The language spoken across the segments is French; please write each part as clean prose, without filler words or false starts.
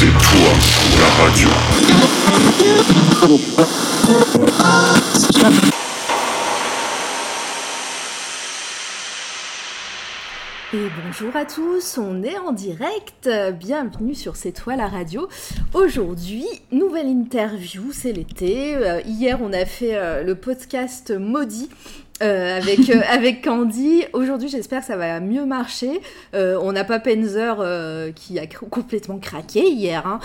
C'est toi, la radio. Et bonjour à tous, on est en direct, bienvenue sur C'est toi la radio. Aujourd'hui, nouvelle interview, c'est l'été. Hier, on a fait le podcast Maudit avec Candy. Aujourd'hui, j'espère que ça va mieux marcher. On n'a pas Penzer qui a complètement craqué hier. Hein.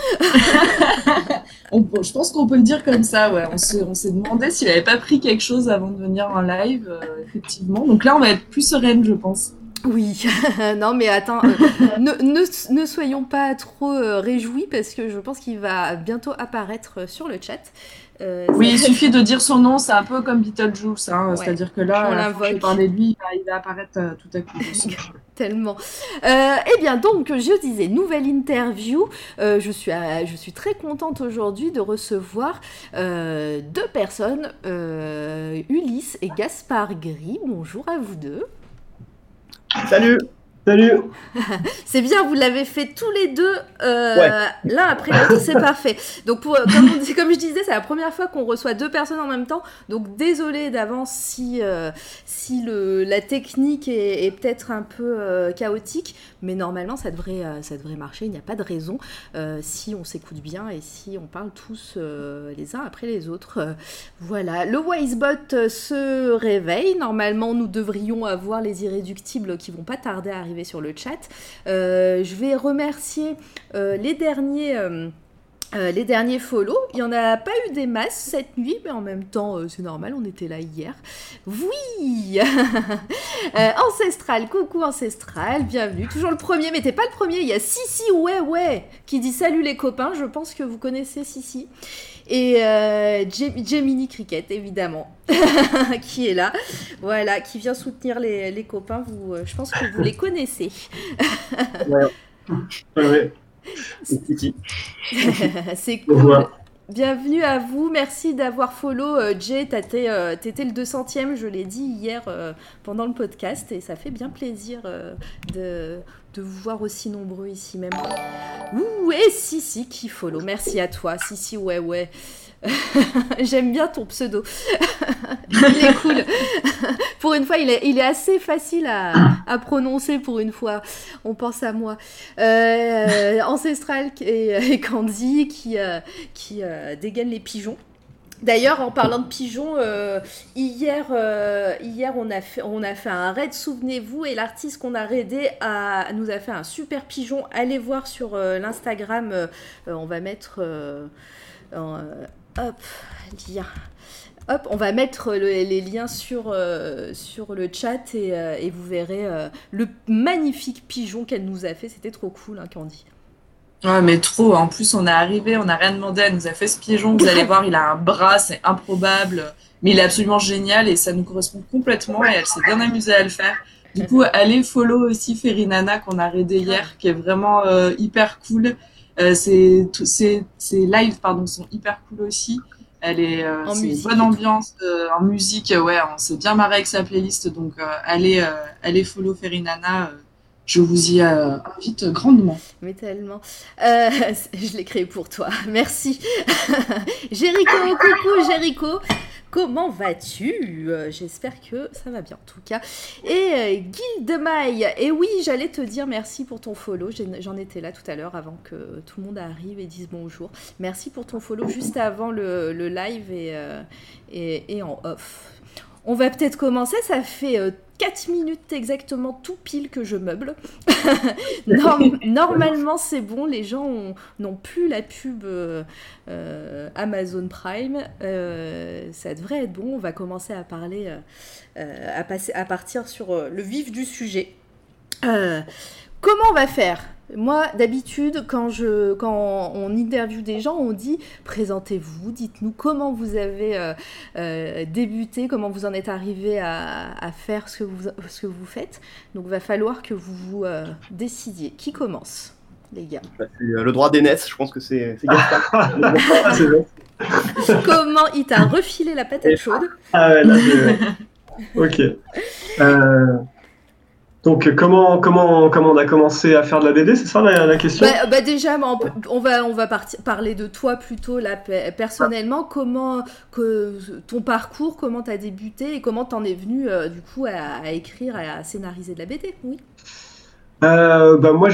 Je pense qu'on peut le dire comme ça, ouais. On s'est demandé s'il n'avait pas pris quelque chose avant de venir en live, effectivement. Donc là, on va être plus sereine, je pense. Oui, non mais attends, ne soyons pas trop réjouis parce que je pense qu'il va bientôt apparaître sur le chat. Oui, il suffit de dire son nom, c'est un peu comme Beetlejuice, hein, ouais, c'est-à-dire que là, on l'invoque. Je parlais de lui, il va apparaître tout à coup. Tellement. Eh bien donc, je disais, nouvelle interview. Je suis très contente aujourd'hui de recevoir deux personnes, Ulysse et Gaspard Gris. Bonjour à vous deux. Salut. C'est bien, vous l'avez fait tous les deux l'un après l'autre, c'est parfait. Donc comme je disais, c'est la première fois qu'on reçoit deux personnes en même temps. Donc désolée d'avance si la technique est peut-être un peu chaotique, mais normalement ça devrait marcher. Il n'y a pas de raison si on s'écoute bien et si on parle tous les uns après les autres. Voilà, le Wisebot se réveille. Normalement, nous devrions avoir les irréductibles qui vont pas tarder à arriver sur le chat. Je vais remercier les derniers follow. Il n'y en a pas eu des masses cette nuit, mais en même temps, c'est normal, on était là hier. Oui. Ancestral, coucou Ancestral, bienvenue. Toujours le premier, mais t'es pas le premier, il y a Sissi, ouais, qui dit salut les copains, je pense que vous connaissez Sissi. Et Gemini Cricket, évidemment, qui est là, voilà, qui vient soutenir les copains. Je pense que vous les connaissez. Ouais. C'est cool. Bienvenue à vous, merci d'avoir follow. Jay, t'étais le 200e, je l'ai dit hier pendant le podcast, et ça fait bien plaisir de vous voir aussi nombreux ici même. Ouh, et Sissi qui follow, merci à toi, Sissi, ouais. J'aime bien ton pseudo. Il est cool. Pour une fois, il est assez facile à prononcer pour une fois. On pense à moi. Ancestral et Candy qui dégainent les pigeons. D'ailleurs, en parlant de pigeons, hier on a fait un raid, souvenez-vous, et l'artiste qu'on a raidé nous a fait un super pigeon. Allez voir sur l'Instagram, on va mettre... on va mettre les liens sur le chat et vous verrez le magnifique pigeon qu'elle nous a fait. C'était trop cool, hein, Candy. Ouais, mais trop. En plus, on est arrivé, on n'a rien demandé. Elle nous a fait ce pigeon. Vous allez voir, il a un bras, c'est improbable. Mais il est absolument génial et ça nous correspond complètement. Et elle s'est bien amusée à le faire. Du coup, allez follow aussi Ferinana qu'on a raidé hier, qui est vraiment hyper cool. Ces lives sont hyper cool aussi. Elle est c'est une bonne ambiance en musique. Ouais, on s'est bien marré avec sa playlist. Donc allez follow Ferinana. Je vous y invite grandement. Mais tellement. Je l'ai créé pour toi. Merci. Jéricho, coucou Jéricho. Comment vas-tu ? J'espère que ça va bien en tout cas. Et Guildemaille, et oui, j'allais te dire merci pour ton follow. J'en étais là tout à l'heure avant que tout le monde arrive et dise bonjour. Merci pour ton follow juste avant le live et en off. On va peut-être commencer, ça fait 4 minutes exactement tout pile que je meuble. Normalement, c'est bon, les gens n'ont plus la pub Amazon Prime. Ça devrait être bon, on va commencer à parler, à partir sur le vif du sujet. Comment on va faire ? Moi, d'habitude, quand on interviewe des gens, on dit « Présentez-vous, dites-nous comment vous avez débuté, comment vous en êtes arrivé à faire ce que vous faites. » Donc, il va falloir que vous vous décidiez. Qui commence, les gars ? C'est le droit d'aînesse, je pense que c'est Gaspard. Comment il t'a refilé la patate chaude ? Ah ouais, là, ok. Donc, comment on a commencé à faire de la BD, c'est ça la question? Déjà, on va parler de toi plutôt là, personnellement. Comment ton parcours, comment tu as débuté et comment tu en es venu du coup à écrire, à scénariser de la BD, oui. Moi,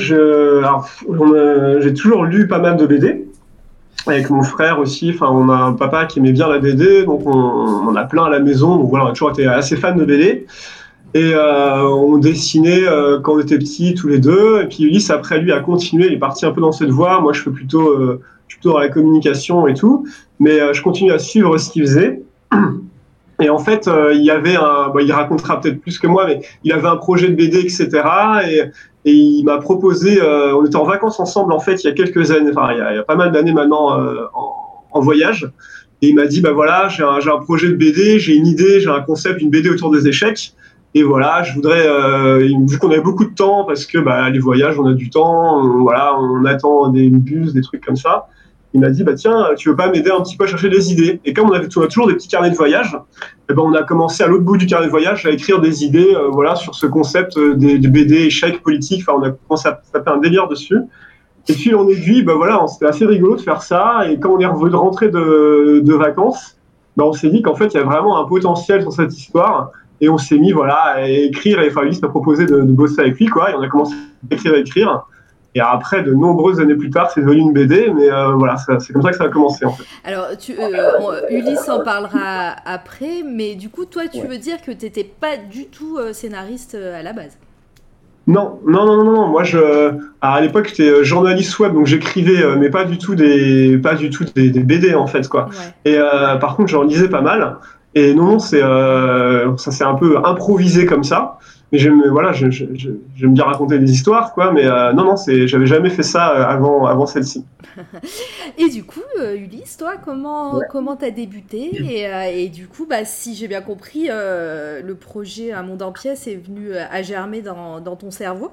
j'ai toujours lu pas mal de BD. Avec mon frère aussi, enfin, on a un papa qui aimait bien la BD, donc on en a plein à la maison. Donc voilà, on a toujours été assez fan de BD. Et on dessinait quand on était petits tous les deux. Et puis Ulysse, après lui, a continué. Il est parti un peu dans cette voie. Moi, je suis plutôt dans la communication et tout. Mais je continue à suivre ce qu'il faisait. Et en fait, il y avait il racontera peut-être plus que moi, mais il avait un projet de BD, etc. Et il m'a proposé, on était en vacances ensemble, en fait, il y a quelques années, enfin, il y a pas mal d'années maintenant, en voyage. Et il m'a dit, voilà, j'ai un projet de BD, j'ai une idée, j'ai un concept, une BD autour des échecs. Et voilà, je voudrais, vu qu'on avait beaucoup de temps, parce que les voyages, on a du temps, on attend des bus, des trucs comme ça. Il m'a dit, tiens, tu veux pas m'aider un petit peu à chercher des idées? Et comme on a toujours des petits carnets de voyage, on a commencé à l'autre bout du carnet de voyage à écrire des idées sur ce concept des BD échecs politiques. Enfin, on a commencé à taper un délire dessus. Et puis en aiguille, c'était assez rigolo de faire ça. Et quand on est rentré de vacances, on s'est dit qu'en fait, il y a vraiment un potentiel sur cette histoire. Et on s'est mis à écrire. Et Fabrice m'a proposé de bosser avec lui, quoi. Et on a commencé à écrire. Et après, de nombreuses années plus tard, c'est devenu une BD, mais c'est comme ça que ça a commencé, en fait. Alors, Ulysse en parlera après, mais du coup, toi, tu veux dire que tu n'étais pas du tout scénariste à la base? Non. Moi, à l'époque, j'étais journaliste web, donc j'écrivais, mais pas du tout des BD, en fait, quoi. Ouais. Et par contre, j'en lisais pas mal. Et non, ça s'est un peu improvisé comme ça. Mais j'aime bien raconter des histoires, quoi. Mais j'avais jamais fait ça avant celle-ci. Et du coup, Ulysse, toi, comment t'as débuté et du coup, si j'ai bien compris, le projet Un monde en pièces est venu à germer dans ton cerveau.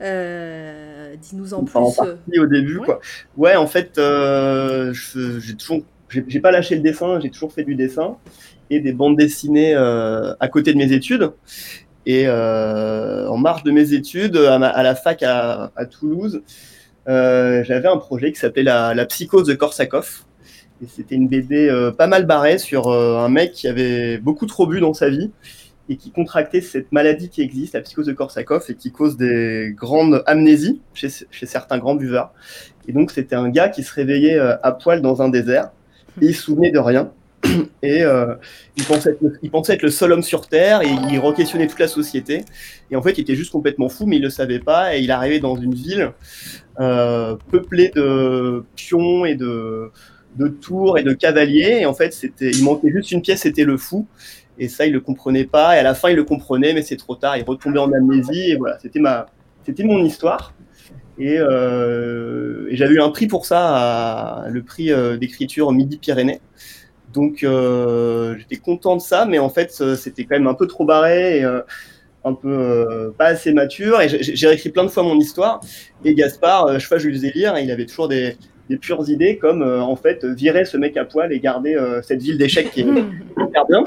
Dis-nous en plus. En partie au début, quoi. Ouais, en fait, j'ai pas lâché le dessin, j'ai toujours fait du dessin et des bandes dessinées à côté de mes études. Et en marge de mes études, à la fac à Toulouse, j'avais un projet qui s'appelait la psychose de Korsakoff. Et c'était une BD pas mal barrée sur un mec qui avait beaucoup trop bu dans sa vie et qui contractait cette maladie qui existe, la psychose de Korsakoff, et qui cause des grandes amnésies chez certains grands buveurs. Et donc, c'était un gars qui se réveillait à poil dans un désert et il se souvenait de rien. Et il pensait être le seul homme sur Terre et il re-questionnait toute la société. Et en fait, il était juste complètement fou, mais il ne le savait pas. Et il arrivait dans une ville peuplée de pions et de tours et de cavaliers. Et en fait, il manquait juste une pièce, c'était le fou. Et ça, il ne le comprenait pas. Et à la fin, il le comprenait, mais c'est trop tard. Il retombait en amnésie. Et voilà, c'était mon histoire. Et j'avais eu un prix pour ça, le prix d'écriture Midi-Pyrénées. Donc j'étais content de ça, mais en fait c'était quand même un peu trop barré et un peu pas assez mature. Et j'ai réécrit plein de fois mon histoire. Et Gaspard, je lui faisais lire, et il avait toujours des pures idées comme en fait virer ce mec à poil et garder cette ville d'échecs qui est hyper bien.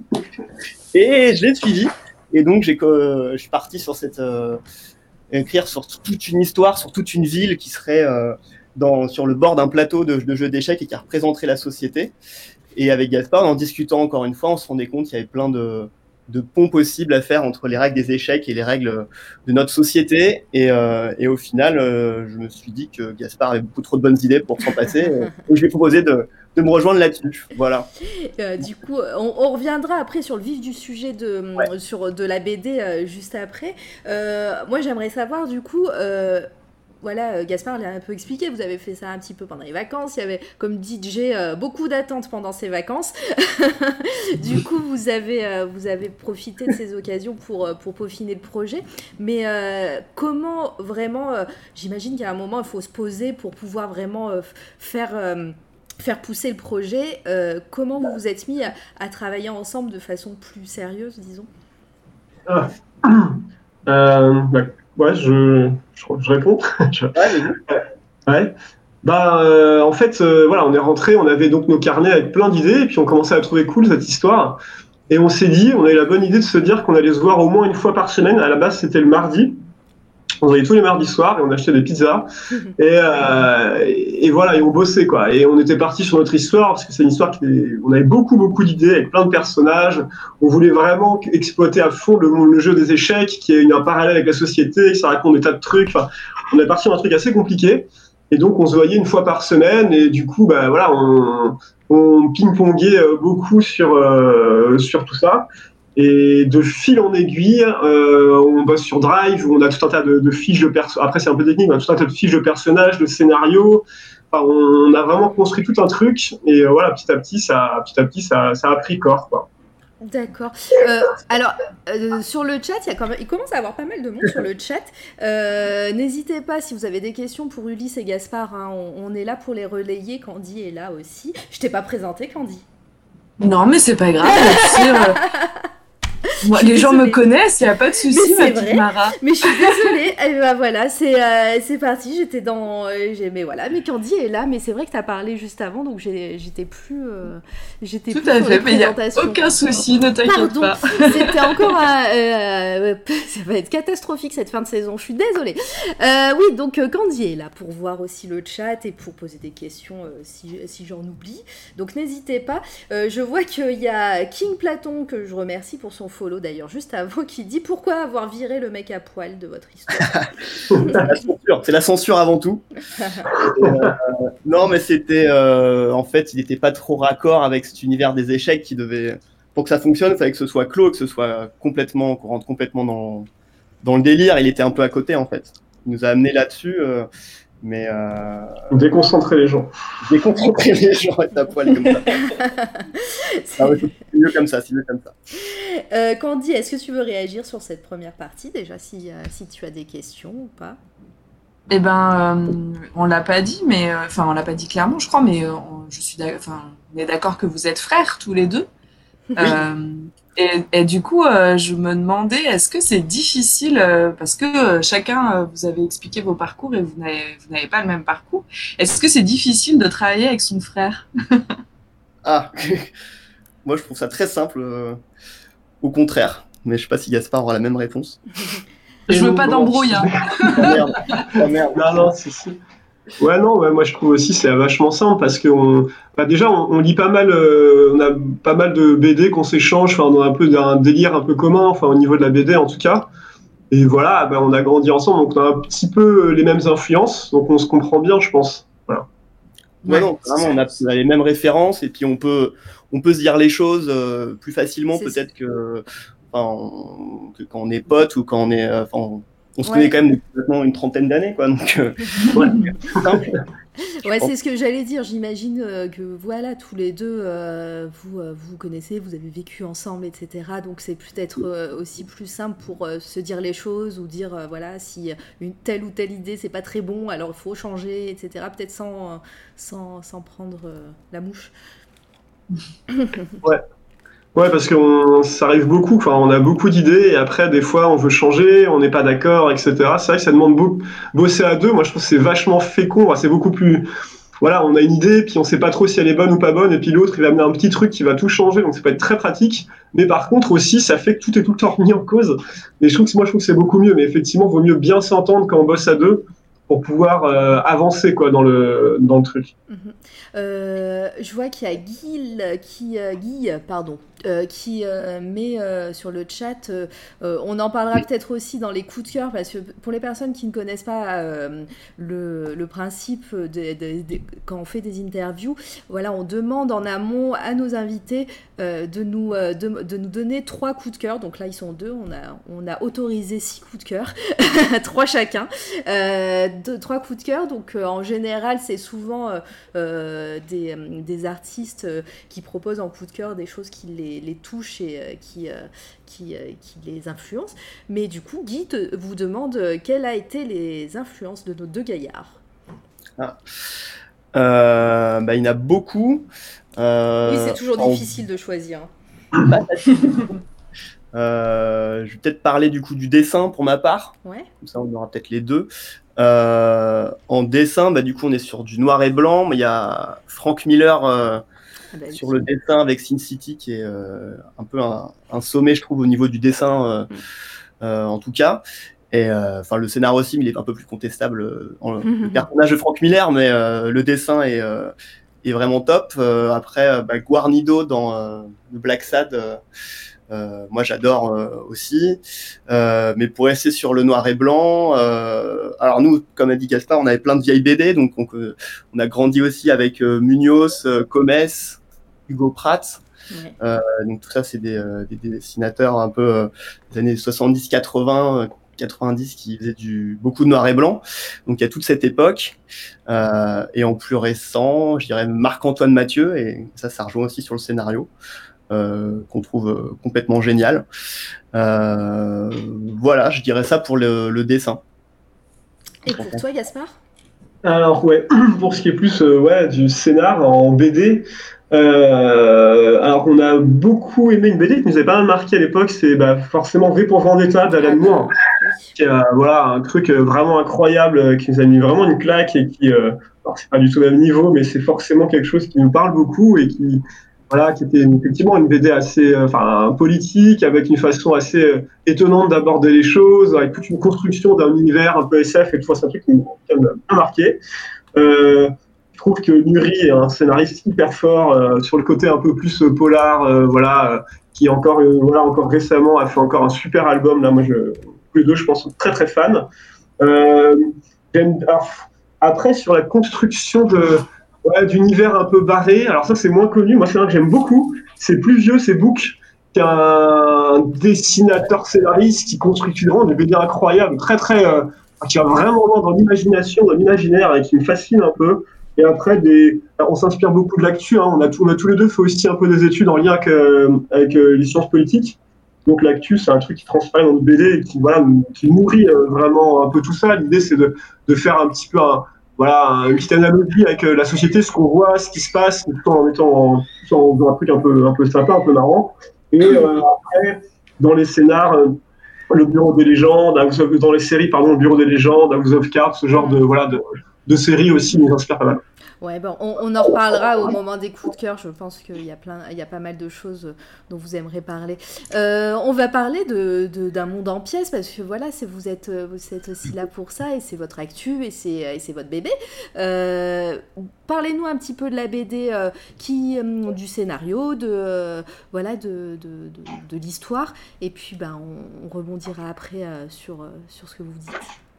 Et je l'ai suivi. Et donc je suis parti sur écrire sur toute une histoire, sur toute une ville qui serait sur le bord d'un plateau de jeux d'échecs et qui représenterait la société. Et avec Gaspard, en discutant encore une fois, on se rendait compte qu'il y avait plein de ponts possibles à faire entre les règles des échecs et les règles de notre société. Et au final, je me suis dit que Gaspard avait beaucoup trop de bonnes idées pour s'en passer. Et je lui ai proposé de me rejoindre là-dessus. Voilà. Du coup, on reviendra après sur le vif du sujet de la BD juste après. Moi, j'aimerais savoir du coup... Voilà, Gaspard l'a un peu expliqué, vous avez fait ça un petit peu pendant les vacances, il y avait, comme dit Jay, beaucoup d'attentes pendant ces vacances. Du coup, vous avez profité de ces occasions pour peaufiner le projet. Mais comment vraiment, j'imagine qu'à un moment, il faut se poser pour pouvoir vraiment faire pousser le projet. Comment vous vous êtes mis à travailler ensemble de façon plus sérieuse, disons? Ouais, je réponds. Ouais. En fait, on est rentré, on avait donc nos carnets avec plein d'idées, et puis on commençait à trouver cool cette histoire. Et on a eu la bonne idée de se dire qu'on allait se voir au moins une fois par semaine. À la base, c'était le mardi. On se voyait tous les mardis soirs et on achetait des pizzas. Et voilà, et on bossait, quoi. Et on était parti sur notre histoire, parce que c'est une histoire on avait beaucoup d'idées avec plein de personnages. On voulait vraiment exploiter à fond le jeu des échecs, qui est un parallèle avec la société, que ça raconte des tas de trucs. Enfin, on est parti sur un truc assez compliqué. Et donc, on se voyait une fois par semaine. Et du coup, bah, voilà, on ping-pongait beaucoup sur tout ça. Et de fil en aiguille, on bosse sur Drive, où on a tout un tas de fiches de personnages. Après, c'est un peu technique, on a tout un tas de fiches de personnages, de scénarios. Enfin, on a vraiment construit tout un truc. Et voilà, petit à petit, ça a pris corps, quoi. D'accord. Alors, sur le chat, il commence à y avoir pas mal de monde sur le chat. N'hésitez pas, si vous avez des questions pour Ulysse et Gaspard, hein, on est là pour les relayer. Candy est là aussi. Je t'ai pas présenté, Candy. Non, mais c'est pas grave. Moi, les gens me connaissent, il n'y a pas de souci, ma petite Mara. Mais je suis désolée. Et ben voilà, c'est parti. J'étais dans. Mais voilà, mais Candy est là. Mais c'est vrai que tu as parlé juste avant, donc j'étais plus. Tout à fait, mais il n'y a aucun souci, ne t'inquiète pas. C'était encore. Ça va être catastrophique cette fin de saison, je suis désolée. Oui, donc Candy est là pour voir aussi le chat et pour poser des questions si j'en oublie. Donc n'hésitez pas. Je vois qu'il y a King Platon, que je remercie pour son follow d'ailleurs juste avant, qui dit pourquoi avoir viré le mec à poil de votre histoire. C'est la censure avant tout. Non, mais c'était en fait, il n'était pas trop raccord avec cet univers des échecs qui devait, pour que ça fonctionne, il fallait que ce soit clos, que ce soit complètement, qu'on rentre complètement dans le délire. Il était un peu à côté en fait. Il nous a amené là-dessus. Mais déconcentrer les gens. Déconcentrer les gens avec ta poêle comme ça. C'est mieux comme ça, Candy, est-ce que tu veux réagir sur cette première partie déjà, si tu as des questions ou pas? Eh ben, on l'a pas dit, mais enfin, on l'a pas dit clairement, je crois, mais on est d'accord que vous êtes frères tous les deux. Oui. Et du coup, je me demandais, est-ce que c'est difficile, parce que chacun, vous avez expliqué vos parcours et vous n'avez pas le même parcours, est-ce que c'est difficile de travailler avec son frère? Ah, moi je trouve ça très simple, au contraire, mais je sais pas si Gaspard aura la même réponse. Je veux pas d'embrouille. Hein. Oh merde. Non, c'est ça. Ouais, non, moi je trouve aussi c'est vachement simple parce que déjà on lit pas mal, on a pas mal de BD qu'on s'échange, enfin on a un peu un délire un peu commun, enfin au niveau de la BD en tout cas. Et voilà, on a grandi ensemble, donc on a un petit peu les mêmes influences, donc on se comprend bien, je pense. Voilà. Ouais, non, vraiment, on a les mêmes références et puis on peut se dire les choses plus facilement peut-être que quand on est potes ou quand on est, on se connaît quand même depuis une trentaine d'années, quoi. Donc, ouais, c'est ce que j'allais dire. J'imagine que voilà, tous les deux, vous connaissez, vous avez vécu ensemble, etc. Donc c'est peut-être aussi plus simple pour se dire les choses ou dire voilà, si une telle ou telle idée c'est pas très bon, alors il faut changer, etc. Peut-être sans prendre la mouche. Ouais. Ouais, parce que ça arrive beaucoup, enfin, on a beaucoup d'idées et après, des fois, on veut changer, on n'est pas d'accord, etc. C'est vrai que ça demande bosser à deux. Moi, je trouve que c'est vachement fécond. C'est beaucoup plus. Voilà, on a une idée, puis on sait pas trop si elle est bonne ou pas bonne, et puis l'autre, il va amener un petit truc qui va tout changer, donc ça peut être très pratique. Mais par contre, aussi, ça fait que tout est tout le temps remis en cause. Et je trouve que c'est beaucoup mieux. Mais effectivement, il vaut mieux bien s'entendre quand on bosse à deux pour pouvoir avancer, quoi, dans le truc. Je vois qu'il y a Guy qui met sur le chat, on en parlera peut-être aussi dans les coups de cœur, parce que pour les personnes qui ne connaissent pas le principe quand on fait des interviews, voilà, on demande en amont à nos invités de nous donner 3 coups de cœur. Donc là ils sont 2, on a autorisé 6 coups de cœur, 3 chacun, 3 coups de cœur. Donc en général c'est souvent des artistes qui proposent en coup de cœur des choses qui les touchent et qui les influencent. Mais du coup, Guy vous demande quelles a été les influences de nos 2 gaillards. Il y en a beaucoup. Oui, c'est toujours difficile de choisir. Je vais peut-être parler du coup du dessin pour ma part. Ouais. Comme ça, on aura peut-être les deux. En dessin, du coup, on est sur du noir et blanc. Mais il y a Frank Miller sur le dessin avec Sin City, qui est un peu un sommet, je trouve, au niveau du dessin, en tout cas. Et le scénario aussi, il est un peu plus contestable. Le personnage de Frank Miller, mais le dessin est vraiment top. Après, Guarnido dans le Black Sad, moi j'adore aussi. Mais pour rester sur le noir et blanc, alors nous, comme a dit Gaspard, on avait plein de vieilles BD, donc on a grandi aussi avec Munoz, Comes, Hugo Pratt. Ouais. Donc tout ça, c'est des dessinateurs un peu des années 70-80, 90 qui faisaient beaucoup de noir et blanc. Donc il y a toute cette époque. Et en plus récent, je dirais Marc-Antoine Mathieu, et ça rejoint aussi sur le scénario, qu'on trouve complètement génial. Voilà, je dirais ça pour le dessin. Et pour toi, Gaspard ? Alors ouais, pour ce qui est plus du scénar en BD, alors on a beaucoup aimé une BD qui nous avait pas mal marqué à l'époque, c'est forcément V pour Vendetta d'Alan Moore, qui un truc vraiment incroyable, qui nous a mis vraiment une claque et qui, alors c'est pas du tout le même niveau, mais c'est forcément quelque chose qui nous parle beaucoup et qui était effectivement une BD assez politique, avec une façon assez étonnante d'aborder les choses, avec toute une construction d'un univers un peu SF et tout. C'est un truc qui m'a bien marqué. Je trouve que Nuri est un scénariste hyper fort sur le côté un peu plus polar, qui encore récemment a fait encore un super album. Là, moi, tous les deux, je pense, sont très très fans. Après, sur la construction d'univers un peu barré, alors ça c'est moins connu, moi c'est un que j'aime beaucoup, c'est plus vieux, c'est Book, qui est un dessinateur scénariste qui construit vraiment des BD incroyables, très très, qui va vraiment dans l'imagination, dans l'imaginaire et qui me fascine un peu. Et après, on s'inspire beaucoup de l'actu, hein. On a tous les deux fait aussi un peu des études en lien avec les sciences politiques. Donc l'actu, c'est un truc qui transparaît dans nos BD et qui nourrit vraiment un peu tout ça. L'idée, c'est de faire un petit peu une petite analogie avec la société, ce qu'on voit, ce qui se passe, tout en mettant dans un truc un peu sympa, un peu marrant. Et après, dans les scénars, le Bureau des légendes, dans les séries, le Bureau des légendes, House of Cards, ce genre de séries aussi nous inspire pas mal. Ouais, on en reparlera au moment des coups de cœur. Je pense qu'il y a pas mal de choses dont vous aimeriez parler. On va parler d'un monde en pièces parce que voilà, vous êtes aussi là pour ça et c'est votre actu et c'est votre bébé. Parlez-nous un petit peu de la BD, du scénario, de l'histoire, et puis on rebondira après sur ce que vous dites.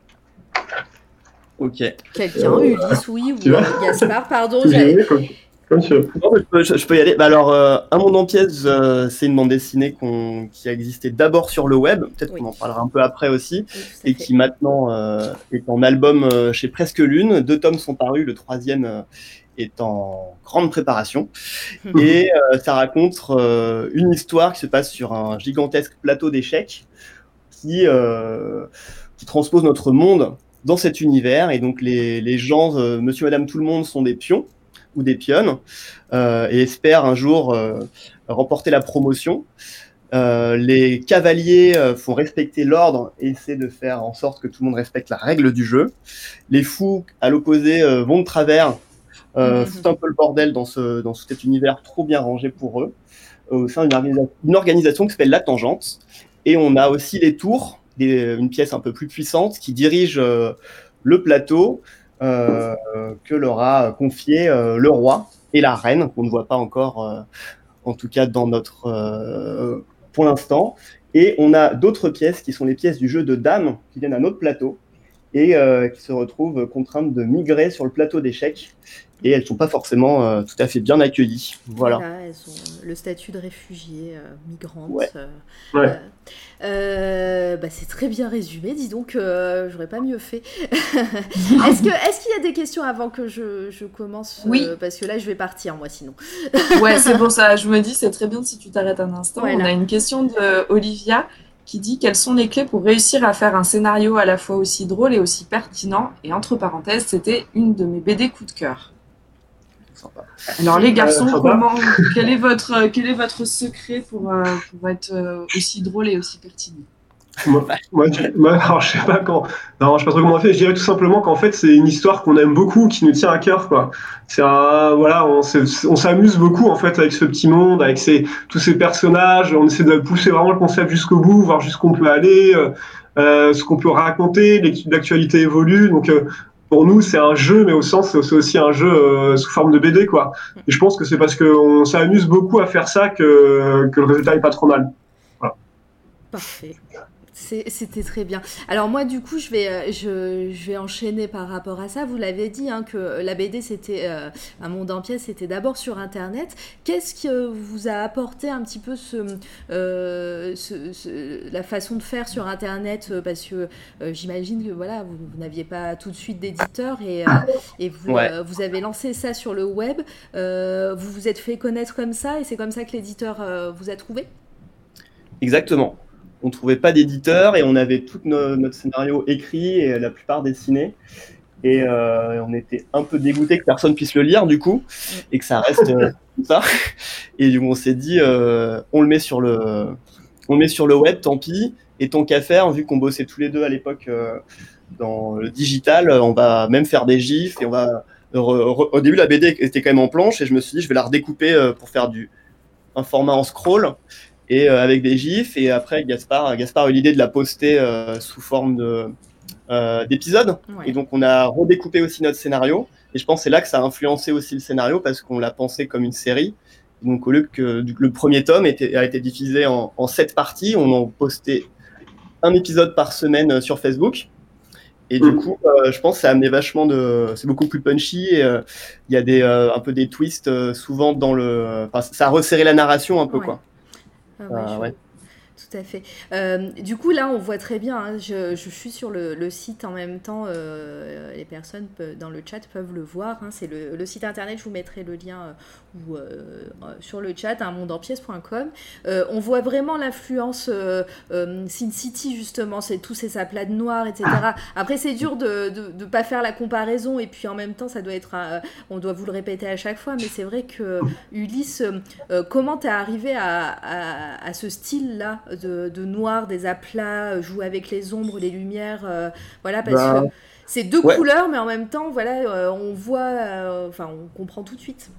Ok. Quelqu'un, Ulysse, oui, ou Gaspard, pardon. Je peux y aller. Alors, Un monde en pièces, c'est une bande dessinée qui a existé d'abord sur le web, peut-être qu'on en parlera un peu après aussi, et qui maintenant est en album chez Presque Lune. 2 tomes sont parus, le 3e est en grande préparation. Et ça raconte une histoire qui se passe sur un gigantesque plateau d'échecs qui transpose notre monde dans cet univers, et donc les gens, monsieur, madame, tout le monde sont des pions ou des pionnes et espèrent un jour remporter la promotion. Les cavaliers font respecter l'ordre et essaient de faire en sorte que tout le monde respecte la règle du jeu. Les fous, à l'opposé, vont de travers, foutent un peu le bordel dans cet univers trop bien rangé pour eux, au sein d'une organisation qui s'appelle La Tangente. Et on a aussi les tours, une pièce un peu plus puissante qui dirige le plateau que leur a confié le roi et la reine, qu'on ne voit pas encore, en tout cas pour l'instant. Et on a d'autres pièces qui sont les pièces du jeu de dames qui viennent à notre plateau et qui se retrouvent contraintes de migrer sur le plateau d'échecs. Et elles ne sont pas forcément tout à fait bien accueillies. Voilà, elles ont le statut de réfugiées migrantes. Ouais. C'est très bien résumé, dis donc, j'aurais pas mieux fait. Est-ce qu'il y a des questions avant que je commence? Oui. Parce que là, je vais partir, moi, sinon. Ouais, c'est pour ça. Je me dis, c'est très bien si tu t'arrêtes un instant. Voilà. On a une question de Olivia qui dit quelles sont les clés pour réussir à faire un scénario à la fois aussi drôle et aussi pertinent. Et entre parenthèses, c'était une de mes BD coup de cœur. Sympa. Alors les garçons, quel est votre secret pour être aussi drôle et aussi pertinent? Alors, je sais pas quand. Non, je sais pas trop comment on fait. Je dirais tout simplement qu'en fait, c'est une histoire qu'on aime beaucoup, qui nous tient à cœur, quoi. Voilà, on s'amuse beaucoup en fait avec ce petit monde, avec tous ces personnages. On essaie de pousser vraiment le concept jusqu'au bout, voir jusqu'où on peut aller, ce qu'on peut raconter. L'actualité évolue, donc. Pour nous, c'est un jeu, mais au sens, c'est aussi un jeu sous forme de BD, quoi. Et je pense que c'est parce qu'on s'amuse beaucoup à faire ça que le résultat est pas trop mal. Voilà. Parfait. C'était très bien. Alors moi, du coup, je vais enchaîner par rapport à ça. Vous l'avez dit, hein, que la BD, c'était un monde en pièces, c'était d'abord sur Internet. Qu'est-ce qui vous a apporté un petit peu la façon de faire sur Internet, parce que j'imagine que voilà, vous n'aviez pas tout de suite d'éditeur et vous, vous avez lancé ça sur le web. Vous vous êtes fait connaître comme ça et c'est comme ça que l'éditeur vous a trouvé ? Exactement. On ne trouvait pas d'éditeur et on avait tout notre scénario écrit et la plupart dessiné. Et on était un peu dégoûté que personne puisse le lire du coup et que ça reste comme ça. Et du coup, on s'est dit, on le met sur le web, tant pis. Et tant qu'à faire, vu qu'on bossait tous les deux à l'époque dans le digital, on va même faire des gifs et on va. Au début, la BD était quand même en planche et je me suis dit, je vais la redécouper pour faire un format en scroll. Et avec des gifs, et après Gaspard a eu l'idée de la poster sous forme d'épisode. Ouais. Et donc on a redécoupé aussi notre scénario, et je pense que c'est là que ça a influencé aussi le scénario, parce qu'on l'a pensé comme une série. Donc au lieu que le premier tome a été diffusé en 7 parties, on en postait un épisode par semaine sur Facebook. Et du coup, je pense que ça a amené vachement c'est beaucoup plus punchy, et il y a un peu des twists souvent ça a resserré la narration un peu, quoi. Ouais. Tout à fait. Du coup, là, on voit très bien, hein, je suis sur le site en même temps, les personnes dans le chat peuvent le voir, hein, c'est le site internet, je vous mettrai le lien sur le chat, mondeempièces.com. On voit vraiment l'influence Sin City, justement, c'est tous ces aplats de noir, etc. Après, c'est dur de pas faire la comparaison, et puis en même temps, ça doit être, on doit vous le répéter à chaque fois, mais c'est vrai que Ulysse, comment t'es arrivé à ce style-là de noir, des aplats, jouer avec les ombres, les lumières, voilà, parce que c'est deux couleurs, mais en même temps, voilà, on voit, on comprend tout de suite.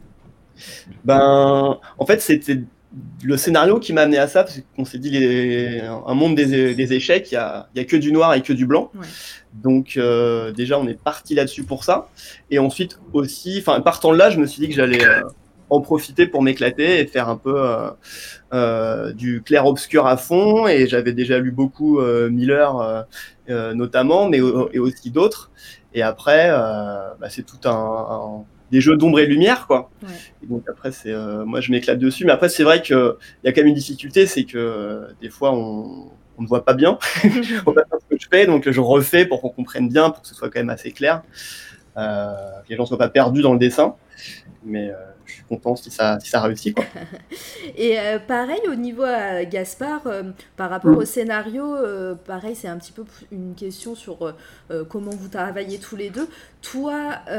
En fait, c'était le scénario qui m'a amené à ça, parce qu'on s'est dit, un monde des échecs, il y a que du noir et que du blanc. Ouais. Donc, déjà, on est parti là-dessus pour ça. Et ensuite, aussi, partant de là, je me suis dit que j'allais en profiter pour m'éclater et faire un peu du clair-obscur à fond. Et j'avais déjà lu beaucoup Miller, notamment, mais et aussi d'autres. Et après, c'est tout des jeux d'ombre et lumière, quoi. Ouais. Et donc après, moi, je m'éclate dessus. Mais après, c'est vrai qu'il y a quand même une difficulté, c'est que des fois, on ne voit pas bien. On voit pas ce que je fais, donc je refais pour qu'on comprenne bien, pour que ce soit quand même assez clair, que les gens ne soient pas perdus dans le dessin. Mais je suis content si ça réussit, quoi. Et pareil, au niveau Gaspard, par rapport au scénario, pareil, c'est un petit peu une question sur comment vous travaillez tous les deux. Toi,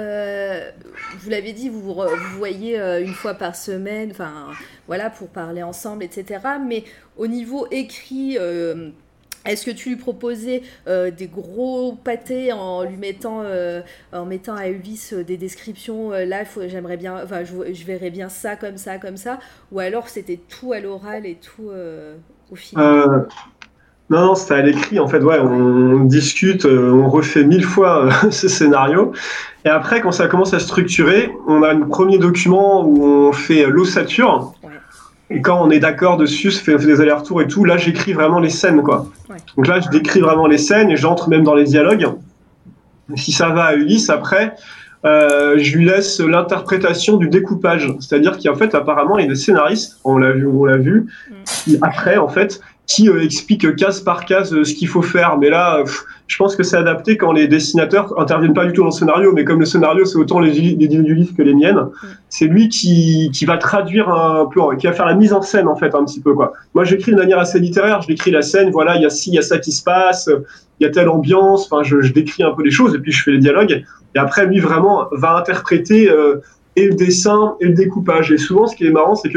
vous l'avez dit, vous voyez une fois par semaine, voilà, pour parler ensemble, etc. Mais au niveau écrit, est-ce que tu lui proposais des gros pâtés en mettant à Ulysse des descriptions, là j'aimerais bien, je verrais bien ça, ou alors c'était tout à l'oral et tout au film? Non, c'était à l'écrit, en fait, on discute, on refait 1000 fois ce scénario, et après, quand ça commence à structurer, on a un premier document où on fait l'ossature. Et quand on est d'accord dessus, on fait des allers-retours et tout, là j'écris vraiment les scènes, quoi. Ouais. Donc là je décris vraiment les scènes et j'entre même dans les dialogues. Si ça va à Ulysse, après, je lui laisse l'interprétation du découpage. C'est-à-dire qu'en fait, apparemment, il y a des scénaristes, on l'a vu, qui, après, en fait, qui expliquent case par case ce qu'il faut faire. Mais là, je pense que c'est adapté quand les dessinateurs interviennent pas du tout dans le scénario, mais comme le scénario, c'est autant les idées du livre que les miennes, c'est lui qui va traduire un plan, qui va faire la mise en scène, en fait, un petit peu, quoi. Moi, j'écris de manière assez littéraire, je décris la scène, voilà, il y a ça qui se passe, il y a telle ambiance, je décris un peu les choses, et puis je fais les dialogues. Et après, lui, vraiment, va interpréter et le dessin et le découpage. Et souvent, ce qui est marrant, c'est que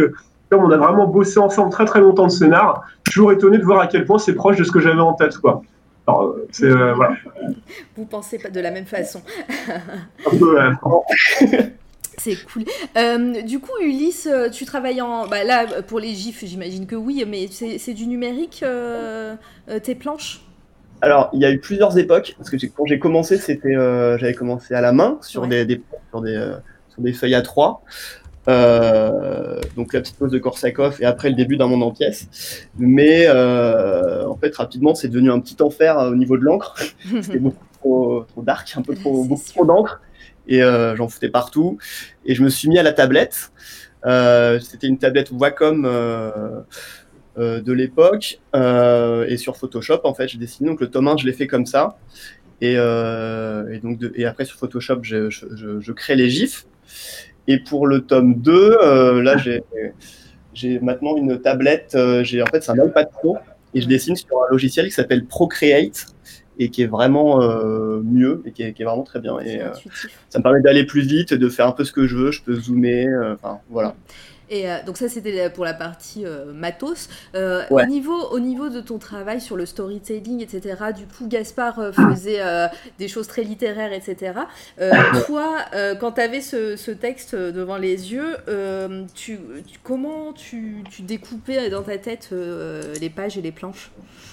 comme on a vraiment bossé ensemble très très longtemps de scénar, je suis toujours étonné de voir à quel point c'est proche de ce que j'avais en tête, quoi. Alors, c'est voilà. Vous pensez pas de la même façon. Un peu, C'est cool. Du coup, Ulysse, tu travailles là, pour les GIFs, j'imagine que oui, mais c'est du numérique, tes planches? Alors, il y a eu plusieurs époques, parce que quand j'ai commencé, j'avais commencé à la main, sur sur des feuilles A3. Donc la psychose de Korsakov et après le début d'un monde en pièces. Mais en fait, rapidement, c'est devenu un petit enfer au niveau de l'encre. C'était beaucoup trop dark, beaucoup trop d'encre. Et j'en foutais partout. Et je me suis mis à la tablette. C'était une tablette Wacom de l'époque. Et sur Photoshop, en fait, j'ai dessiné. Donc le tome 1, je l'ai fait comme ça. Et après, sur Photoshop, je crée les gifs. Et pour le tome 2, là, j'ai maintenant une tablette. En fait, c'est un iPad Pro. Et je dessine sur un logiciel qui s'appelle Procreate et qui est vraiment mieux et qui est vraiment très bien. Et ça me permet d'aller plus vite, de faire un peu ce que je veux. Je peux zoomer. Enfin, voilà. Et donc ça, c'était pour la partie matos. Ouais. Au niveau de ton travail sur le storytelling, etc., du coup, Gaspard faisait des choses très littéraires, etc. Toi, quand tu avais ce texte devant les yeux, comment tu découpais dans ta tête les pages et les planches?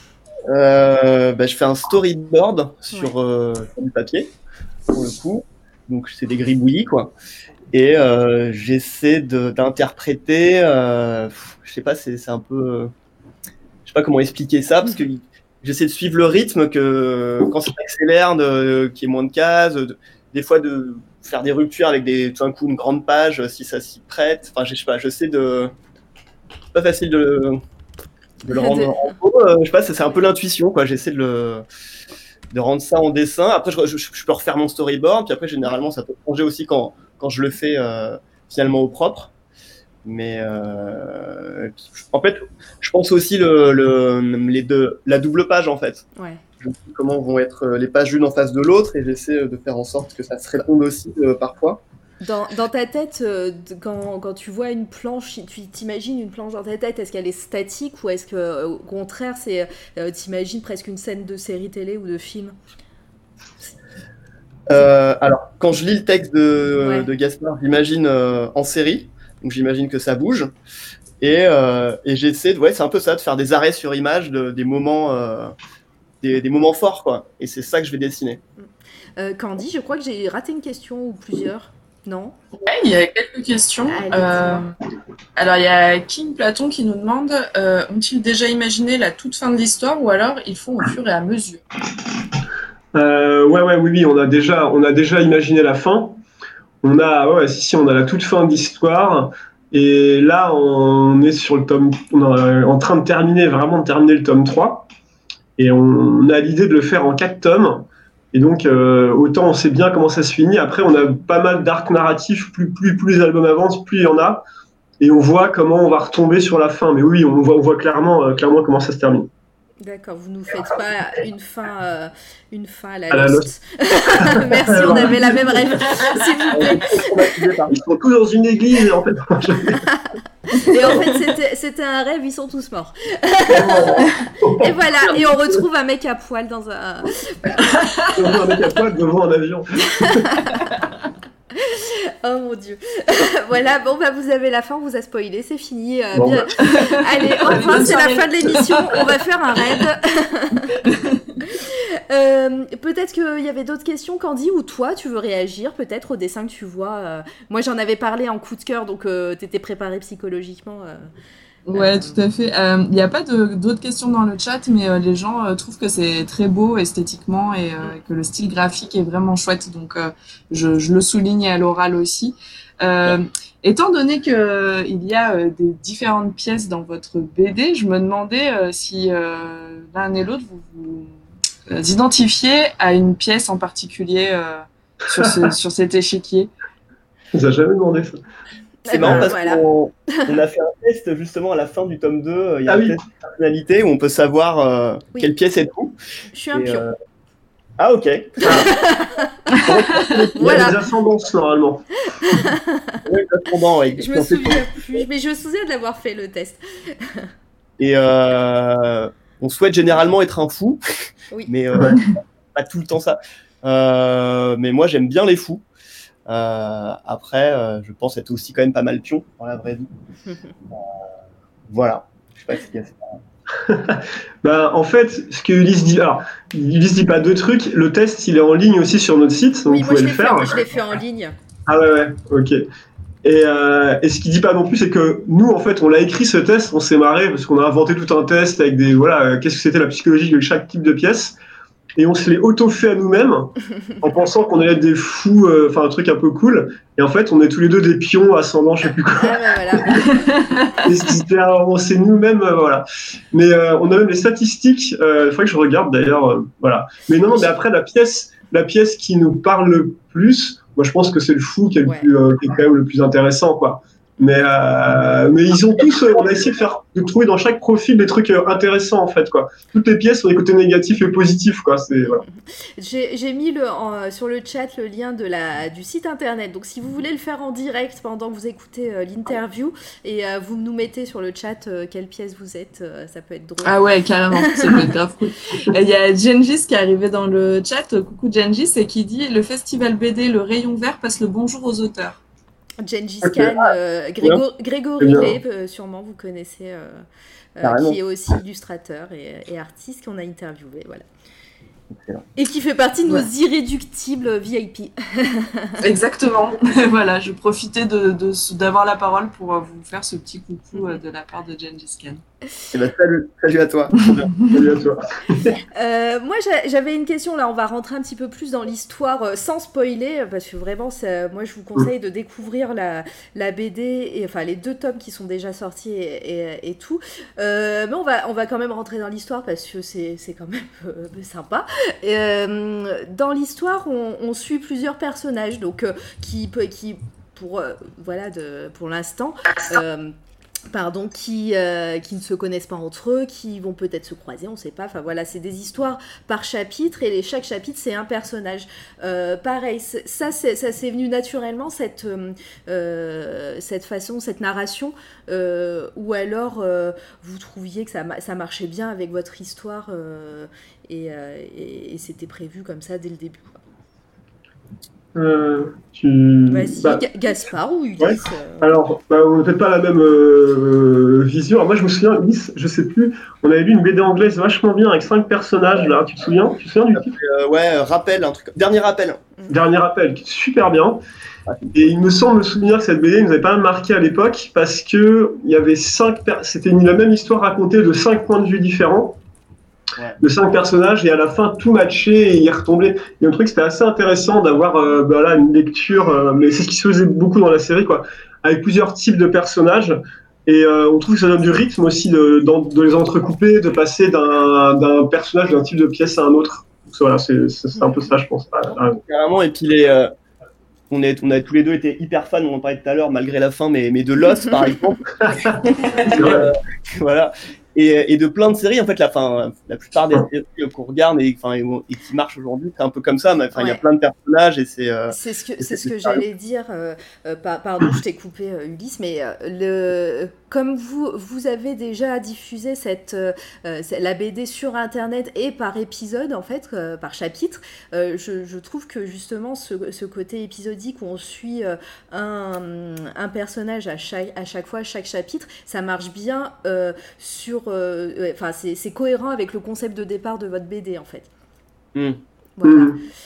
Je fais un storyboard sur du papier, pour le coup. Donc, c'est des gribouillis, quoi. Et j'essaie d'interpréter, je sais pas, c'est un peu, je sais pas comment expliquer ça, parce que j'essaie de suivre le rythme, que quand ça accélère, qu'il y ait moins de cases, des fois de faire des ruptures avec tout d'un coup une grande page, si ça s'y prête. Enfin, je sais pas, c'est pas facile de le rendre en gros, je sais pas, c'est un peu l'intuition, quoi. J'essaie de rendre ça en dessin. Après, je peux refaire mon storyboard, puis après, généralement, ça peut changer aussi quand je le fais finalement au propre. Mais en fait, je pense aussi la double page, en fait. Ouais. Je sais comment vont être les pages l'une en face de l'autre, et j'essaie de faire en sorte que ça se réponde aussi parfois. Dans ta tête, quand tu vois une planche, tu t'imagines une planche dans ta tête, est-ce qu'elle est statique ou est-ce que au contraire, t'imagines presque une scène de série télé ou de film? Alors, quand je lis le texte de Gaspard, j'imagine en série, donc j'imagine que ça bouge, et j'essaie, c'est un peu ça, de faire des arrêts sur image, des moments forts, quoi. Et c'est ça que je vais dessiner. Candy, je crois que j'ai raté une question ou plusieurs. Non? Ouais, il y a quelques questions. Alors, il y a King Platon qui nous demande ont-ils déjà imaginé la toute fin de l'histoire ou alors ils font au fur et à mesure? Oui, on a déjà imaginé la fin. On a la toute fin de l'histoire. Et là, on est sur le tome, on est en train de terminer le tome 3. Et on a l'idée de le faire en 4 tomes. Et donc, autant on sait bien comment ça se finit. Après, on a pas mal d'arcs narratifs. Plus les albums avancent, plus il y en a. Et on voit comment on va retomber sur la fin. Mais oui, on voit clairement comment ça se termine. D'accord, vous nous faites pas une fin à la Lost. Merci, on avait la même rêve, s'il vous plaît. Ils sont tous dans une église, en fait. Et en fait, c'était un rêve, ils sont tous morts. Et voilà, et on retrouve un mec à poil dans un... Un mec à poil devant un avion. Oh mon Dieu. Voilà, vous avez la fin, on vous a spoilé, c'est fini. Bien. Allez, enfin, c'est la fin de l'émission, on va faire un raid. Peut-être qu'il y avait d'autres questions, Candy, ou toi, tu veux réagir peut-être au dessin que tu vois. Moi, j'en avais parlé en coup de cœur, donc t'étais préparée psychologiquement. Ouais, tout à fait. Il n'y a pas d'autres questions dans le chat, mais les gens trouvent que c'est très beau esthétiquement et que le style graphique est vraiment chouette. Donc, je le souligne à l'oral aussi. Étant donné que il y a des différentes pièces dans votre BD, je me demandais si l'un et l'autre vous identifiez à une pièce en particulier sur cet échiquier. Je vous ai jamais demandé ça. C'est marrant parce qu'on a fait un test justement à la fin du tome 2. Il y a un test de personnalité où on peut savoir quelle pièce est où. Je suis un pion. Ah, ok. Il y a des ascendances, normalement. Oui, ascendant, ouais. Je me souviens plus, mais je me souviens de l'avoir fait le test. Et on souhaite généralement être un fou, Oui. mais pas tout le temps ça. Mais moi, j'aime bien les fous. Après, je pense être aussi quand même pas mal pion dans la vraie vie. Voilà. Je sais pas si c'est En fait, ce que Ulysse dit, alors Ulysse dit pas deux trucs. Le test, il est en ligne aussi sur notre site, donc Oui, vous moi pouvez le faire. je l'ai fait en ligne. Ah ouais, ok. Et ce qu'il dit pas non plus, c'est que nous, en fait, on l'a écrit ce test, on s'est marré parce qu'on a inventé tout un test avec des qu'est-ce que c'était la psychologie de chaque type de pièce, et on se l'est auto-fait à nous-mêmes en pensant qu'on allait être des fous, un truc un peu cool. Et en fait, on est tous les deux des pions ascendants, je sais plus quoi. Ah voilà. Et on s'est nous-mêmes, voilà. Mais on a même les statistiques. Il faudrait que je regarde d'ailleurs, voilà. Mais non, mais après la pièce qui nous parle le plus. Moi, je pense que c'est le fou qui est, qui est quand même le plus intéressant, quoi. Mais ils ont tous, on a essayé de trouver dans chaque profil des trucs intéressants, en fait, quoi. Toutes les pièces ont des côtés négatifs et positifs, quoi. Voilà. J'ai mis sur le chat le lien du site internet. Donc, si vous voulez le faire en direct pendant que vous écoutez l'interview, et vous nous mettez sur le chat quelle pièce vous êtes, ça peut être drôle. Ah ouais, carrément, ça peut être grave cool. Il y a Gengis qui est arrivé dans le chat, coucou Gengis, et qui dit « Le festival BD, le rayon vert passe le bonjour aux auteurs ». Gengis Khan, Grégory Lay, sûrement vous connaissez, qui est aussi illustrateur et artiste qu'on a interviewé, voilà. Et qui fait partie de nos irréductibles VIP. Exactement. Voilà, je profitais d'avoir la parole pour vous faire ce petit coucou de la part de Gengis Khan. Eh ben, salut à toi. Salut à toi. Moi, j'avais une question. Là, on va rentrer un petit peu plus dans l'histoire sans spoiler, parce que vraiment, moi, je vous conseille de découvrir la BD, et enfin les 2 tomes qui sont déjà sortis et tout. Mais on va quand même rentrer dans l'histoire parce que c'est quand même sympa. Dans l'histoire, on suit plusieurs personnages, donc pour l'instant. Qui ne se connaissent pas entre eux, qui vont peut-être se croiser, on ne sait pas. Enfin voilà, c'est des histoires par chapitre et chaque chapitre c'est un personnage. Pareil, ça c'est venu naturellement cette façon, cette narration, ou alors vous trouviez que ça marchait bien avec votre histoire et c'était prévu comme ça dès le début, quoi. Vas-y, Gaspard ou Ulysse. Ouais. Alors, on n'a peut-être pas la même vision. Alors, moi, je me souviens, Ulysse, je sais plus, on avait lu une BD anglaise vachement bien avec 5 personnages, là, tu te souviens du titre? Rappel, un truc. Dernier rappel. Dernier rappel, super bien. Et il me semble me souvenir que cette BD nous avait pas mal marqué à l'époque parce que il y avait c'était la même histoire racontée de 5 points de vue différents. De 5 personnages, et à la fin tout matchait et y retombait. Il y a un truc, c'était assez intéressant d'avoir une lecture, mais c'est ce qui se faisait beaucoup dans la série, quoi, avec plusieurs types de personnages, et on trouve que ça donne du rythme aussi de les entrecouper, de passer d'un personnage, d'un type de pièce à un autre. Donc, voilà, c'est un peu ça, je pense. Carrément, et puis on a tous les deux été hyper fans, on en parlait tout à l'heure, malgré la fin, mais de Lost, par exemple. Voilà. Et de plein de séries, en fait, la plupart des séries qu'on regarde et qui marchent aujourd'hui, c'est un peu comme ça. Il y a plein de personnages et c'est. C'est ce que j'allais dire. Pardon, je t'ai coupé, Ulysse, mais comme vous avez déjà diffusé la BD sur Internet et par épisode, en fait, par chapitre, je trouve que justement ce côté épisodique où on suit un personnage à chaque fois, chaque chapitre, ça marche bien c'est cohérent avec le concept de départ de votre BD, en fait. Voilà.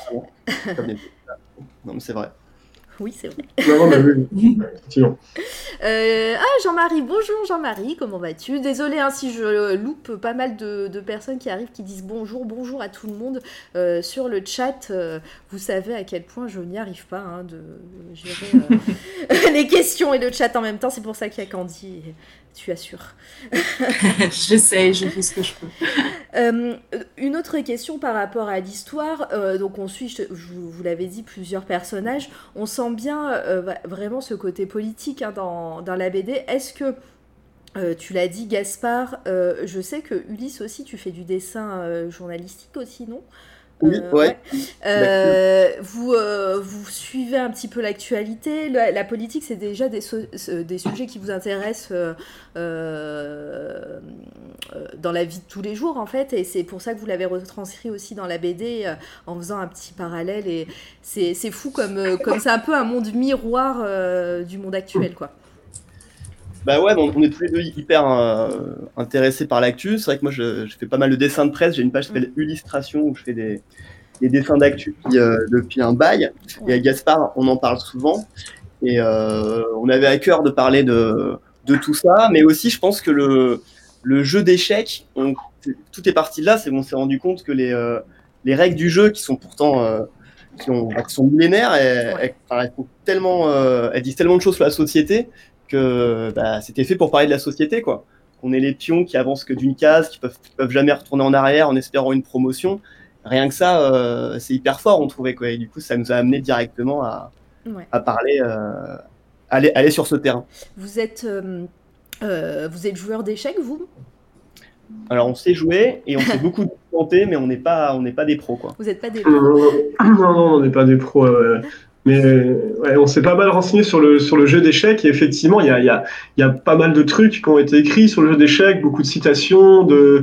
Non, mais c'est vrai. Oui, c'est vrai. Oui, effectivement. Jean-Marie, bonjour Jean-Marie, comment vas-tu? Désolée si je loupe pas mal de personnes qui arrivent, qui disent bonjour à tout le monde sur le chat. Vous savez à quel point je n'y arrive pas de gérer les questions et le chat en même temps, c'est pour ça qu'il y a Candy. Tu assures. J'essaye, je fais ce que je peux. Une autre question par rapport à l'histoire. Donc on suit, vous l'avez dit, plusieurs personnages. On sent bien vraiment ce côté politique dans la BD. Est-ce que, tu l'as dit Gaspard, je sais que Ulysse aussi, tu fais du dessin journalistique aussi, non ? Oui, ouais. Vous suivez un petit peu l'actualité. La politique, c'est déjà des sujets qui vous intéressent dans la vie de tous les jours, en fait. Et c'est pour ça que vous l'avez retranscrit aussi dans la BD en faisant un petit parallèle. Et c'est fou comme c'est un peu un monde miroir du monde actuel, quoi. Bah ouais, on est tous les deux hyper intéressés par l'actu. C'est vrai que moi, je fais pas mal de dessins de presse. J'ai une page qui s'appelle Illustration où je fais des dessins d'actu depuis un bail. Et avec Gaspard, on en parle souvent. Et on avait à cœur de parler de tout ça. Mais aussi, je pense que le jeu d'échecs, tout est parti de là. On s'est rendu compte que les règles du jeu, qui sont pourtant qui sont millénaires, elles disent tellement de choses sur la société que c'était fait pour parler de la société, quoi. On est les pions qui avancent que d'une case, qui peuvent jamais retourner en arrière en espérant une promotion. Rien que ça, c'est hyper fort, on trouvait, quoi. Et du coup, ça nous a amené directement à parler, aller sur ce terrain. Vous êtes joueur d'échecs, vous ? Alors, on sait jouer et on sait beaucoup documenter, mais on n'est pas des pros, quoi. Vous n'êtes pas des pros. Non, on n'est pas des pros. Mais on s'est pas mal renseigné sur le jeu d'échecs et effectivement il y a pas mal de trucs qui ont été écrits sur le jeu d'échecs, beaucoup de citations de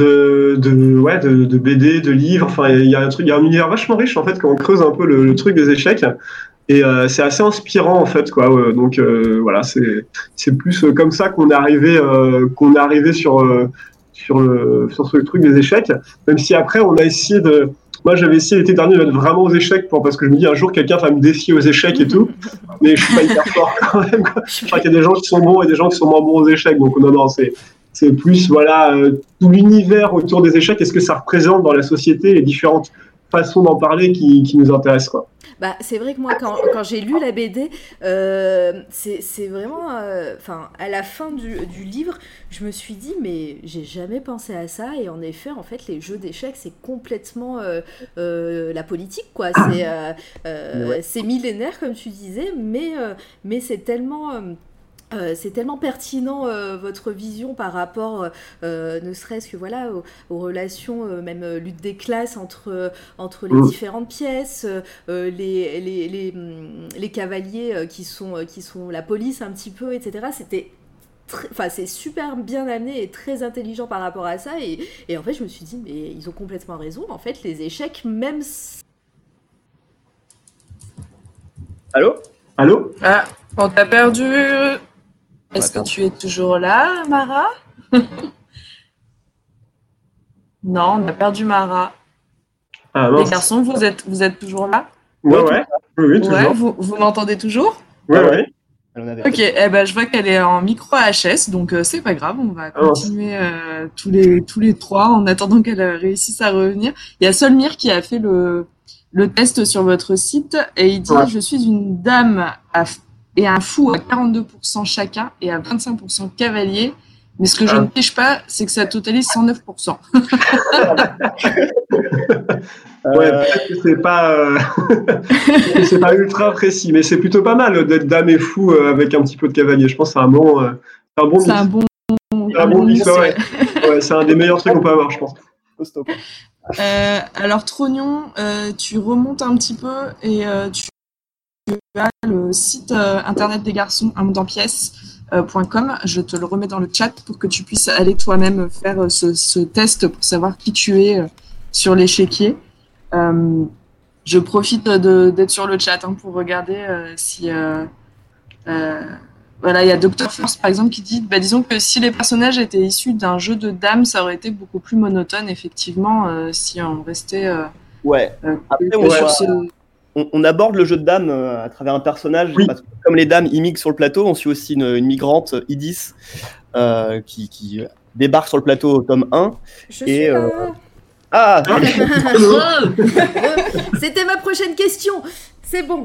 BD, de livres. Enfin il y a un univers vachement riche en fait quand on creuse un peu le truc des échecs et c'est assez inspirant en fait quoi. Donc voilà c'est plus comme ça qu'on est arrivé sur ce truc des échecs. Même si après on a essayé de Moi, j'avais essayé l'été dernier d'être vraiment aux échecs parce que je me dis un jour quelqu'un va me défier aux échecs et tout, mais je suis pas hyper fort quand même, quoi. Je crois qu'il y a des gens qui sont bons et des gens qui sont moins bons aux échecs, donc non, c'est plus tout l'univers autour des échecs et ce que ça représente dans la société, les différentes façons d'en parler qui nous intéressent, quoi. Bah, c'est vrai que moi, quand j'ai lu la BD, c'est vraiment... à la fin du livre, je me suis dit, mais j'ai jamais pensé à ça. Et en effet, en fait, les jeux d'échecs, c'est complètement la politique, quoi. C'est millénaire, comme tu disais, mais c'est tellement... c'est tellement pertinent votre vision par rapport ne serait-ce que aux relations même lutte des classes entre les différentes pièces, les cavaliers qui sont la police un petit peu, etc. C'est super bien amené et très intelligent par rapport à ça et en fait je me suis dit mais ils ont complètement raison, en fait les échecs même... Allô Ah, on t'a perdu. Est-ce que tu es toujours là, Mara? Non, on a perdu Mara. Ah, les garçons, vous êtes toujours là? Ouais, toujours. Ouais, vous m'entendez toujours? Ouais. Ok, je vois qu'elle est en micro HS, donc c'est pas grave, on va continuer tous les trois en attendant qu'elle réussisse à revenir. Il y a Solmir qui a fait le test sur votre site et il dit je suis une dame et un fou à 42% chacun et à 25% cavalier. Mais ce que je ne piche pas, c'est que ça totalise 109%. Peut-être que c'est pas ultra précis, mais c'est plutôt pas mal d'être dame et fou avec un petit peu de cavalier. Je pense que c'est un bon mix. C'est un bon mix. Ouais, c'est un des meilleurs trucs qu'on peut avoir, je pense. Alors Trognon, tu remontes un petit peu et tu as le site internet des garçons, un monde en pièces.com. Je te le remets dans le chat pour que tu puisses aller toi-même faire ce test pour savoir qui tu es sur l'échiquier. Je profite d'être sur le chat pour regarder si... Voilà, il y a Dr. Force, par exemple, qui dit disons que si les personnages étaient issus d'un jeu de dames, ça aurait été beaucoup plus monotone, effectivement, si on restait... Après, on aborde le jeu de dames à travers un personnage, parce que comme les dames immigrent sur le plateau, on suit aussi une migrante, Idis, qui débarque sur le plateau au tome 1. Je suis là. C'était ma prochaine question. C'est bon.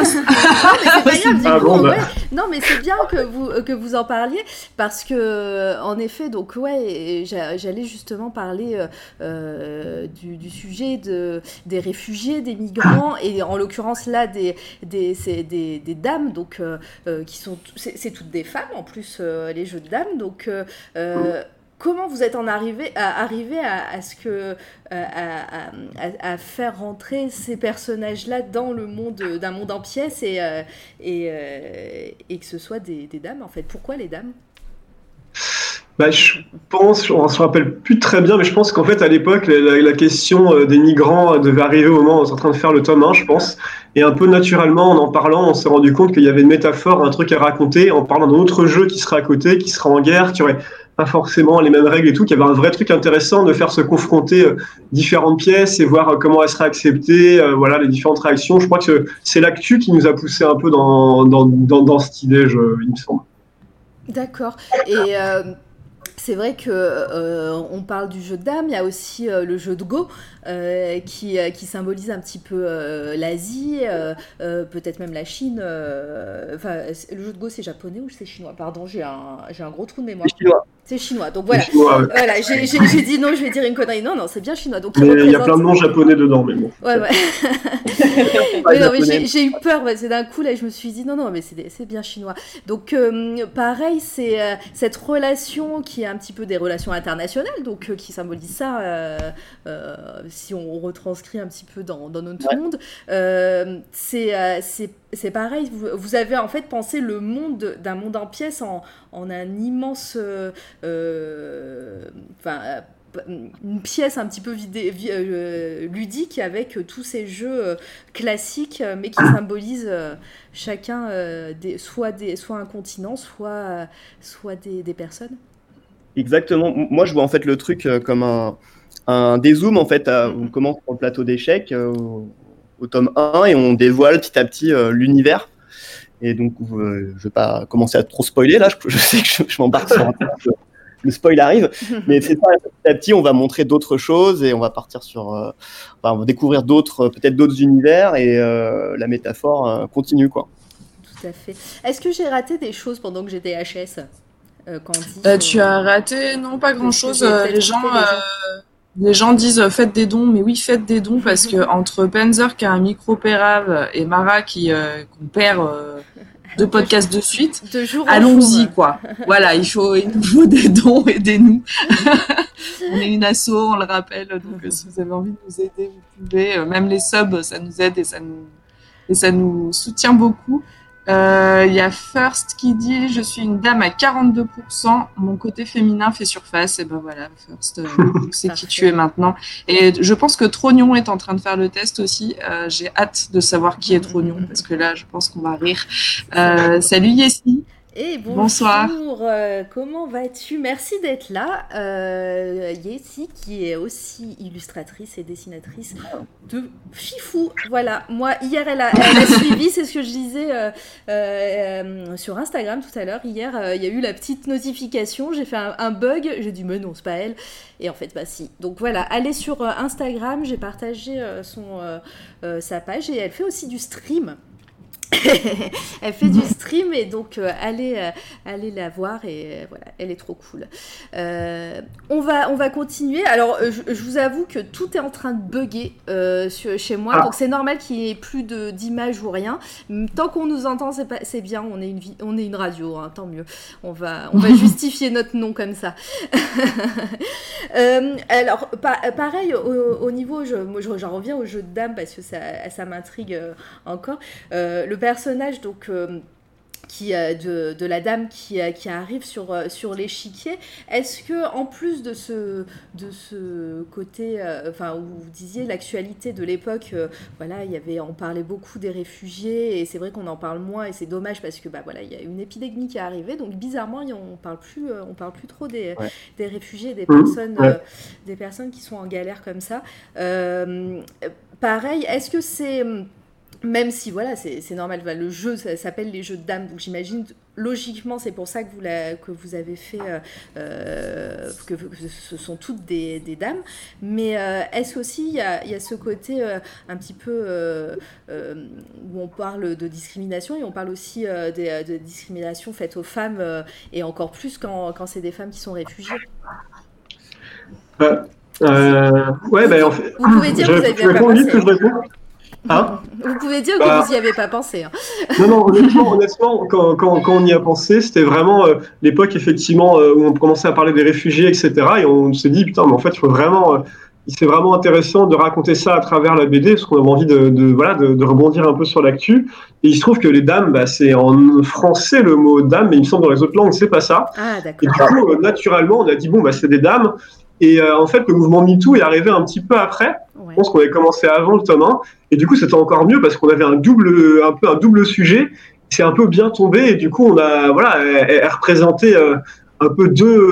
Non, mais c'est bien que vous en parliez parce que en effet, donc j'allais justement parler du sujet des réfugiés, des migrants et en l'occurrence là des dames qui sont c'est toutes des femmes en plus les jeux de dames donc comment vous êtes arrivé à ce que à faire rentrer ces personnages-là dans le monde d'un monde en pièces et que ce soit des dames en fait. Pourquoi les dames? Je pense, on ne se rappelle plus très bien, mais je pense qu'en fait, à l'époque, la question des migrants devait arriver au moment où on est en train de faire le tome 1, je pense. Et un peu naturellement, en parlant, on s'est rendu compte qu'il y avait une métaphore, un truc à raconter, en parlant d'un autre jeu qui serait à côté, qui serait en guerre, qui aurait pas forcément les mêmes règles et tout, qu'il y avait un vrai truc intéressant de faire se confronter différentes pièces et voir comment elles seraient acceptées, voilà, les différentes réactions. Je crois que c'est l'actu qui nous a poussé un peu dans cette idée, il me semble. D'accord. Et c'est vrai que on parle du jeu de dames, il y a aussi le jeu de Go qui symbolise un petit peu l'Asie, peut-être même la Chine. Enfin, le jeu de Go c'est japonais ou c'est chinois? Pardon, j'ai un gros trou de mémoire. C'est chinois. C'est chinois, donc voilà. Chinois, ouais. Voilà, j'ai dit non, je vais dire une connerie. Non, c'est bien chinois. Donc mais il y a plein de noms japonais dedans, mais bon. Ouais. Mais j'ai eu peur, c'est d'un coup là, je me suis dit non, mais c'est bien chinois. Donc pareil, c'est cette relation qui est un petit peu des relations internationales, donc qui symbolise ça. Si on retranscrit un petit peu dans notre monde, c'est pareil. Vous avez en fait pensé le monde d'un monde en pièces en un immense, une pièce un petit peu ludique avec tous ces jeux classiques, mais qui symbolisent chacun soit un continent, soit des personnes. Exactement. Moi, je vois en fait le truc comme un dézoom en fait. On commence sur le plateau d'échecs au tome 1 et on dévoile petit à petit l'univers. Et donc, je vais pas commencer à trop spoiler là. Je sais que je m'embarque sur un peu. Le spoil arrive, mais c'est ça. Petit à petit, on va montrer d'autres choses et on va partir sur, on va découvrir peut-être d'autres univers et la métaphore continue quoi. Tout à fait. Est-ce que j'ai raté des choses pendant que j'étais HS? Tu as raté, non, pas grand-chose. Les gens disent faites des dons, mais oui, faites des dons parce que entre Panzer qui a un micro pérave et Mara qu'on perd 2 podcasts de suite, allons-y quoi. Voilà, il nous faut des dons, aidez-nous. On est une asso, on le rappelle, donc si vous avez envie de nous aider, vous pouvez. Même les subs, ça nous aide et ça nous soutient beaucoup. Il y a First qui dit je suis une dame à 42%, mon côté féminin fait surface. Et ben voilà, First, c'est qui tu es maintenant. Et je pense que Trognon est en train de faire le test aussi. J'ai hâte de savoir qui est Trognon parce que là je pense qu'on va rire. Salut Yessi. Et bonsoir. Comment vas-tu? Merci d'être là. Yessi, qui est aussi illustratrice et dessinatrice de Fifou. Voilà, moi, hier, elle a suivi, c'est ce que je disais sur Instagram tout à l'heure. Hier, il y a eu la petite notification, j'ai fait un bug, j'ai dit, mais non, c'est pas elle. Et en fait, bah si. Donc voilà, allez sur Instagram, j'ai partagé sa page et elle fait aussi du stream. Elle fait du stream et donc allez la voir et voilà, elle est trop cool. On va continuer. Alors je vous avoue que tout est en train de bugger chez moi, donc c'est normal qu'il n'y ait plus d'images ou rien. Tant qu'on nous entend, c'est bien. On est une radio, hein, tant mieux. On va justifier notre nom comme ça. Alors pareil au niveau, j'en reviens au jeu de dames parce que ça m'intrigue encore. Le personnage donc de la dame qui arrive sur l'échiquier, est-ce que en plus de ce côté, où vous disiez l'actualité de l'époque, voilà, on parlait beaucoup des réfugiés et c'est vrai qu'on en parle moins et c'est dommage parce que il y a une épidémie qui est arrivée, donc bizarrement on parle plus trop des réfugiés, des personnes qui sont en galère comme ça. Pareil, est-ce que c'est même si voilà, c'est normal, le jeu ça s'appelle les jeux de dames, donc j'imagine logiquement c'est pour ça que vous avez fait que ce sont toutes des dames, mais est-ce aussi il y a ce côté un petit peu où on parle de discrimination et on parle aussi de discrimination faite aux femmes et encore plus quand c'est des femmes qui sont réfugiées. En fait, vous pouvez dire que vous avez réponds vite que je réponds. Vous pouvez dire que vous n'y avez pas pensé. Hein. Non, honnêtement, quand on y a pensé, c'était vraiment l'époque effectivement où on commençait à parler des réfugiés, etc. Et on s'est dit putain, mais en fait, c'est vraiment intéressant de raconter ça à travers la BD, parce qu'on avait envie de rebondir un peu sur l'actu. Et il se trouve que les dames, c'est en français le mot dame, mais il me semble dans les autres langues, c'est pas ça. Ah, d'accord. Et du coup, naturellement, on a dit c'est des dames. Et en fait, le mouvement MeToo est arrivé un petit peu après. Je pense qu'on avait commencé avant le tome 1. Et du coup, c'était encore mieux parce qu'on avait un double sujet. C'est un peu bien tombé. Et du coup, on a, elle représentait un peu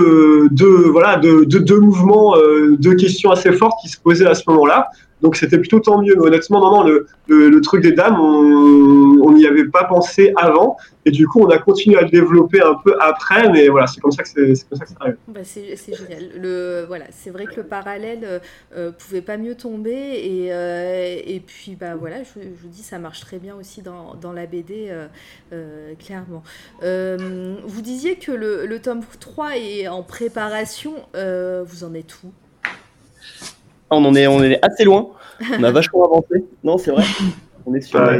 deux mouvements, deux questions assez fortes qui se posaient à ce moment-là. Donc, c'était plutôt tant mieux. Mais honnêtement, non, le truc des dames, on n'y avait pas pensé avant. Et du coup, on a continué à le développer un peu après. Mais voilà, c'est comme ça que ça arrive. C'est génial. C'est vrai que le parallèle pouvait pas mieux tomber. Et puis, je vous dis, ça marche très bien aussi dans la BD, clairement. Vous disiez que le tome 3 est en préparation. Vous en êtes où ? On est assez loin. On a vachement avancé. Non, c'est vrai. On est sur.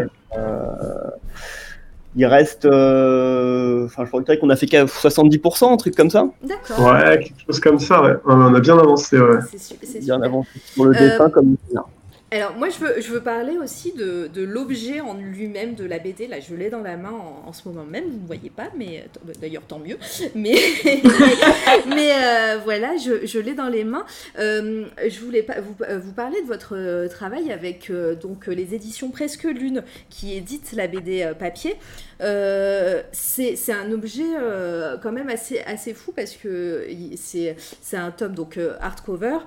Il reste. Je crois qu'on a fait 70%, un truc comme ça. D'accord. Ouais, quelque chose comme ça. Ouais. On a bien avancé. Ouais. C'est bien avancé sur le dessin comme ça. Alors moi je veux parler aussi de l'objet en lui-même de la BD. Là je l'ai dans la main en ce moment même, vous ne voyez pas, mais d'ailleurs tant mieux. Mais je l'ai dans les mains. Je voulais vous parler de votre travail avec donc les éditions Presque Lune qui éditent la BD papier. C'est un objet quand même assez fou parce que c'est un tome donc hardcover.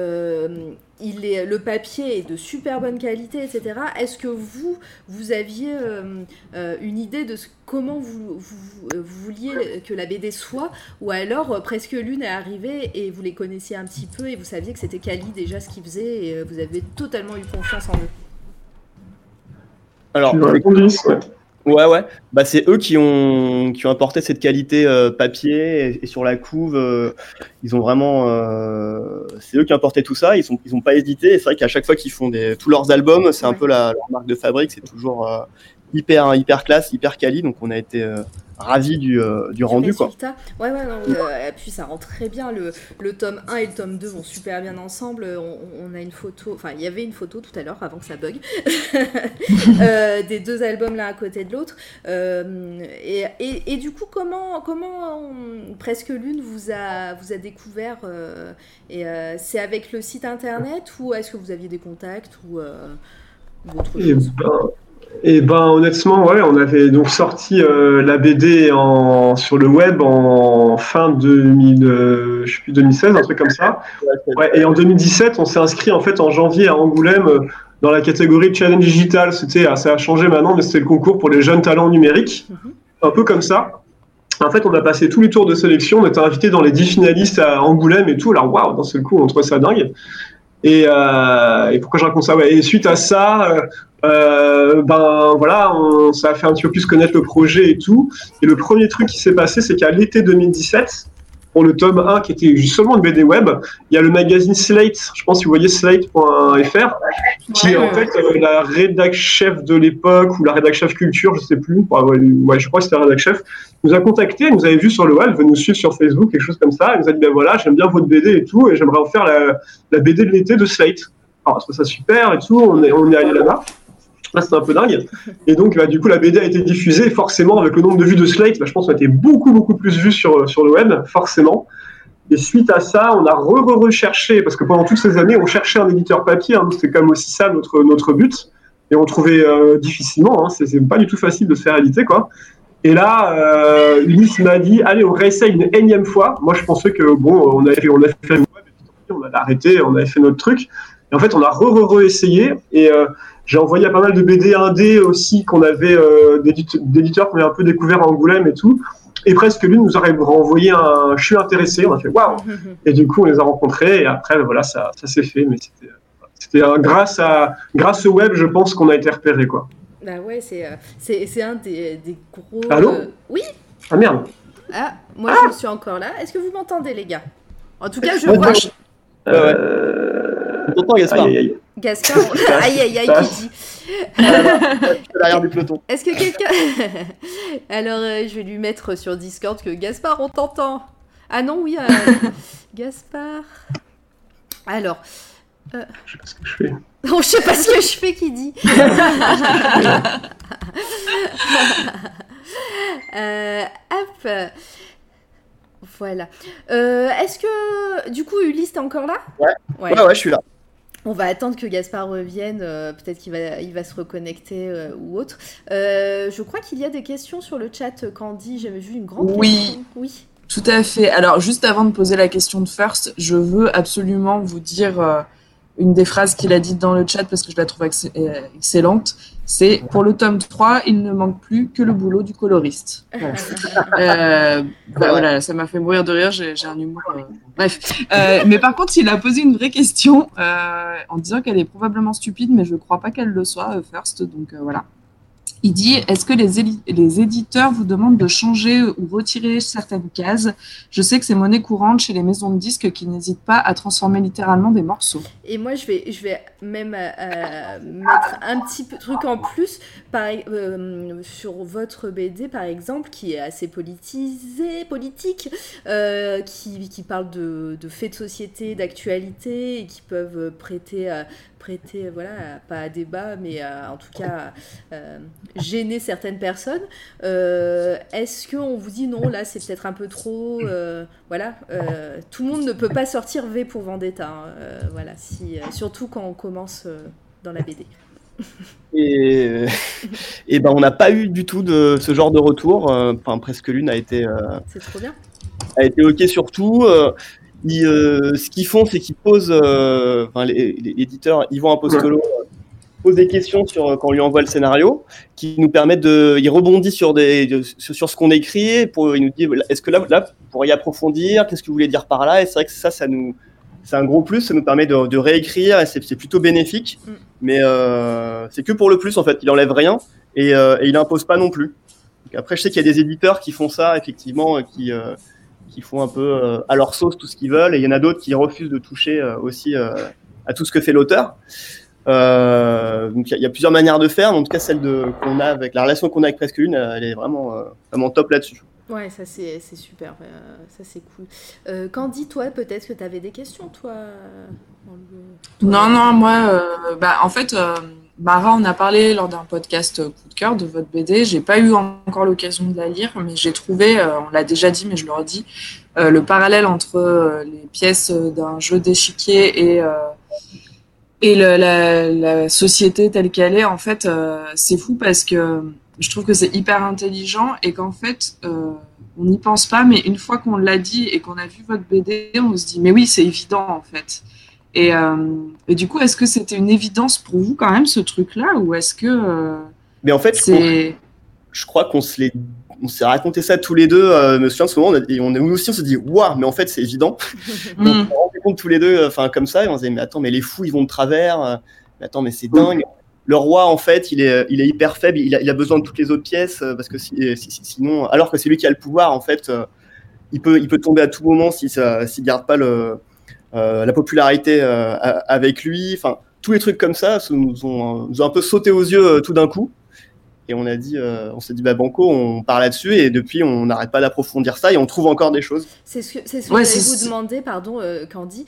Le papier est de super bonne qualité, etc. Est-ce que vous aviez une idée de comment vous vouliez que la BD soit, ou alors Presque Lune est arrivé et vous les connaissiez un petit peu et vous saviez que c'était Cali déjà ce qu'ils faisaient et vous avez totalement eu confiance en eux? Alors, ouais. C'est eux qui ont apporté cette qualité papier et sur la couve. Ils ont vraiment. C'est eux qui ont apporté tout ça. Ils ont pas hésité. Et c'est vrai qu'à chaque fois qu'ils font tous leurs albums, c'est un peu leur marque de fabrique. C'est toujours hyper classe, hyper quali. Donc on a été ravis du rendu, quoi. Ouais, puis ça rend très bien. Le tome 1 et le tome 2 vont super bien ensemble. On a une photo, enfin il y avait une photo tout à l'heure avant que ça bug des deux albums l'un à côté de l'autre. Et du coup comment Presque Lune vous a découvert c'est avec le site internet ou est-ce que vous aviez des contacts ou autre chose? Honnêtement, on avait donc sorti la BD sur le web en fin 2016, un truc comme ça. Ouais, et en 2017, on s'est inscrit en fait en janvier à Angoulême dans la catégorie Challenge Digital. Ça a changé maintenant, mais c'était le concours pour les jeunes talents numériques, un peu comme ça. En fait, on a passé tous les tours de sélection, on était invité dans les 10 finalistes à Angoulême et tout. Alors waouh, d'un seul coup, on trouvait ça dingue. Et pourquoi je raconte ça? Et suite à ça, ça a fait un petit peu plus connaître le projet et tout. Et le premier truc qui s'est passé, c'est qu'à l'été 2017, pour le tome 1, qui était seulement une BD web, il y a le magazine Slate, je pense que vous voyez slate.fr, qui est en fait la rédac chef de l'époque, ou la rédac chef culture, je sais plus, je crois que c'était la rédac chef, nous a contacté, elle nous avait vu sur le web, elle veut nous suivre sur Facebook, quelque chose comme ça, elle nous a dit, j'aime bien votre BD et tout, et j'aimerais en faire la BD de l'été de Slate. Alors, je trouve ça super et tout, on est allé là-bas. Là, c'était un peu dingue. Et donc, du coup, la BD a été diffusée. Forcément, avec le nombre de vues de Slate, je pense qu'on a été beaucoup plus vus sur le web, forcément. Et suite à ça, on a recherché, parce que pendant toutes ces années, on cherchait un éditeur papier. C'était quand même aussi ça notre but. Et on trouvait difficilement. C'est pas du tout facile de se faire éditer, quoi. Et là, Ulysse m'a dit, allez, on réessaye une énième fois. Moi, je pensais que, on avait fait le web, on avait arrêté, on avait fait notre truc. Et en fait, on a essayé. Et j'ai envoyé à pas mal de BD indé aussi qu'on avait d'éditeurs qu'on avait un peu découvert à Angoulême et tout. Et Presque Lune nous aurait renvoyé un « je suis intéressé ». On a fait « waouh ». Et du coup, on les a rencontrés. Et après, ça s'est fait. Mais c'était grâce au web, je pense, qu'on a été repérés, quoi. Bah ouais, c'est un des gros... Allô Oui. Ah merde. Ah, moi je suis encore là. Est-ce que vous m'entendez, les gars? En tout cas, je vois... On t'entend, Gaspard. Gaspard, aïe aïe aïe, qui dit. Derrière du peloton. Est-ce que quelqu'un... Alors, je vais lui mettre sur Discord que Gaspard, on t'entend. Ah non, oui, Gaspard. Alors... Je sais pas ce que je fais. Non, je sais pas ce que je fais, qui dit. Hop. Voilà. Est-ce que, du coup, Ulysse, t'es encore là ? Ouais, je suis là. On va attendre que Gaspard revienne, peut-être qu'il va se reconnecter ou autre. Je crois qu'il y a des questions sur le chat, Candy, j'avais vu une grande question. Oui. Tout à fait. Alors, juste avant de poser la question de First, je veux absolument vous dire une des phrases qu'il a dites dans le chat parce que je la trouve excellente. C'est « Pour le tome 3, il ne manque plus que le boulot du coloriste ». Voilà. Voilà, ça m'a fait mourir de rire, j'ai un humour... Bref. Mais par contre, il a posé une vraie question en disant qu'elle est probablement stupide, mais je ne crois pas qu'elle le soit, First, donc voilà. Il dit « Est-ce que les éditeurs vous demandent de changer ou retirer certaines cases ? Je sais que c'est monnaie courante chez les maisons de disques qui n'hésitent pas à transformer littéralement des morceaux. » Et moi, je vais même mettre un petit truc en plus sur votre BD, par exemple, qui est assez politique, qui parle de faits de société, d'actualité, et qui peuvent prêter voilà, pas à débat, mais en tout cas gêner certaines personnes. Est-ce qu'on vous dit non, là c'est peut-être un peu trop, voilà, tout le monde ne peut pas sortir V pour Vendetta, hein, voilà, surtout quand on commence dans la BD. Et ben on n'a pas eu du tout de ce genre de retour. Enfin, Presque Lune a été. C'est trop bien. A été ok sur tout. Ce qu'ils font, c'est qu'ils posent, les éditeurs Yvan Apostolo pose des questions quand on lui envoie le scénario, qui nous permettent il rebondit sur ce qu'on écrit, il nous dit est-ce que là vous pourriez approfondir, qu'est-ce que vous voulez dire par là, et c'est vrai que c'est un gros plus, ça nous permet de réécrire, et c'est plutôt bénéfique, mais c'est que pour le plus en fait, il enlève rien et il impose pas non plus. Donc après, je sais qu'il y a des éditeurs qui font ça effectivement, qui font un peu à leur sauce tout ce qu'ils veulent, et il y en a d'autres qui refusent de toucher aussi à tout ce que fait l'auteur. Donc il y a plusieurs manières de faire, mais en tout cas qu'on a avec la relation qu'on a avec Presque Lune, elle est vraiment top là-dessus. Ouais, ça c'est super, ça c'est cool. Candy, toi, peut-être que tu avais des questions, toi Non, moi, en fait, Mara en a parlé lors d'un podcast coup de cœur de votre BD. J'ai pas eu encore l'occasion de la lire, mais j'ai trouvé, on l'a déjà dit, mais je le redis, le parallèle entre les pièces d'un jeu d'échiquier et la société telle qu'elle est. En fait, c'est fou parce que je trouve que c'est hyper intelligent et qu'en fait, on n'y pense pas, mais une fois qu'on l'a dit et qu'on a vu votre BD, on se dit, mais oui, c'est évident en fait. Et du coup, est-ce que c'était une évidence pour vous quand même ce truc-là, ou est-ce que mais en fait, je crois qu'on s'est raconté ça tous les deux. Je me souviens de ce moment, nous aussi on se dit waouh, mais en fait c'est évident. Donc on s'est rendu compte tous les deux, comme ça, et on se disait mais attends, mais les fous ils vont de travers. Mais attends, mais c'est dingue. Le roi en fait, il est hyper faible. Il a besoin de toutes les autres pièces parce que sinon, alors que c'est lui qui a le pouvoir en fait, il peut tomber à tout moment s'il garde pas la popularité avec lui. Enfin, tous les trucs comme ça nous ont un peu sauté aux yeux tout d'un coup. Et on s'est dit, banco, on part là-dessus, et depuis, on n'arrête pas d'approfondir ça, et on trouve encore des choses. C'est ce que j'allais vous demander, pardon, Candy.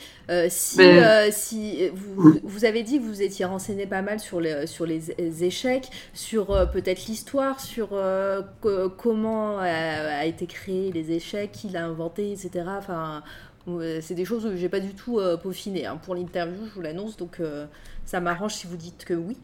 Si vous avez dit que vous étiez renseigné pas mal sur les échecs, sur peut-être l'histoire, sur comment a été créé les échecs, qui l'a inventé, etc. Enfin, c'est des choses que j'ai pas du tout peaufinées. Hein. Pour l'interview, je vous l'annonce, donc ça m'arrange si vous dites que oui.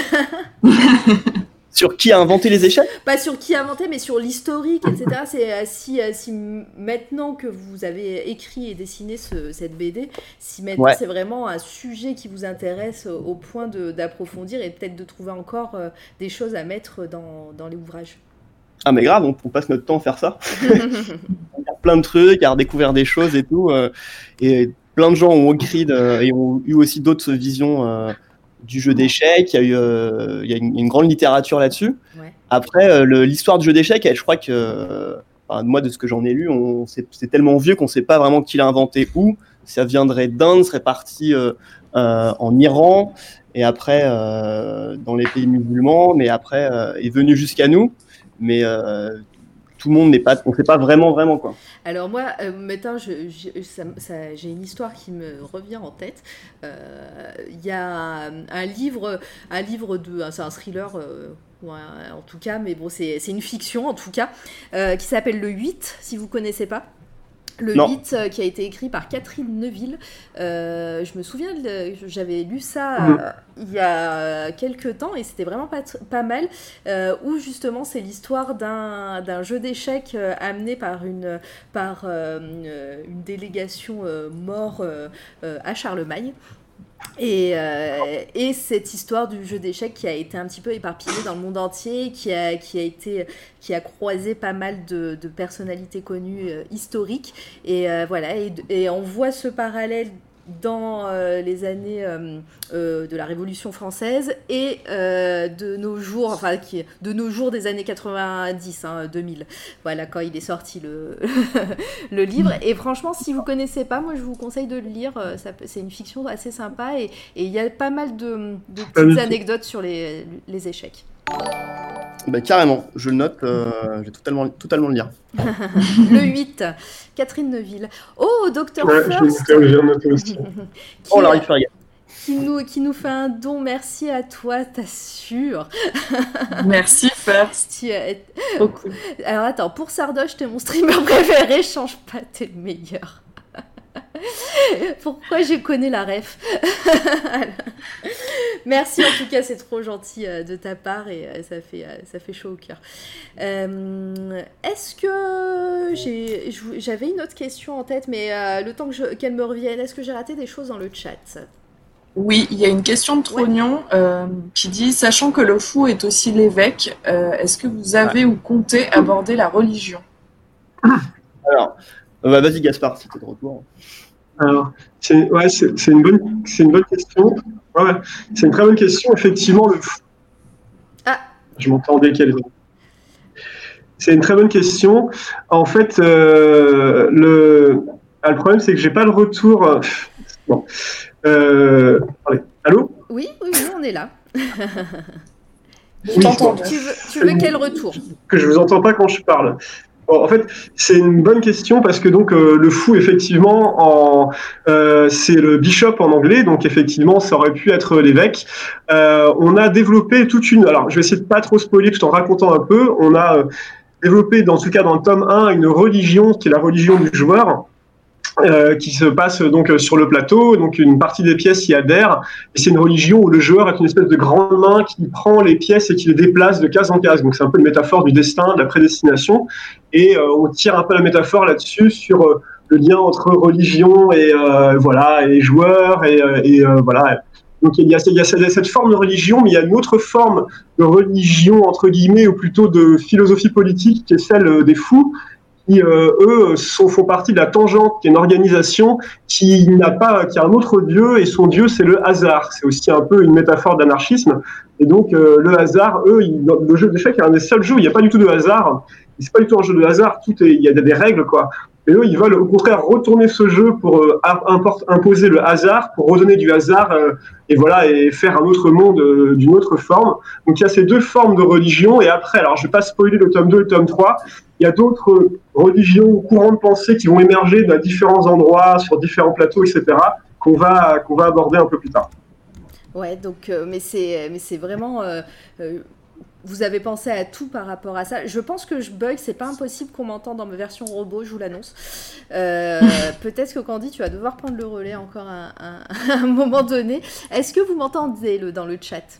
Sur qui a inventé les échecs ? Pas sur qui a inventé, mais sur l'historique, etc. C'est si maintenant que vous avez écrit et dessiné cette BD, si maintenant c'est vraiment un sujet qui vous intéresse au point d'approfondir et peut-être de trouver encore des choses à mettre dans les ouvrages. Ah mais grave, on passe notre temps à faire ça. On regarde plein de trucs, à redécouvrir des choses et tout. Et plein de gens ont écrit et ont eu aussi d'autres visions du jeu d'échecs. Il y a une grande littérature là-dessus. Ouais. Après, l'histoire du jeu d'échecs, je crois que, moi, de ce que j'en ai lu, c'est tellement vieux qu'on ne sait pas vraiment qui l'a inventé où. ça viendrait d'Inde, serait parti en Iran, et après dans les pays musulmans, mais après est venu jusqu'à nous. Mais tout le monde on ne sait pas vraiment quoi. Alors moi, maintenant, j'ai une histoire qui me revient en tête. Il y a un livre c'est un thriller, en tout cas, mais bon, c'est une fiction en tout cas, qui s'appelle Le 8, si vous connaissez pas. Le Non. 8 qui a été écrit par Catherine Neuville. Je me souviens, j'avais lu ça il y a quelques temps et c'était vraiment pas mal. Où justement c'est l'histoire d'un jeu d'échecs amené par une délégation mort à Charlemagne. Et cette histoire du jeu d'échecs qui a été un petit peu éparpillée dans le monde entier, qui a croisé pas mal de personnalités connues historiques. Et voilà, et on voit ce parallèle dans les années de la Révolution française et de nos jours, de nos jours des années 90, 2000. Voilà, quand il est sorti le livre. Et franchement, si vous connaissez pas, moi je vous conseille de le lire. C'est une fiction assez sympa et il y a pas mal de petites anecdotes sur les échecs. Bah, carrément, je le note, je vais totalement le lire. Le 8, Catherine Neuville. Oh, Dr. First j'ai noté aussi. qui nous fait un don. Merci à toi, t'assures. Merci First. Trop cool. Alors attends, pour Sardoche, t'es mon streamer préféré, change pas, t'es le meilleur. Pourquoi je connais la ref. Merci en tout cas, c'est trop gentil de ta part et ça fait chaud au cœur. Est-ce que j'avais une autre question en tête, mais le temps qu'elle me revienne, est-ce que j'ai raté des choses dans le chat? Oui, il y a une question de Trognon qui dit, sachant que le fou est aussi l'évêque, est-ce que vous avez ou comptez aborder la religion? Alors, vas-y Gaspard, si t'es de retour. Alors, c'est une bonne question. Ouais, c'est une très bonne question. Effectivement, le fou. Ah. Je m'entends décalé. C'est une très bonne question. En fait, le problème, c'est que j'ai pas le retour. Bon. Allez. Allô ? Oui, on est là. Je t'entends. Tu veux quel retour ? Que je vous entends pas quand je parle. Bon, en fait, c'est une bonne question parce que donc le fou, effectivement, c'est le bishop en anglais, donc effectivement, ça aurait pu être l'évêque. On a développé toute une. Alors, je vais essayer de pas trop spoiler tout en racontant un peu. On a développé, en tout cas dans le tome 1, une religion qui est la religion du joueur. Qui se passe donc sur le plateau, donc une partie des pièces y adhère, et c'est une religion où le joueur est une espèce de grande main qui prend les pièces et qui les déplace de case en case, donc c'est un peu une métaphore du destin, de la prédestination, et on tire un peu la métaphore là-dessus sur le lien entre religion et voilà, et joueurs, et voilà. Donc il y a cette forme de religion, mais il y a une autre forme de religion, entre guillemets, ou plutôt de philosophie politique, qui est celle des fous, qui, eux, font partie de la Tangente, qui est une organisation qui a un autre dieu, et son dieu, c'est le hasard. C'est aussi un peu une métaphore d'anarchisme. Et donc, le hasard, le jeu d'échecs est un des seuls jeux où il n'y a pas du tout de hasard. Et c'est pas du tout un jeu de hasard, il y a des règles, quoi. Et eux, ils veulent au contraire retourner ce jeu pour imposer le hasard, pour redonner du hasard, et voilà, et faire un autre monde d'une autre forme. Donc il y a ces deux formes de religion, et après, alors je vais pas spoiler le tome 2 et le tome 3, il y a d'autres religions ou courants de pensée qui vont émerger à différents endroits, sur différents plateaux, etc., qu'on va aborder un peu plus tard. Ouais, donc, mais c'est vraiment... vous avez pensé à tout par rapport à ça. Je pense que je bug, c'est pas impossible qu'on m'entende dans ma version robot, je vous l'annonce. Peut-être que Candy, tu vas devoir prendre le relais encore à un moment donné. Est-ce que vous m'entendez dans le chat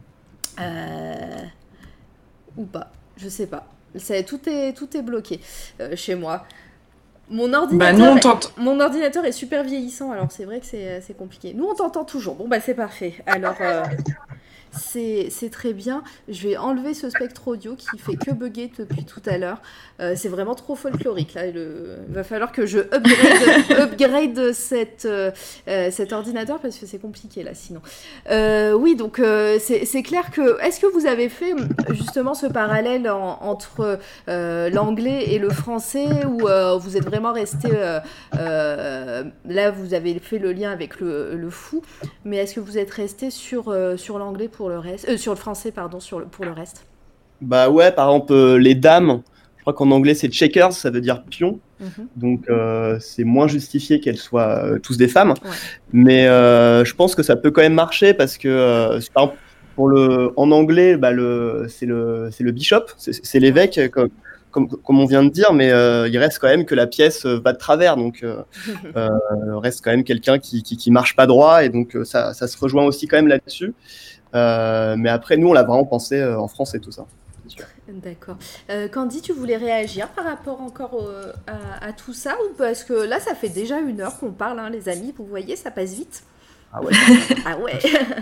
ou pas? Je sais pas. Tout est bloqué chez moi. Mon ordinateur est super vieillissant, alors c'est vrai que c'est compliqué. Nous, on t'entend toujours. Bon, bah c'est parfait. Alors... C'est très bien. Je vais enlever ce spectre audio qui fait que bugger depuis tout à l'heure. C'est vraiment trop folklorique. Là. Il va falloir que je upgrade cet ordinateur parce que c'est compliqué là sinon. Oui, donc c'est clair que... Est-ce que vous avez fait justement ce parallèle entre l'anglais et le français ou vous êtes vraiment resté... là, vous avez fait le lien avec le fou, mais est-ce que vous êtes resté sur l'anglais pour le reste, sur le français pardon, pour le reste? Bah ouais, par exemple les dames, je crois qu'en anglais c'est checkers, ça veut dire pion, donc c'est moins justifié qu'elles soient tous des femmes, mais je pense que ça peut quand même marcher parce que par exemple, en anglais, bah, c'est le bishop, c'est l'évêque comme on vient de dire, mais il reste quand même que la pièce va de travers, donc reste quand même quelqu'un qui marche pas droit, et donc ça se rejoint aussi quand même là-dessus. Mais après, nous, on l'a vraiment pensé en France et tout ça. D'accord. Candy, tu voulais réagir par rapport encore à tout ça ou parce que là, ça fait déjà 1 heure qu'on parle, hein, les amis. Vous voyez, ça passe vite. Ah ouais. Ah ouais.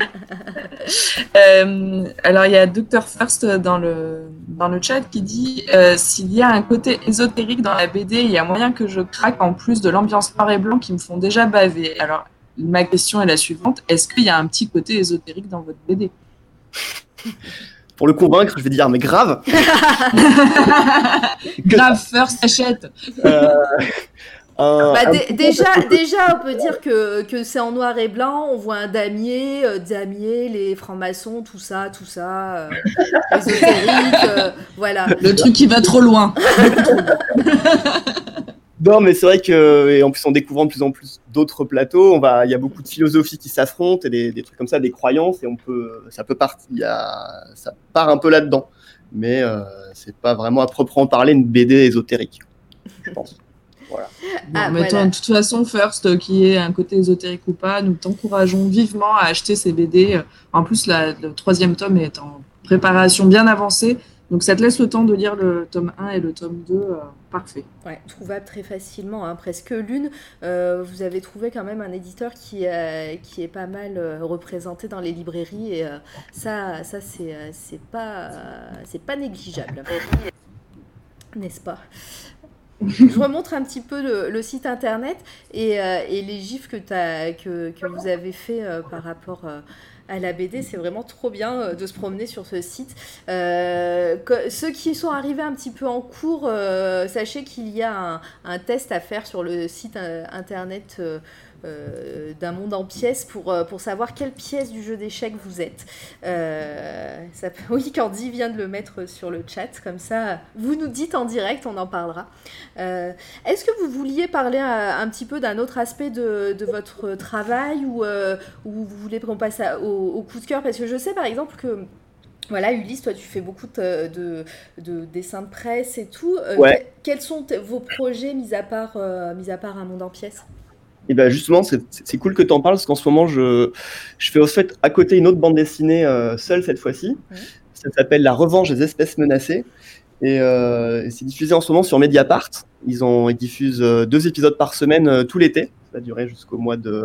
Alors, il y a Dr First dans le chat qui dit s'il y a un côté ésotérique dans la BD, il y a moyen que je craque en plus de l'ambiance noir et blanc qui me font déjà baver. Alors, ma question est la suivante, est-ce qu'il y a un petit côté ésotérique dans votre BD? Pour le convaincre, je vais dire, mais grave. Grave, First, achète. Déjà, on peut dire que c'est en noir et blanc. On voit un damier, les francs-maçons, tout ça, ésotérique, voilà. Le truc qui va trop loin. Non, mais c'est vrai que, et en plus en découvrant de plus en plus d'autres plateaux, il y a beaucoup de philosophies qui s'affrontent et des trucs comme ça, des croyances, et ça part un peu là-dedans. Mais c'est pas vraiment à proprement parler une BD ésotérique, je pense. Voilà. Mais toi, de toute façon, First, qui est un côté ésotérique ou pas, nous t'encourageons vivement à acheter ces BD. En plus, le 3e tome est en préparation bien avancée. Donc, ça te laisse le temps de lire le tome 1 et le tome 2. Parfait. Ouais, trouvable très facilement, hein, presque l'une. Vous avez trouvé quand même un éditeur qui est pas mal représenté dans les librairies. Et ça c'est pas négligeable. N'est-ce pas ? Je remontre un petit peu le site internet et les gifs que vous avez fait par rapport à la BD. C'est vraiment trop bien de se promener sur ce site. Ceux qui sont arrivés un petit peu en cours, sachez qu'il y a un test à faire sur le site internet d'un monde en pièces pour savoir quelle pièce du jeu d'échecs vous êtes. Oui, Candy vient de le mettre sur le chat, comme ça vous nous dites en direct, on en parlera. Est-ce que vous vouliez parler un petit peu d'un autre aspect de votre travail ou vous voulez qu'on passe au coup de cœur, parce que je sais par exemple que voilà, Ulysse, toi tu fais beaucoup de dessins de presse et tout. Ouais. Quels sont vos projets mis à part un monde en pièces? Et ben justement, c'est cool que tu en parles, parce qu'en ce moment, je fais au fait à côté une autre bande dessinée seule cette fois-ci. Ça s'appelle La Revanche des espèces menacées. Et c'est diffusé en ce moment sur Mediapart. Ils diffusent 2 épisodes par semaine tout l'été. Ça va durer jusqu'à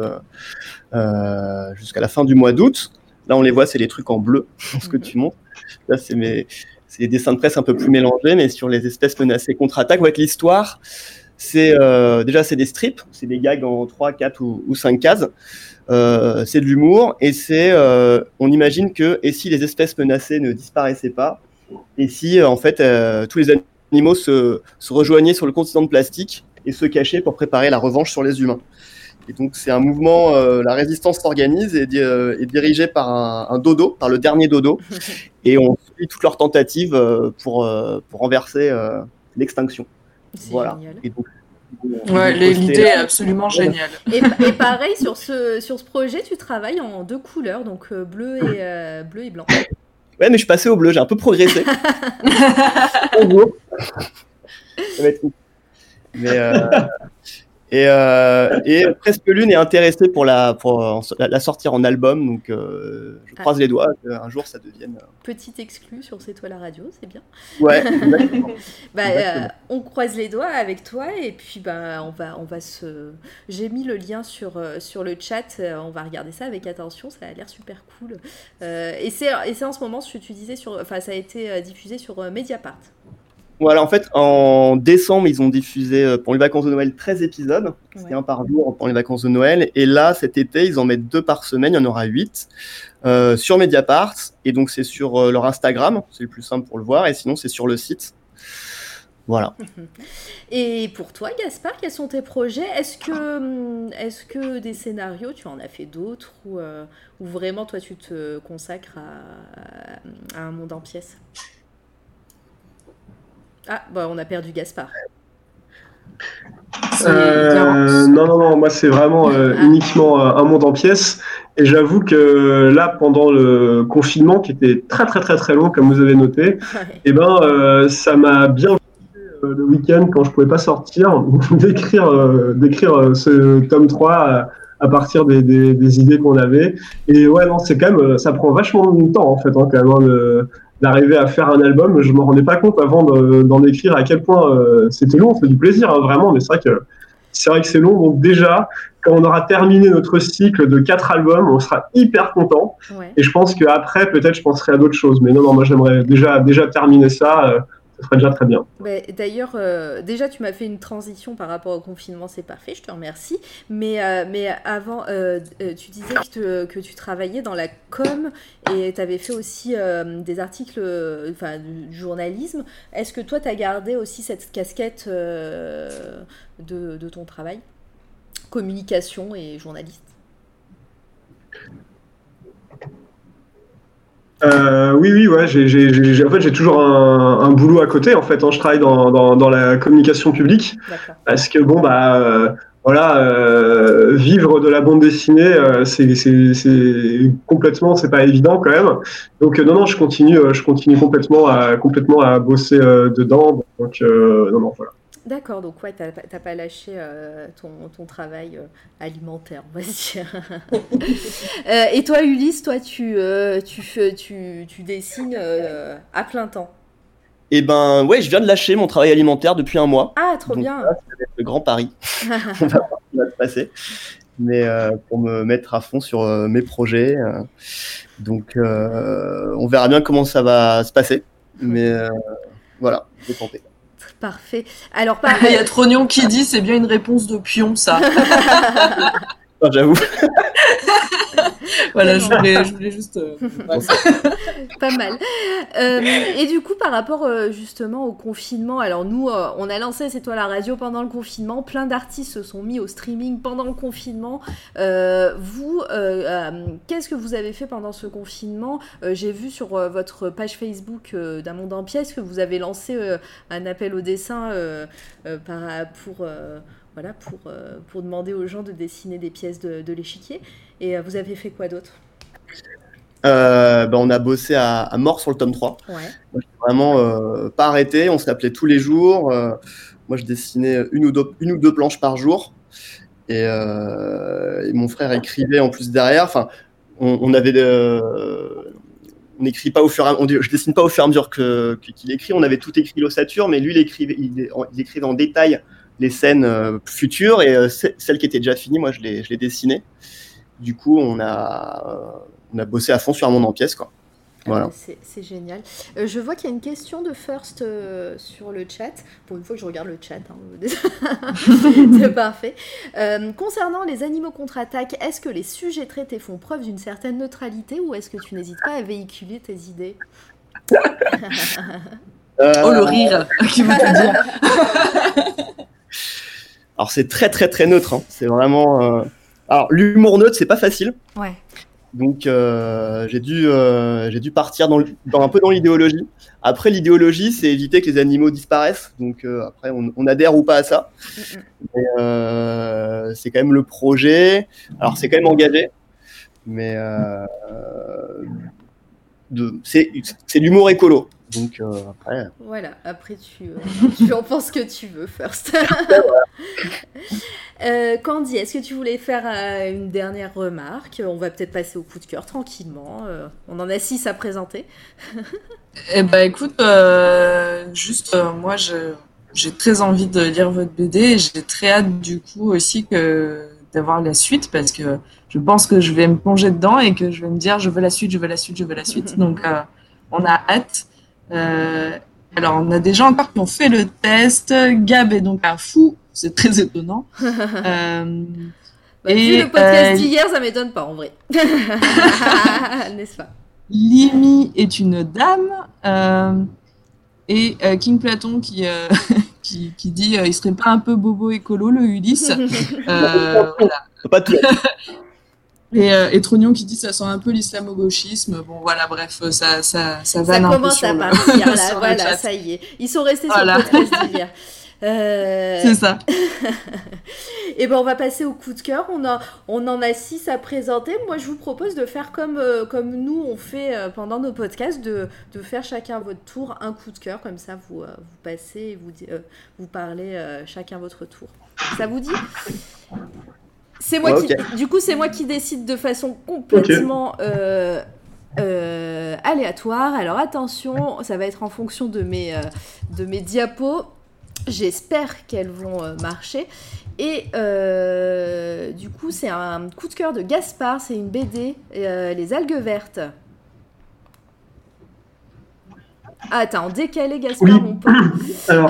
la fin du mois d'août. Là, on les voit, c'est les trucs en bleu, ce que tu montres. Là, c'est les dessins de presse un peu plus mélangés, mais sur les espèces menacées contre-attaque. Avec l'histoire, c'est des strips, c'est des gags en 3, 4 ou 5 cases. C'est de l'humour, et on imagine que, et si les espèces menacées ne disparaissaient pas, et si en fait tous les animaux se rejoignaient sur le continent de plastique et se cachaient pour préparer la revanche sur les humains. Et donc c'est un mouvement, la résistance s'organise et est dirigée par un dodo, par le dernier dodo, et on suit toutes leurs tentatives pour renverser l'extinction. Voilà. Génial. Et donc, l'idée est absolument géniale. Et pareil, sur ce projet, tu travailles en 2 couleurs, donc bleu et blanc. Ouais, mais je suis passé au bleu, j'ai un peu progressé. Bonjour. Ça va être cool. Mais Et Presque Lune est intéressé pour la sortir en album, donc je croise les doigts qu'un jour ça devienne. Petite exclue sur C'est toi la radio, c'est bien. Ouais, exactement. On croise les doigts avec toi et puis on va se. J'ai mis le lien sur le chat, on va regarder ça avec attention, ça a l'air super cool. Et c'est en ce moment ce que tu disais ça a été diffusé sur Mediapart. Voilà, en fait, en décembre, ils ont diffusé pour les vacances de Noël 13 épisodes. C'est un par jour pour les vacances de Noël. Et là, cet été, ils en mettent 2 par semaine. Il y en aura 8 sur Mediapart. Et donc, c'est sur leur Instagram. C'est le plus simple pour le voir. Et sinon, c'est sur le site. Voilà. Et pour toi, Gaspard, quels sont tes projets ? Est-ce que des scénarios, tu en as fait d'autres ou vraiment, toi, tu te consacres à un monde en pièces ? Ah, on a perdu Gaspard. Non, moi c'est vraiment uniquement un monde en pièces. Et j'avoue que là, pendant le confinement, qui était très très très très long, comme vous avez noté, ça m'a bien le week-end, quand je pouvais pas sortir, d'écrire ce tome 3 à partir des idées qu'on avait. Et ouais, non, c'est quand même, ça prend vachement de temps en fait, quand même, d'arriver à faire un album. Je me rendais pas compte avant d'en écrire à quel point c'était long. C'est du plaisir, vraiment, mais c'est vrai que c'est long. Donc déjà, quand on aura terminé notre cycle de 4 albums, on sera hyper content. Ouais. Et je pense qu'après, peut-être, je penserai à d'autres choses. Mais non, moi, j'aimerais déjà terminer ça. Ça serait déjà très bien. D'ailleurs, déjà, tu m'as fait une transition par rapport au confinement, c'est parfait, je te remercie. Mais avant, tu disais que tu travaillais dans la com et tu avais fait aussi des articles, du journalisme. Est-ce que toi, tu as gardé aussi cette casquette de ton travail ? Communication et journaliste ? Oui, ouais. J'ai toujours un boulot à côté. En fait, je travaille dans la communication publique. D'accord. Parce que vivre de la bande dessinée, c'est complètement, c'est pas évident quand même. Donc non, je continue complètement à bosser dedans. Donc non, voilà. D'accord, donc ouais, t'as pas lâché ton travail alimentaire, on va dire. Et toi, Ulysse, tu dessines à plein temps. Et ouais, je viens de lâcher mon travail alimentaire depuis 1 mois. Ah, trop bien. Là, ça va être le grand pari. On va voir ce qui va se passer. Mais pour me mettre à fond sur mes projets. Donc, on verra bien comment ça va se passer. Mais voilà, je vais tenter. Parfait. Alors, il y a Trognon qui dit c'est bien une réponse de pion, ça. Ah, j'avoue. Voilà, je voulais juste. Pas mal. Et du coup, par rapport justement au confinement, alors nous, on a lancé C'est toi la radio pendant le confinement. Plein d'artistes se sont mis au streaming pendant le confinement. Vous, qu'est-ce que vous avez fait pendant ce confinement ? J'ai vu sur votre page Facebook d'Un monde en pièces que vous avez lancé un appel au dessin pour demander aux gens de dessiner des pièces de l'échiquier. Et vous avez fait quoi d'autre ? On a bossé à mort sur le tome 3. Ouais. Moi, j'ai vraiment pas arrêté. On s'appelait tous les jours. Moi, je dessinais une ou deux planches par jour. Et mon frère écrivait en plus derrière. Enfin, on n'écrit pas au fur et à mesure. Je dessine pas au fur et à mesure qu'il écrit. On avait tout écrit l'ossature, mais lui, il écrivait en détail les scènes futures et celles qui étaient déjà finies, moi je les dessinais. Du coup, on a bossé à fond sur Un monde en pièces, quoi. Voilà. C'est génial. Je vois qu'il y a une question de First sur le chat. Pour une fois que je regarde le chat. C'est parfait. Concernant les animaux contre-attaque, est-ce que les sujets traités font preuve d'une certaine neutralité ou est-ce que tu n'hésites pas à véhiculer tes idées ? Oh, le rire qui veut tout dire. Alors, c'est très, très, très neutre. Hein. C'est vraiment... Alors, l'humour neutre, c'est pas facile. Ouais. Donc, j'ai dû partir un peu dans l'idéologie. Après, l'idéologie, c'est éviter que les animaux disparaissent. Donc, après, on adhère ou pas à ça. Mais, c'est quand même le projet. Alors, c'est quand même engagé. Mais c'est l'humour écolo. Donc après. Voilà, après tu en penses que tu veux, First. Candy, est-ce que tu voulais faire une dernière remarque? On va peut-être passer au coup de cœur tranquillement. On en a 6 à présenter. Eh ben écoute, moi j'ai très envie de lire votre BD et j'ai très hâte du coup aussi d'avoir la suite parce que je pense que je vais me plonger dedans et que je vais me dire je veux la suite, je veux la suite, je veux la suite. Donc on a hâte. Alors on a des gens encore qui ont fait le test. Gab est donc un fou, c'est très étonnant. Vu le podcast d'hier, ça m'étonne pas en vrai. N'est-ce pas? Limi est une dame et King Platon qui dit il serait pas un peu bobo écolo le Ulysse. Voilà. Pas tout. Et Trognon qui dit ça sent un peu l'islamo-gauchisme. Bon voilà, bref, ça va un peu sur à le... partir là, sur le voilà, chat. ça y est. Ils sont restés Voilà. sur le podcast d'hier. C'est ça. Et ben on va passer au coup de cœur. On en a 6 à présenter. Moi je vous propose de faire comme nous on fait pendant nos podcasts, de faire chacun votre tour un coup de cœur, comme ça vous passez et vous parlez chacun votre tour. Ça vous dit? C'est moi du coup c'est moi qui décide de façon complètement aléatoire. Alors attention, ça va être en fonction de mes diapos. J'espère qu'elles vont marcher. Et du coup, c'est un coup de cœur de Gaspard. C'est une BD, Les algues vertes. Ah, t'as en décalé, Gaspard, Oui. mon pote. Alors,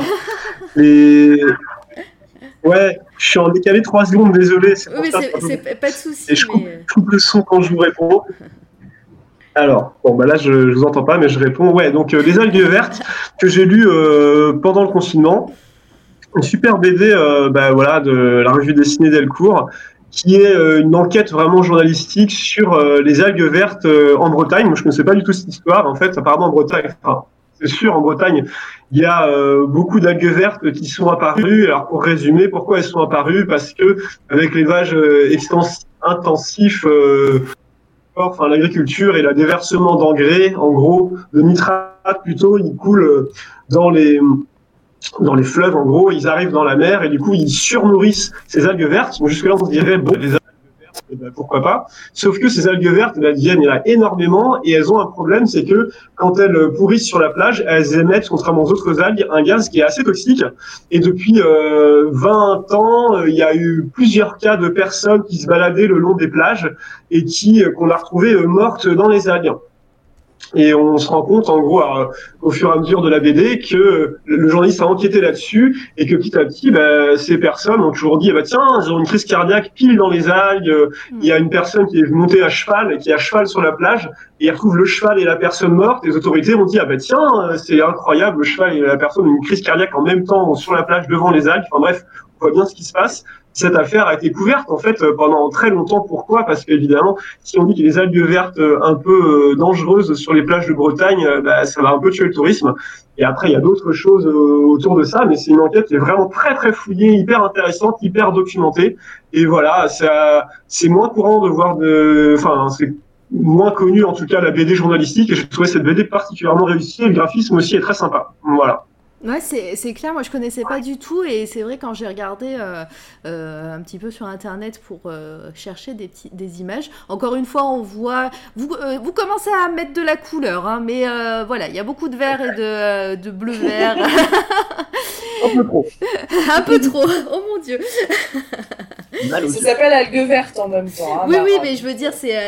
ouais, je suis en décalé 3 secondes, désolé. Oui, c'est pas de souci. Et je coupe le son quand je vous réponds. Alors, bon, bah là, je vous entends pas, mais je réponds. Ouais, donc Les algues vertes, que j'ai lu pendant le confinement. Une super BD de la revue dessinée Delcourt, qui est une enquête vraiment journalistique sur les algues vertes en Bretagne. Moi, je ne connaissais pas du tout cette histoire. En fait, apparemment, en Bretagne, c'est sûr, en Bretagne, il y a beaucoup d'algues vertes qui sont apparues. Alors, pour résumer, pourquoi elles sont apparues? Parce que avec l'élevage intensif, l'agriculture et le déversement d'engrais, en gros, de nitrates plutôt, ils coulent dans les fleuves, en gros, ils arrivent dans la mer et du coup, ils surnourrissent ces algues vertes. Donc, jusque-là, on se dirait, bon, les algues vertes, pourquoi pas. Sauf que ces algues vertes, il y en a énormément et elles ont un problème, c'est que quand elles pourrissent sur la plage, elles émettent, contrairement aux autres algues, un gaz qui est assez toxique. Et depuis 20 ans, il y a eu plusieurs cas de personnes qui se baladaient le long des plages et qu'on a retrouvées mortes dans les algues. Et on se rend compte, en gros, au fur et à mesure de la BD, que le journaliste a enquêté là-dessus et que petit à petit, ces personnes ont toujours dit, tiens, ils ont une crise cardiaque pile dans les algues. Il y a une personne qui est montée à cheval, qui est à cheval sur la plage, et elle retrouve le cheval et la personne morte. Les autorités ont dit, tiens, c'est incroyable, le cheval et la personne ont une crise cardiaque en même temps sur la plage devant les algues. Enfin bref, on voit bien ce qui se passe. Cette affaire a été couverte en fait pendant très longtemps. Pourquoi? Parce qu'évidemment, si on dit qu'il y a des algues vertes un peu dangereuses sur les plages de Bretagne, ça va un peu tuer le tourisme. Et après, il y a d'autres choses autour de ça, mais c'est une enquête qui est vraiment très très fouillée, hyper intéressante, hyper documentée. Et voilà, c'est moins courant de voir c'est moins connu en tout cas la BD journalistique. Et j'ai trouvé cette BD particulièrement réussie. Et le graphisme aussi est très sympa. Voilà. Ouais, c'est clair, moi je connaissais pas du tout et c'est vrai quand j'ai regardé un petit peu sur internet pour chercher des images, encore une fois on voit, vous commencez à mettre de la couleur, hein, mais voilà, il y a beaucoup de vert et de bleu-vert. Un peu trop. Un peu trop, oh mon Dieu. Ça s'appelle algue verte en même temps. Hein, oui, mais je veux dire, c'est...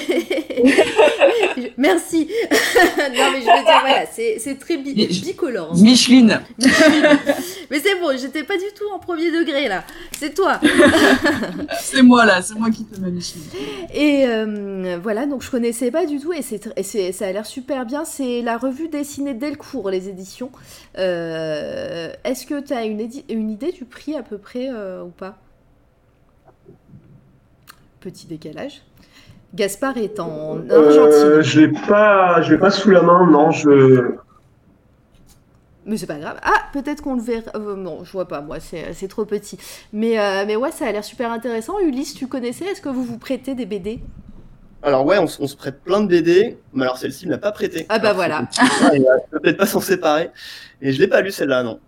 Merci. Non, mais je veux dire, voilà, c'est très bicolore. Micheline. Mais c'est bon, j'étais pas du tout en premier degré, là. C'est toi. C'est moi qui te mets Micheline. Et voilà, donc je connaissais pas du tout, et ça a l'air super bien. C'est la revue dessinée Delcourt, les éditions. Est-ce que tu as une idée du prix à peu près ou pas? Petit décalage. Gaspard est en Argentine. Je l'ai pas sous la main, non. Mais c'est pas grave. Ah, peut-être qu'on le verra. Non, je vois pas, moi, c'est trop petit. Mais ouais, ça a l'air super intéressant. Ulysse, tu connaissais? Est-ce que vous prêtez des BD? Alors ouais, on se prête plein de BD, mais alors celle-ci me l'a pas prêtée. Ah bah voilà. Il va peut-être pas s'en séparer. Et je l'ai pas lu celle-là, non.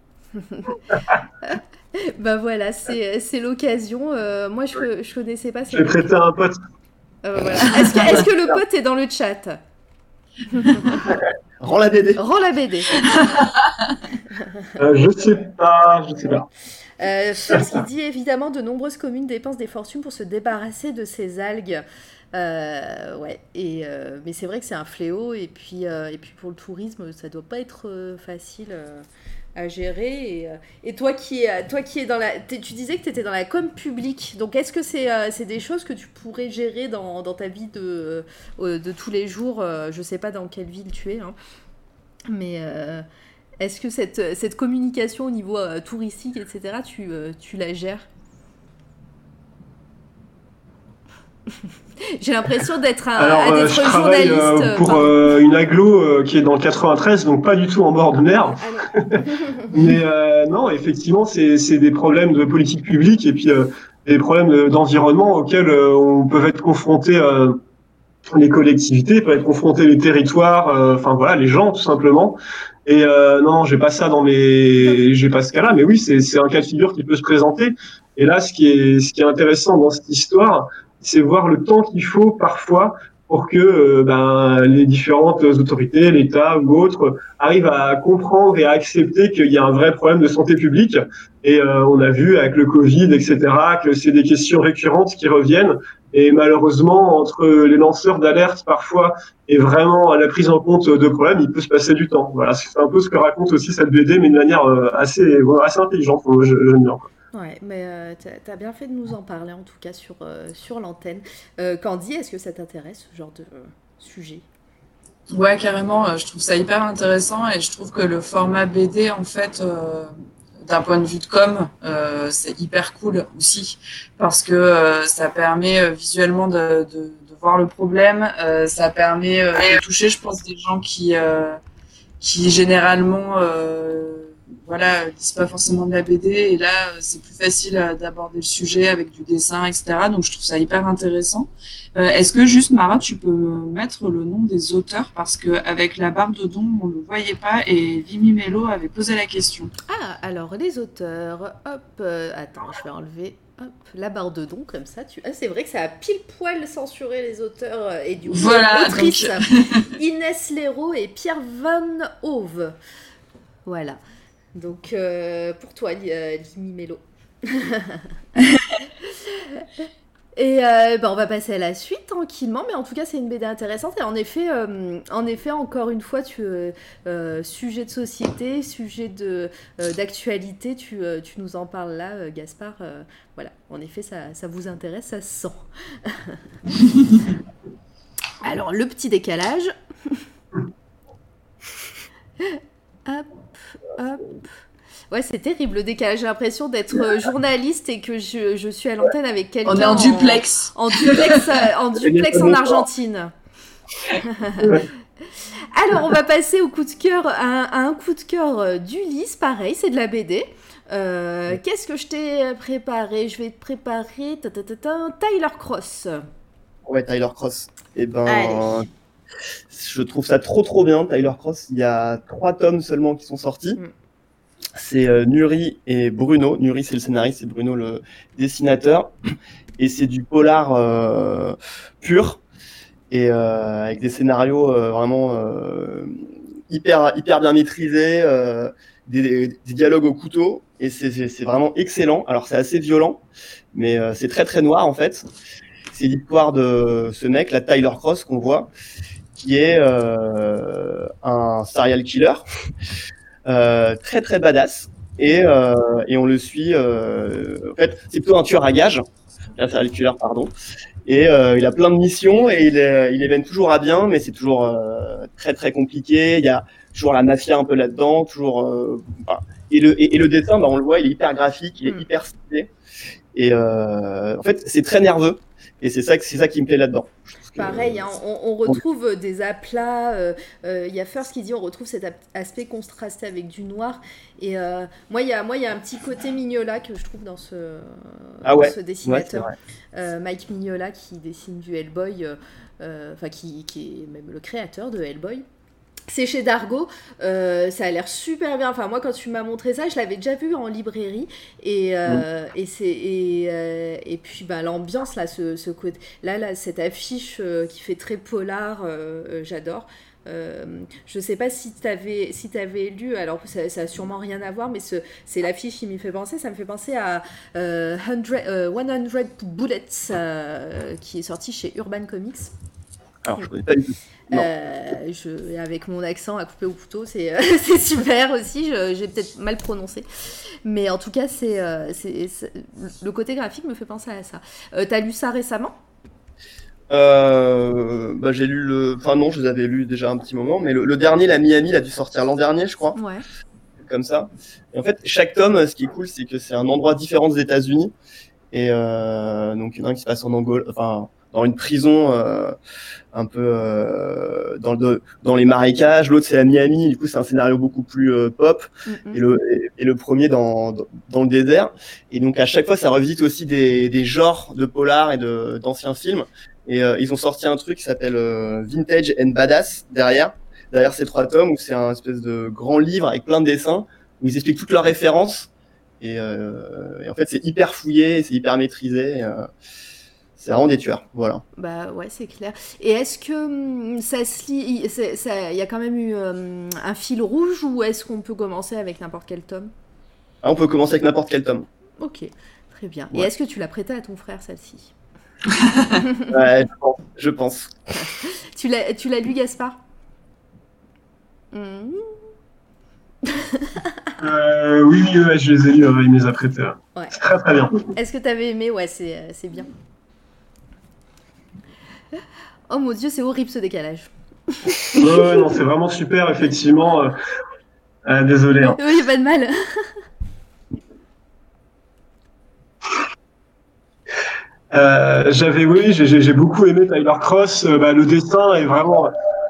Bah voilà, c'est l'occasion. Moi, je connaissais pas. Je l'ai prêté à un pote. Voilà. Est-ce que le pote est dans le chat? Rends la BD. Rends la BD. Je sais pas. First qui dit évidemment de nombreuses communes dépensent des fortunes pour se débarrasser de ces algues. Ouais, mais c'est vrai que c'est un fléau et puis pour le tourisme, ça doit pas être facile à gérer. Et toi qui es dans tu disais que tu étais dans la com publique, donc est-ce que c'est des choses que tu pourrais gérer dans ta vie de tous les jours? Je sais pas dans quelle ville tu es, hein, mais est-ce que cette communication au niveau touristique, etc., tu la gères? J'ai l'impression d'être je travaille journaliste. pour une agglo qui est dans le 93, donc pas du tout en bord de mer. Ah non. Mais non, effectivement, c'est des problèmes de politique publique et puis des problèmes d'environnement auxquels on peut être confrontés. Les collectivités peuvent être confrontées, les territoires, enfin voilà, les gens tout simplement. Et non, j'ai pas ça j'ai pas ce cas-là, mais oui, c'est un cas de figure qui peut se présenter. Et là, ce qui est intéressant dans cette histoire, c'est voir le temps qu'il faut parfois pour que les différentes autorités, l'État ou autres, arrivent à comprendre et à accepter qu'il y a un vrai problème de santé publique. Et on a vu avec le Covid, etc., que c'est des questions récurrentes qui reviennent. Et malheureusement, entre les lanceurs d'alerte parfois et vraiment la prise en compte de problèmes, il peut se passer du temps. Voilà, c'est un peu ce que raconte aussi cette BD, mais de manière assez intelligente, j'aime bien. Ouais, mais t'as bien fait de nous en parler en tout cas sur l'antenne. Candy, est-ce que ça t'intéresse ce genre de sujet? Ouais, carrément, je trouve ça hyper intéressant et je trouve que le format BD, en fait, d'un point de vue de com, c'est hyper cool aussi parce que ça permet visuellement de voir le problème, ça permet de toucher, je pense, des gens qui généralement lisent pas forcément de la BD et là c'est plus facile d'aborder le sujet avec du dessin, etc. Donc je trouve ça hyper intéressant. Est-ce que juste Mara, tu peux mettre le nom des auteurs parce que avec la barre de don on le voyait pas et Vimy Mello avait posé la question. Ah, alors les auteurs, hop, attends, je vais enlever la barre de don comme ça. C'est vrai que ça a pile poil censuré les auteurs et du coup l'autrice Inès Leroux et Pierre Van Hove. Voilà. Donc pour toi, Vimy Mello. Et on va passer à la suite tranquillement, mais en tout cas c'est une BD intéressante et en effet encore une fois sujet de société, sujet d'actualité, tu nous en parles là, Gaspard. Voilà, en effet ça vous intéresse, ça se sent. Alors le petit décalage. Hop. Ouais, c'est terrible le décalage. J'ai l'impression d'être journaliste et que je suis à l'antenne avec quelqu'un. On est en duplex. En duplex en Argentine. Alors, on va passer au coup de cœur, à un coup de cœur d'Ulysse. Pareil, c'est de la BD. Qu'est-ce que je t'ai préparé? Je vais te préparer Tyler Cross. Ouais, Tyler Cross. Eh ben, je trouve ça trop bien, Tyler Cross. Il y a 3 tomes seulement qui sont sortis. C'est Nuri et Bruno. Nuri, c'est le scénariste, c'est Bruno, le dessinateur. Et c'est du polar pur. Et avec des scénarios vraiment hyper bien maîtrisés, des dialogues au couteau. Et c'est vraiment excellent. Alors, c'est assez violent, mais c'est très noir, en fait. C'est l'histoire de ce mec, la Tyler Cross, qu'on voit, qui est un serial killer. Très badass et on le suit en fait c'est plutôt un tueur à gages, un serial killer pardon, et il a plein de missions et il les mène toujours à bien, mais c'est toujours très compliqué. Il y a toujours la mafia un peu là-dedans, toujours et le dessin, on le voit, il est hyper graphique, il est hyper stylé et en fait c'est très nerveux et c'est ça qui me plaît là-dedans. Pareil, hein, on retrouve des aplats. Il y a First qui dit on retrouve cet aspect contrasté avec du noir. Et moi, il y a un petit côté Mignola que je trouve dans ce dessinateur. Ouais, Mike Mignola qui dessine du Hellboy. enfin qui est même le créateur de Hellboy. C'est chez Dargo, ça a l'air super bien. Enfin, moi, quand tu m'as montré ça, je l'avais déjà vu en librairie. Et puis, l'ambiance, là, ce côté, là, cette affiche qui fait très polar, j'adore. Je sais pas si t'avais lu, alors ça a sûrement rien à voir, mais c'est l'affiche qui m'y fait penser. Ça me fait penser à 100 Bullets, qui est sorti chez Urban Comics. Alors, je connais pas du tout. Avec mon accent à couper au couteau, c'est super aussi. J'ai peut-être mal prononcé, mais en tout cas, c'est le côté graphique me fait penser à ça. T'as lu ça récemment? J'ai lu enfin non, je les avais lus déjà un petit moment, mais le dernier, la Miami, il a dû sortir l'an dernier, je crois. Ouais. Comme ça. Et en fait, chaque tome, ce qui est cool, c'est que c'est un endroit différent des États-Unis. Et donc, il y en a un qui se passe en Angola, enfin, dans une prison un peu dans les marécages. L'autre, c'est à Miami. Du coup, c'est un scénario beaucoup plus pop. Et le premier dans le désert. Et donc, à chaque fois, ça revisite aussi des genres de polar et d'anciens films. Et ils ont sorti un truc qui s'appelle Vintage and Badass derrière ces 3 tomes, où c'est un espèce de grand livre avec plein de dessins, où ils expliquent toutes leurs références. Et en fait, c'est hyper fouillé, c'est hyper maîtrisé. C'est vraiment des tueurs, voilà. Bah ouais, c'est clair. Et est-ce que ça se lit, il y a quand même eu un fil rouge, ou est-ce qu'on peut commencer avec n'importe quel tome? On peut commencer avec n'importe quel tome. Ok, très bien. Ouais. Et est-ce que tu l'as prêté à ton frère, celle-ci? Ouais, je pense. Tu l'as lu, Gaspard? Oui, je les ai lus, il me les a prêtés. Ouais. C'est très très bien. Est-ce que t'avais aimé? Ouais, c'est bien. Oh mon Dieu, c'est horrible ce décalage. Non, c'est vraiment super, effectivement. Désolé. Hein. Oui, pas de mal. J'ai beaucoup aimé Tyler Cross. Le dessin est vraiment.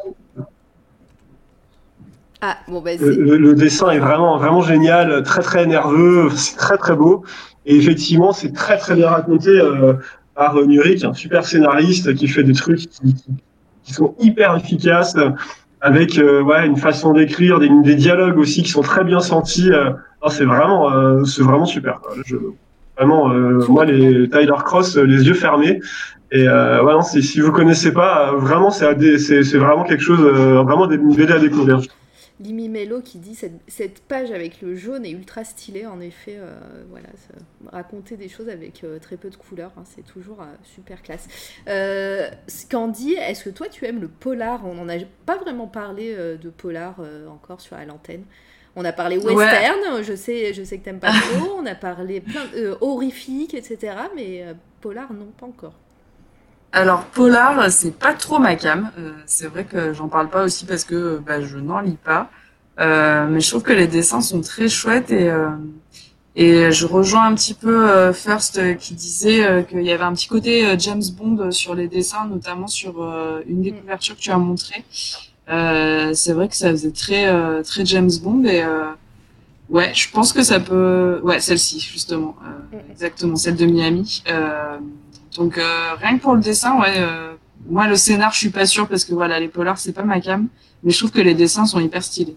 Ah, bon, bah, le dessin est vraiment, vraiment génial, très très nerveux, c'est très très beau. Et effectivement, c'est très très bien raconté par Nuri, qui est un super scénariste, qui fait des trucs qui sont hyper efficaces, avec une façon d'écrire, des dialogues aussi qui sont très bien sentis. C'est vraiment super. Vraiment, moi, les Tyler Cross, les yeux fermés. Et si vous connaissez pas, vraiment, c'est vraiment quelque chose, vraiment une BD à découvrir. Limi Mello qui dit cette page avec le jaune est ultra stylée, en effet. Raconter des choses avec très peu de couleurs, hein, c'est toujours super classe. Candy, est-ce que toi tu aimes le polar? On n'en a pas vraiment parlé de polar encore à l'antenne. On a parlé western, ouais. je sais que t'aimes pas trop. On a parlé plein horrifique, etc. Mais polar, non, pas encore. Alors, polar, c'est pas trop ma cam. C'est vrai que j'en parle pas aussi parce que je n'en lis pas. Mais je trouve que les dessins sont très chouettes et je rejoins un petit peu First qui disait qu'il y avait un petit côté James Bond sur les dessins, notamment sur une des couvertures que tu as montrées. C'est vrai que ça faisait très James Bond et je pense que ça peut... Ouais, celle-ci, justement. Exactement, celle de Miami. Donc rien que pour le dessin, moi le scénar je suis pas sûre parce que les polars c'est pas ma cam, mais je trouve que les dessins sont hyper stylés.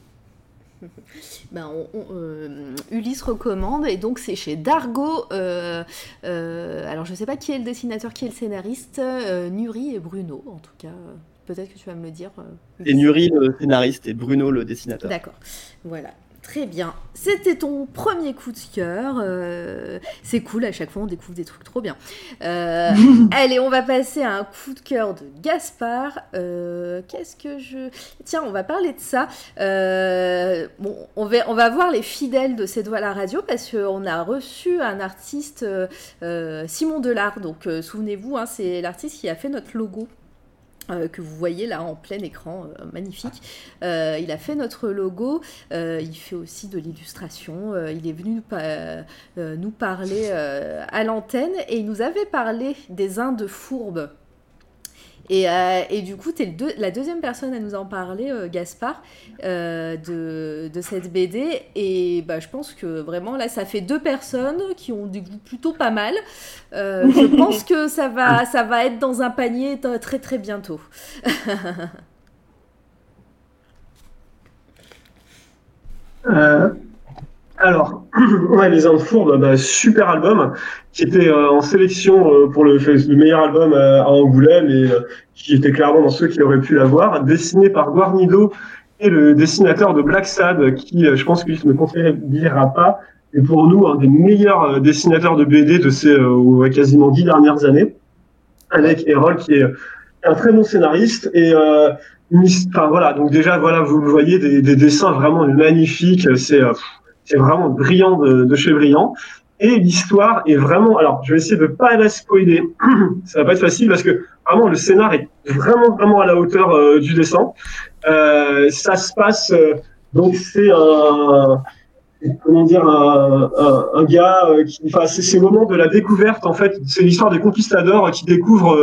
Ulysse recommande, et donc c'est chez Dargo. Alors je sais pas qui est le dessinateur, qui est le scénariste, Nuri et Bruno en tout cas. Peut-être que tu vas me le dire. C'est Nuri le scénariste et Bruno le dessinateur. D'accord, voilà. Très bien. C'était ton premier coup de cœur. C'est cool, à chaque fois on découvre des trucs trop bien. Allez, on va passer à un coup de cœur de Gaspard. Tiens, on va parler de ça. On va voir les fidèles de C'est Doigts à la radio, parce qu'on a reçu un artiste, Simon Delard. Donc souvenez-vous, hein, c'est l'artiste qui a fait notre logo. Que vous voyez là en plein écran, magnifique. Il a fait notre logo, il fait aussi de l'illustration, il est venu nous parler à l'antenne, et il nous avait parlé des Indes fourbes. Et du coup, tu es la deuxième personne à nous en parler, Gaspard, de cette BD. Et je pense que vraiment, là, ça fait 2 personnes qui ont des goûts plutôt pas mal. Je pense que ça va être dans un panier très très bientôt. Alors, ouais, Les Indes Fourbes, super album, qui était en sélection pour le meilleur album à Angoulême et qui était clairement dans ceux qui auraient pu l'avoir, dessiné par Guarnido et le dessinateur de Black Sad, qui, je pense qu'il ne me contredira pas, est pour nous un des meilleurs dessinateurs de BD de ces quasiment 10 dernières années, avec Errol qui est un très bon scénariste et enfin voilà, donc déjà voilà, vous le voyez, des dessins vraiment magnifiques, c'est vraiment brillant de chez brillant. Et l'histoire est vraiment, alors je vais essayer de pas la spoiler, ça va pas être facile parce que vraiment le scénar est vraiment à la hauteur du dessin. Ça se passe, donc c'est un gars c'est le moment de la découverte en fait, c'est l'histoire des conquistadors qui découvrent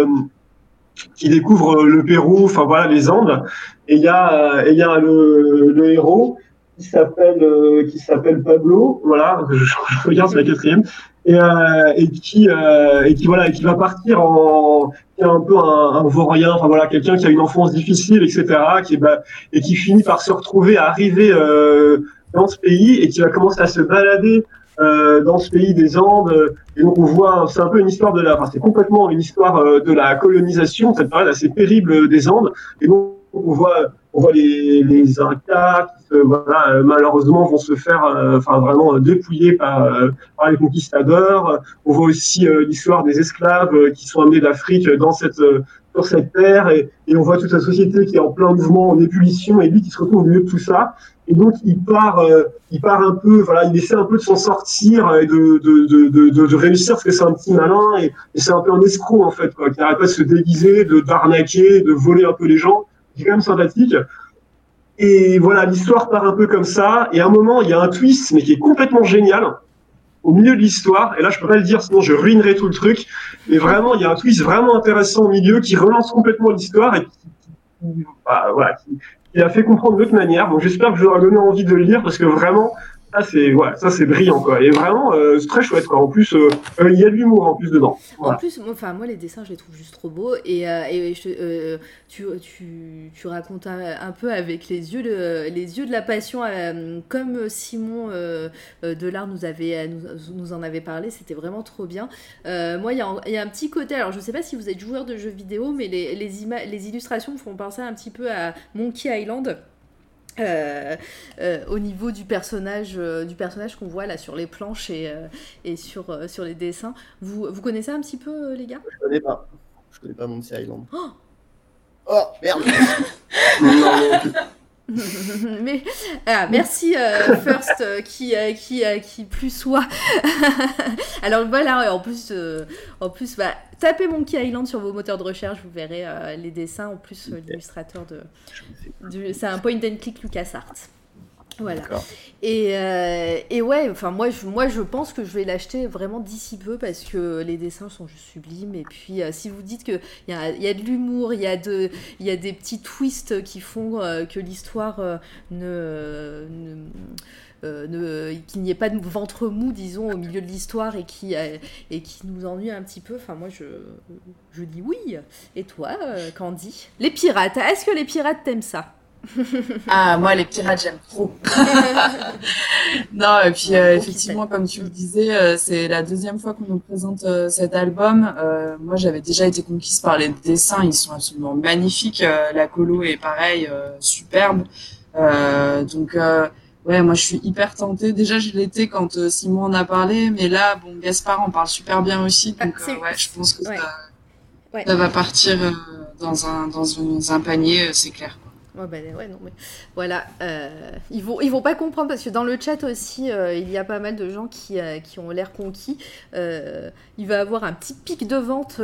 le Pérou, enfin voilà, les Andes, et il y a le héros qui s'appelle Pablo, voilà, je regarde, c'est la 4e, et qui va partir qui est un peu un vaurien, enfin voilà, quelqu'un qui a une enfance difficile, etc., et qui finit par se retrouver à arriver dans ce pays et qui va commencer à se balader dans ce pays des Andes. Et donc on voit, c'est un peu une histoire c'est complètement une histoire de la colonisation, cette période assez pénible des Andes. Et donc on voit les Incas qui malheureusement vont se faire vraiment dépouiller par les conquistadors. On voit aussi l'histoire des esclaves qui sont amenés d'Afrique sur cette terre, et on voit toute la société qui est en plein mouvement, en ébullition, et lui qui se retrouve au milieu de tout ça. Et donc il part un peu, voilà, il essaie un peu de s'en sortir et de réussir parce que c'est un petit malin et c'est un peu un escroc en fait, quoi, qui n'arrête pas de se déguiser, d'arnaquer, de voler un peu les gens. C'est quand même sympathique. Et voilà, l'histoire part un peu comme ça. Et à un moment, il y a un twist, mais qui est complètement génial au milieu de l'histoire. Et là, je peux pas le dire, sinon je ruinerai tout le truc. Mais vraiment, il y a un twist vraiment intéressant au milieu qui relance complètement l'histoire et qui a fait comprendre de l'autre manière. Donc j'espère que je leur ai donné envie de le lire parce que vraiment, ça c'est brillant, quoi. Et vraiment, c'est très chouette, quoi. En plus, il y a de l'humour en plus dedans. Voilà. En plus, moi les dessins, je les trouve juste trop beaux. Et tu racontes un peu avec les yeux de la passion, comme Simon Delard nous en avait parlé. C'était vraiment trop bien. Moi, il y a un petit côté. Alors, je sais pas si vous êtes joueur de jeux vidéo, mais les illustrations me font penser un petit peu à Monkey Island. Au niveau du personnage qu'on voit là sur les planches et sur les dessins. Vous connaissez un petit peu, les gars ? Je connais pas Monkey Island. Oh merde. Mais merci First qui plus soit. Alors voilà, en plus tapez Monkey Island sur vos moteurs de recherche, vous verrez les dessins. En plus, l'illustrateur c'est un point and click LucasArts. Voilà. D'accord. Et ouais, enfin moi je pense que je vais l'acheter vraiment d'ici peu parce que les dessins sont juste sublimes. Et puis si vous dites que il y a de l'humour, il y a des petits twists qui font que l'histoire qu'il n'y ait pas de ventre mou, disons, au milieu de l'histoire et qui nous ennuie un petit peu. Enfin moi je dis oui. Et toi, Candy ? Les pirates. Est-ce que les pirates t'aiment ça ? Ah, moi, les pirates, j'aime trop. Non, et puis effectivement, comme tu le disais, c'est la deuxième fois qu'on nous présente cet album. Moi, j'avais déjà été conquise par les dessins, ils sont absolument magnifiques. La colo est pareil, superbe. Donc, ouais, moi, je suis hyper tentée. Déjà, je l'étais quand Simon en a parlé, mais là, bon, Gaspard en parle super bien aussi. Donc, ouais, je pense que ça va partir dans un panier, c'est clair. Ouais, non, mais voilà, ils vont pas comprendre parce que dans le chat aussi, il y a pas mal de gens qui ont l'air conquis. Il va avoir un petit pic de vente.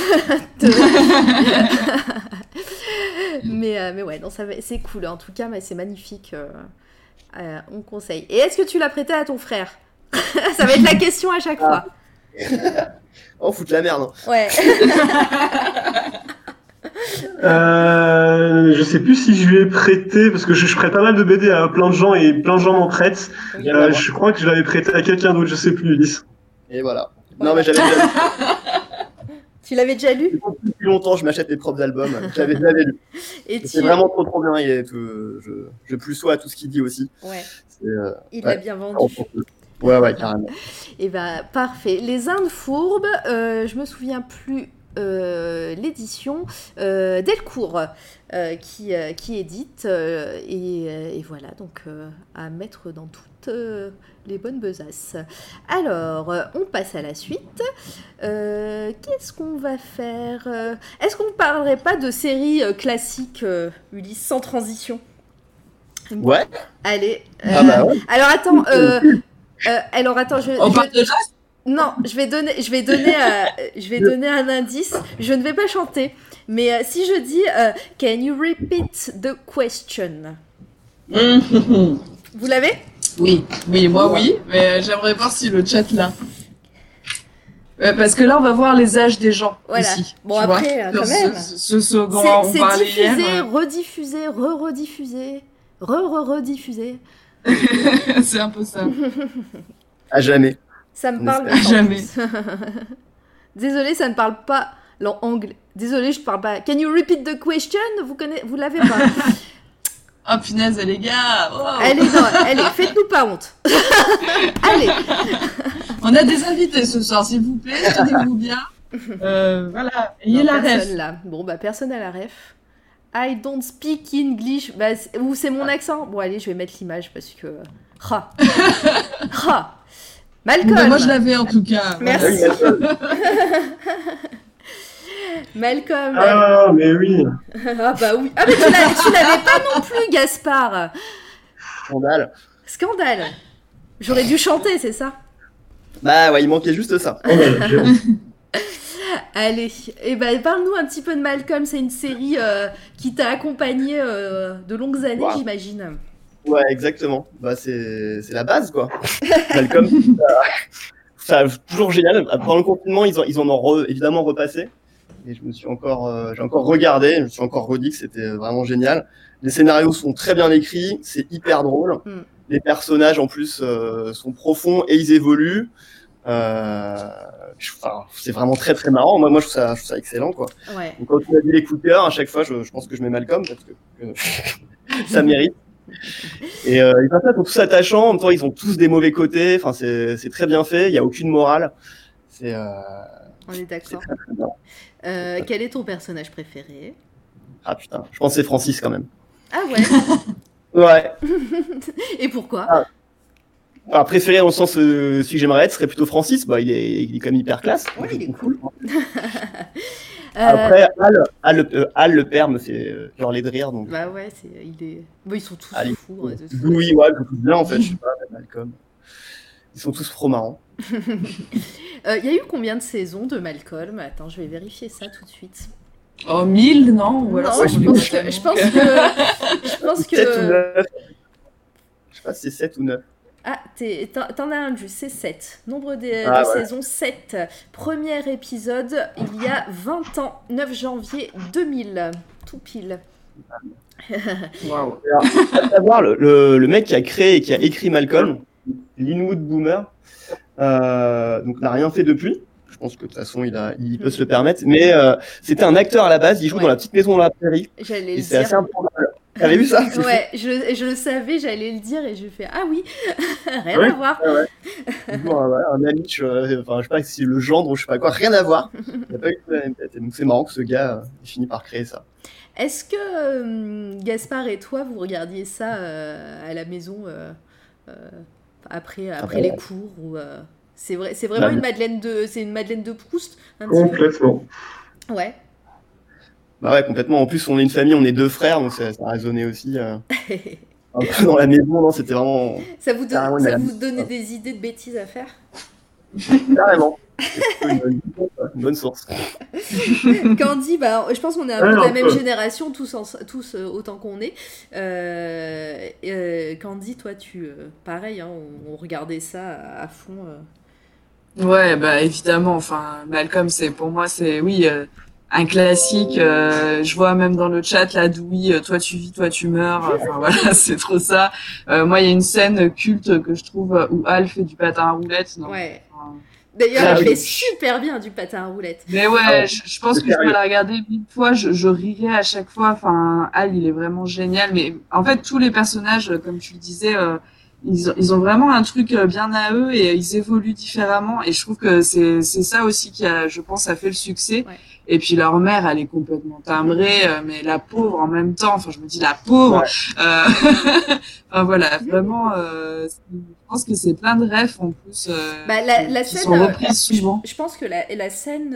Mais ouais, non, c'est cool. En tout cas, mais c'est magnifique. On conseille. Et est-ce que tu l'as prêté à ton frère ? Ça va être la question à chaque fois. Oh, foutre la merde. Ouais. Je sais plus si je lui ai prêté, parce que je prête pas mal de BD à plein de gens et plein de gens m'en prêtent. Je crois que je l'avais prêté à quelqu'un d'autre, je sais plus, Ulysse. Et voilà. Non, mais j'avais déjà Tu l'avais déjà lu? depuis longtemps, je m'achète mes propres albums. J'avais lu. Et C'est vraiment trop bien. Il est tout... je plus sois à tout ce qu'il dit aussi. Ouais. C'est, Il ouais. l'a bien vendu. Ouais, carrément. Et bah parfait. Les Indes fourbes, je me souviens plus l'édition Delcourt qui édite et voilà donc à mettre dans toutes les bonnes besaces. Alors on passe à la suite. Qu'est-ce qu'on va faire? Est-ce qu'on ne parlerait pas de séries classiques, Ulysse, sans transition? Ouais. Allez. Bah ouais. Alors attends. On parle de là? Non, je vais donner un indice. Je ne vais pas chanter, mais si je dis Can you repeat the question? Vous l'avez? Oui, moi oui, mais j'aimerais voir si le chat l'a. Parce que là, on va voir les âges des gens aussi. Bon, après, quand même. Ce dont on parlait hier. C'est diffusé, rediffusé, rediffusé, rediffusé. C'est un peu ça. À jamais. Ça me parle À jamais. Désolée, ça ne parle pas l'anglais. Désolée, je ne parle pas. Can you repeat the question? Vous l'avez pas. Oh punaise, les gars. Wow. Allez, faites-nous pas honte. Allez. On a des invités ce soir, s'il vous plaît. Tenez-vous bien. Voilà, ayez la ref. Là. Bon, personne à la ref. I don't speak English. Ou c'est mon accent? Bon, allez, je vais mettre l'image parce que... Malcolm. Mais moi, je l'avais en tout cas. Merci. Malcolm. Ah, mais oui. Ah bah oui. Ah mais tu l'avais pas non plus, Gaspard. Scandale. J'aurais dû chanter, c'est ça? Bah ouais, il manquait juste ça. Allez, et parle-nous un petit peu de Malcolm. C'est une série qui t'a accompagné de longues années, j'imagine. Ouais, exactement. Bah c'est la base quoi. Malcolm, ça toujours génial. Pendant le confinement, ils en ont évidemment repassé. Et j'ai encore regardé, je me suis encore redit que c'était vraiment génial. Les scénarios sont très bien écrits, c'est hyper drôle. Les personnages en plus sont profonds et ils évoluent. C'est vraiment très très marrant. Moi je trouve ça excellent quoi. Ouais. Donc, quand tu as dit les coups de cœur, à chaque fois je pense que je mets Malcolm parce que ça mérite. Et ils sont tous attachants, en même temps ils ont tous des mauvais côtés. Enfin c'est très bien fait, il y a aucune morale. On est d'accord. Quel est ton personnage préféré? Ah putain, je pense que c'est Francis quand même. Ah ouais. Ouais. Et pourquoi? Alors, préféré dans le sens celui que j'aimerais être serait plutôt Francis. Bah il est quand même hyper classe. Ouais, il est cool. Après Al le père me fait hurler de rire donc. Bah ouais, ils sont tous fous. Oui, ouais, bien en fait. Je sais pas, Malcolm. Ils sont tous trop marrants. Il y a eu combien de saisons de Malcolm? Attends, je vais vérifier ça tout de suite. Oh, 1000, non? Ou alors non, je pense que... 7 ou 9. Je sais pas si c'est 7 ou 9. Ah, t'en as un juste, c'est 7. Nombre de saisons, 7. Premier épisode, il y a 20 ans, 9 janvier 2000. Tout pile. Waouh. À savoir, le mec qui a créé et qui a écrit Malcolm, Linwood Boomer, donc n'a rien fait depuis. Je pense que de toute façon il peut se le permettre. Mais c'était un acteur à la base. Il joue dans La Petite Maison dans la Prairie. J'allais et c'est assez improbable. T'avais vu ça? Ouais, je le savais, j'allais le dire et je fais ah oui, rien à voir. Ouais. Un ami, je sais pas si c'est le gendre ou je sais pas quoi, rien à voir. Il n'a pas eu la même tête. Donc c'est marrant que ce gars ait fini par créer ça. Est-ce que Gaspard et toi vous regardiez ça à la maison après les cours ou c'est vraiment une Madeleine de Proust un complètement. Ouais. Bah ouais, complètement. En plus, on est une famille, on est 2 frères, donc ça résonnait aussi un peu dans la maison. Non, c'était vraiment. Ça vous donnait des idées de bêtises à faire? Carrément. Une bonne source. Candy, je pense qu'on est un peu de la même génération, tous autant qu'on est. Candy, toi, pareil, hein, on regardait ça à fond. Ouais, bah évidemment. Enfin, Malcolm, pour moi, oui. un classique. Je vois même dans le chat la douille, toi tu vis, toi tu meurs. Enfin voilà, c'est trop ça. Moi, il y a une scène culte que je trouve où Hal fait du patin à roulettes. Non, Ouais. enfin, D'ailleurs, il fait super bien du patin à roulettes. mais ouais, je pense que je peux la regarder 1000 fois. Je rirai à chaque fois. Enfin, Hal, il est vraiment génial. Mais en fait, tous les personnages, comme tu le disais, ils ont vraiment un truc bien à eux et ils évoluent différemment. Et je trouve que c'est ça aussi qui a, je pense, a fait le succès. Ouais. Et puis leur mère, elle est complètement timbrée, mais la pauvre en même temps. Enfin, je me dis la pauvre. Enfin voilà, vraiment. Je pense que c'est plein de refs en plus la qui scène, sont reprises souvent. je pense que la scène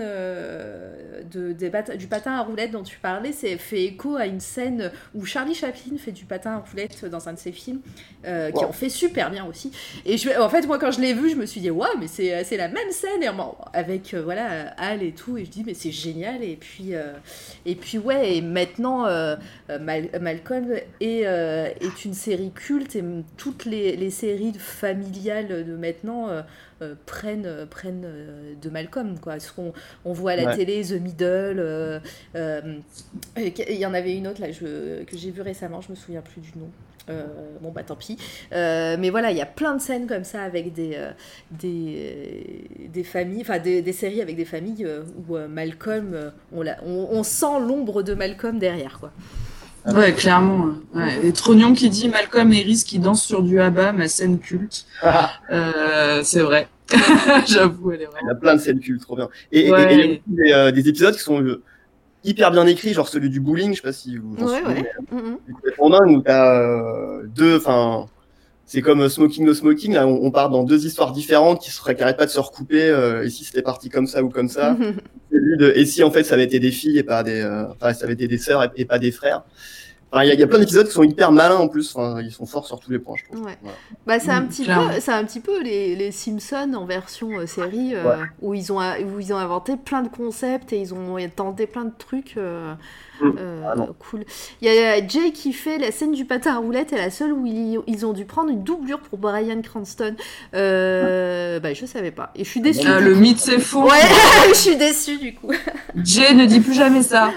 du patin à roulettes dont tu parlais, fait écho à une scène où Charlie Chaplin fait du patin à roulettes dans un de ses films, qui en fait super bien aussi. Et en fait, moi, quand je l'ai vu, je me suis dit, waouh, mais c'est la même scène, et avec voilà, Hal et tout, et je dis, mais c'est génial. Et puis ouais, et maintenant, Malcolm est une série culte, et toutes les séries familiales de maintenant prennent de Malcolm, quoi. Ce qu'on voit à la télé, The Middle, il y en avait une autre là que j'ai vue récemment, je me souviens plus du nom. Bon bah tant pis, mais voilà, il y a plein de scènes comme ça avec des familles, enfin des séries avec des familles où Malcolm, on sent l'ombre de Malcolm derrière, quoi. Ouais, clairement. Ouais. Et Trognon qui dit Malcolm et Reese qui dansent sur du ABBA, ma scène culte. C'est vrai. J'avoue, elle est vraie. Il y a plein de scènes cultes, trop bien. Et il y a des épisodes qui sont hyper bien écrits, genre celui du bowling, je sais pas si vous en souvenez. En un où t'as deux, enfin, c'est comme Smoking no Smoking, là, on part dans deux histoires différentes qui qui n'arrêtent pas de se recouper, et si c'était parti comme ça ou comme ça. Et si en fait ça avait été des filles et pas ça avait été des sœurs et pas des frères. Enfin, il y a plein d'épisodes qui sont hyper malins en plus. Enfin, ils sont forts sur tous les points, je trouve. Ouais. Bah, c'est un petit peu les Simpsons en version série, où ils ont inventé plein de concepts et ils ont tenté plein de trucs cool. Il y a Jay qui fait la scène du patin à roulettes, et la seule où ils ont dû prendre une doublure pour Bryan Cranston. Bah, je savais pas. Et je suis déçue. Le mythe s'effondre. Ouais, je suis déçue du coup. Jay ne dit plus jamais ça.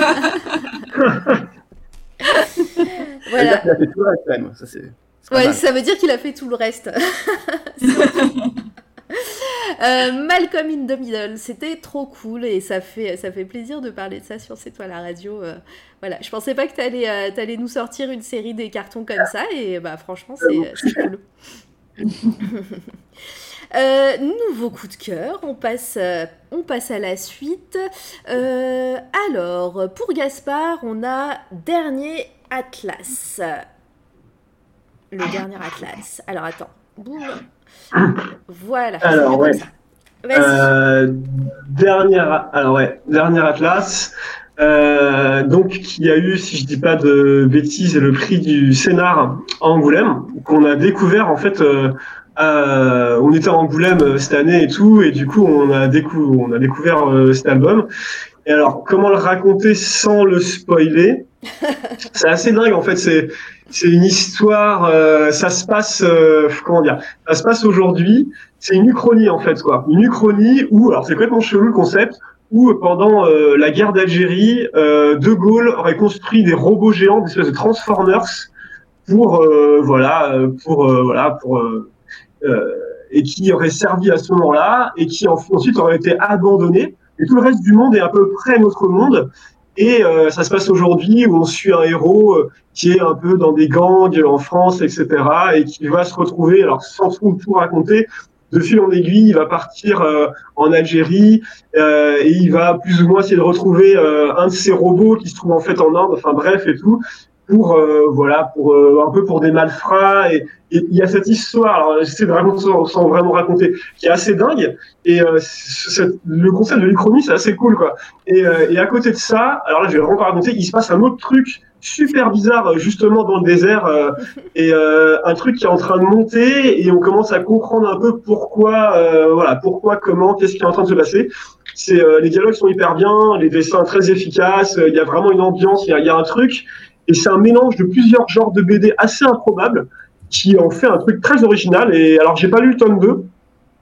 Voilà. Il a fait tout le reste, quand même. Ça veut dire qu'il a fait tout le reste. Malcolm in the Middle, c'était trop cool, et ça fait plaisir de parler de ça sur C'est toi la radio. Voilà, je pensais pas que t'allais nous sortir une série des cartons comme ça, et bah franchement c'est cool. Nouveau coup de cœur, on passe à la suite. Alors, pour Gaspard, on a Dernier Atlas. Le Dernier Atlas. Alors, attends. Boum. Voilà. Alors, ouais. Dernier Atlas. Donc, qui a eu, si je dis pas de bêtises, le prix du Scénar à Angoulême, qu'on a découvert en fait. On était à Angoulême cette année et tout, et du coup on a découvert cet album. Et alors, comment le raconter sans le spoiler? C'est assez dingue en fait. C'est une histoire. Ça se passe ça se passe aujourd'hui. C'est une uchronie en fait, quoi. Une uchronie où, alors c'est complètement chelou le concept, où pendant la guerre d'Algérie, De Gaulle aurait construit des robots géants, des espèces de Transformers, et qui aurait servi à ce moment-là, et qui ensuite aurait été abandonné. Et tout le reste du monde est à peu près notre monde. Et ça se passe aujourd'hui, où on suit un héros qui est un peu dans des gangs en France, etc., et qui va se retrouver, alors sans tout raconter, de fil en aiguille, il va partir en Algérie, et il va plus ou moins essayer de retrouver un de ses robots qui se trouve en fait en Inde, enfin bref et tout, pour un peu pour des malfrats. Et il y a cette histoire, alors j'essaie de raconter sans vraiment raconter, qui est assez dingue, et le concept de l'Uchronie, c'est assez cool, quoi. Et à côté de ça, alors là je vais vraiment pas raconter, il se passe un autre truc super bizarre justement dans le désert, et un truc qui est en train de monter, et on commence à comprendre un peu pourquoi, comment, qu'est-ce qui est en train de se passer. Les dialogues sont hyper bien, les dessins très efficaces, il y a vraiment une ambiance, il y a un truc. Et c'est un mélange de plusieurs genres de BD assez improbables qui en fait un truc très original. Et alors, j'ai pas lu le tome 2,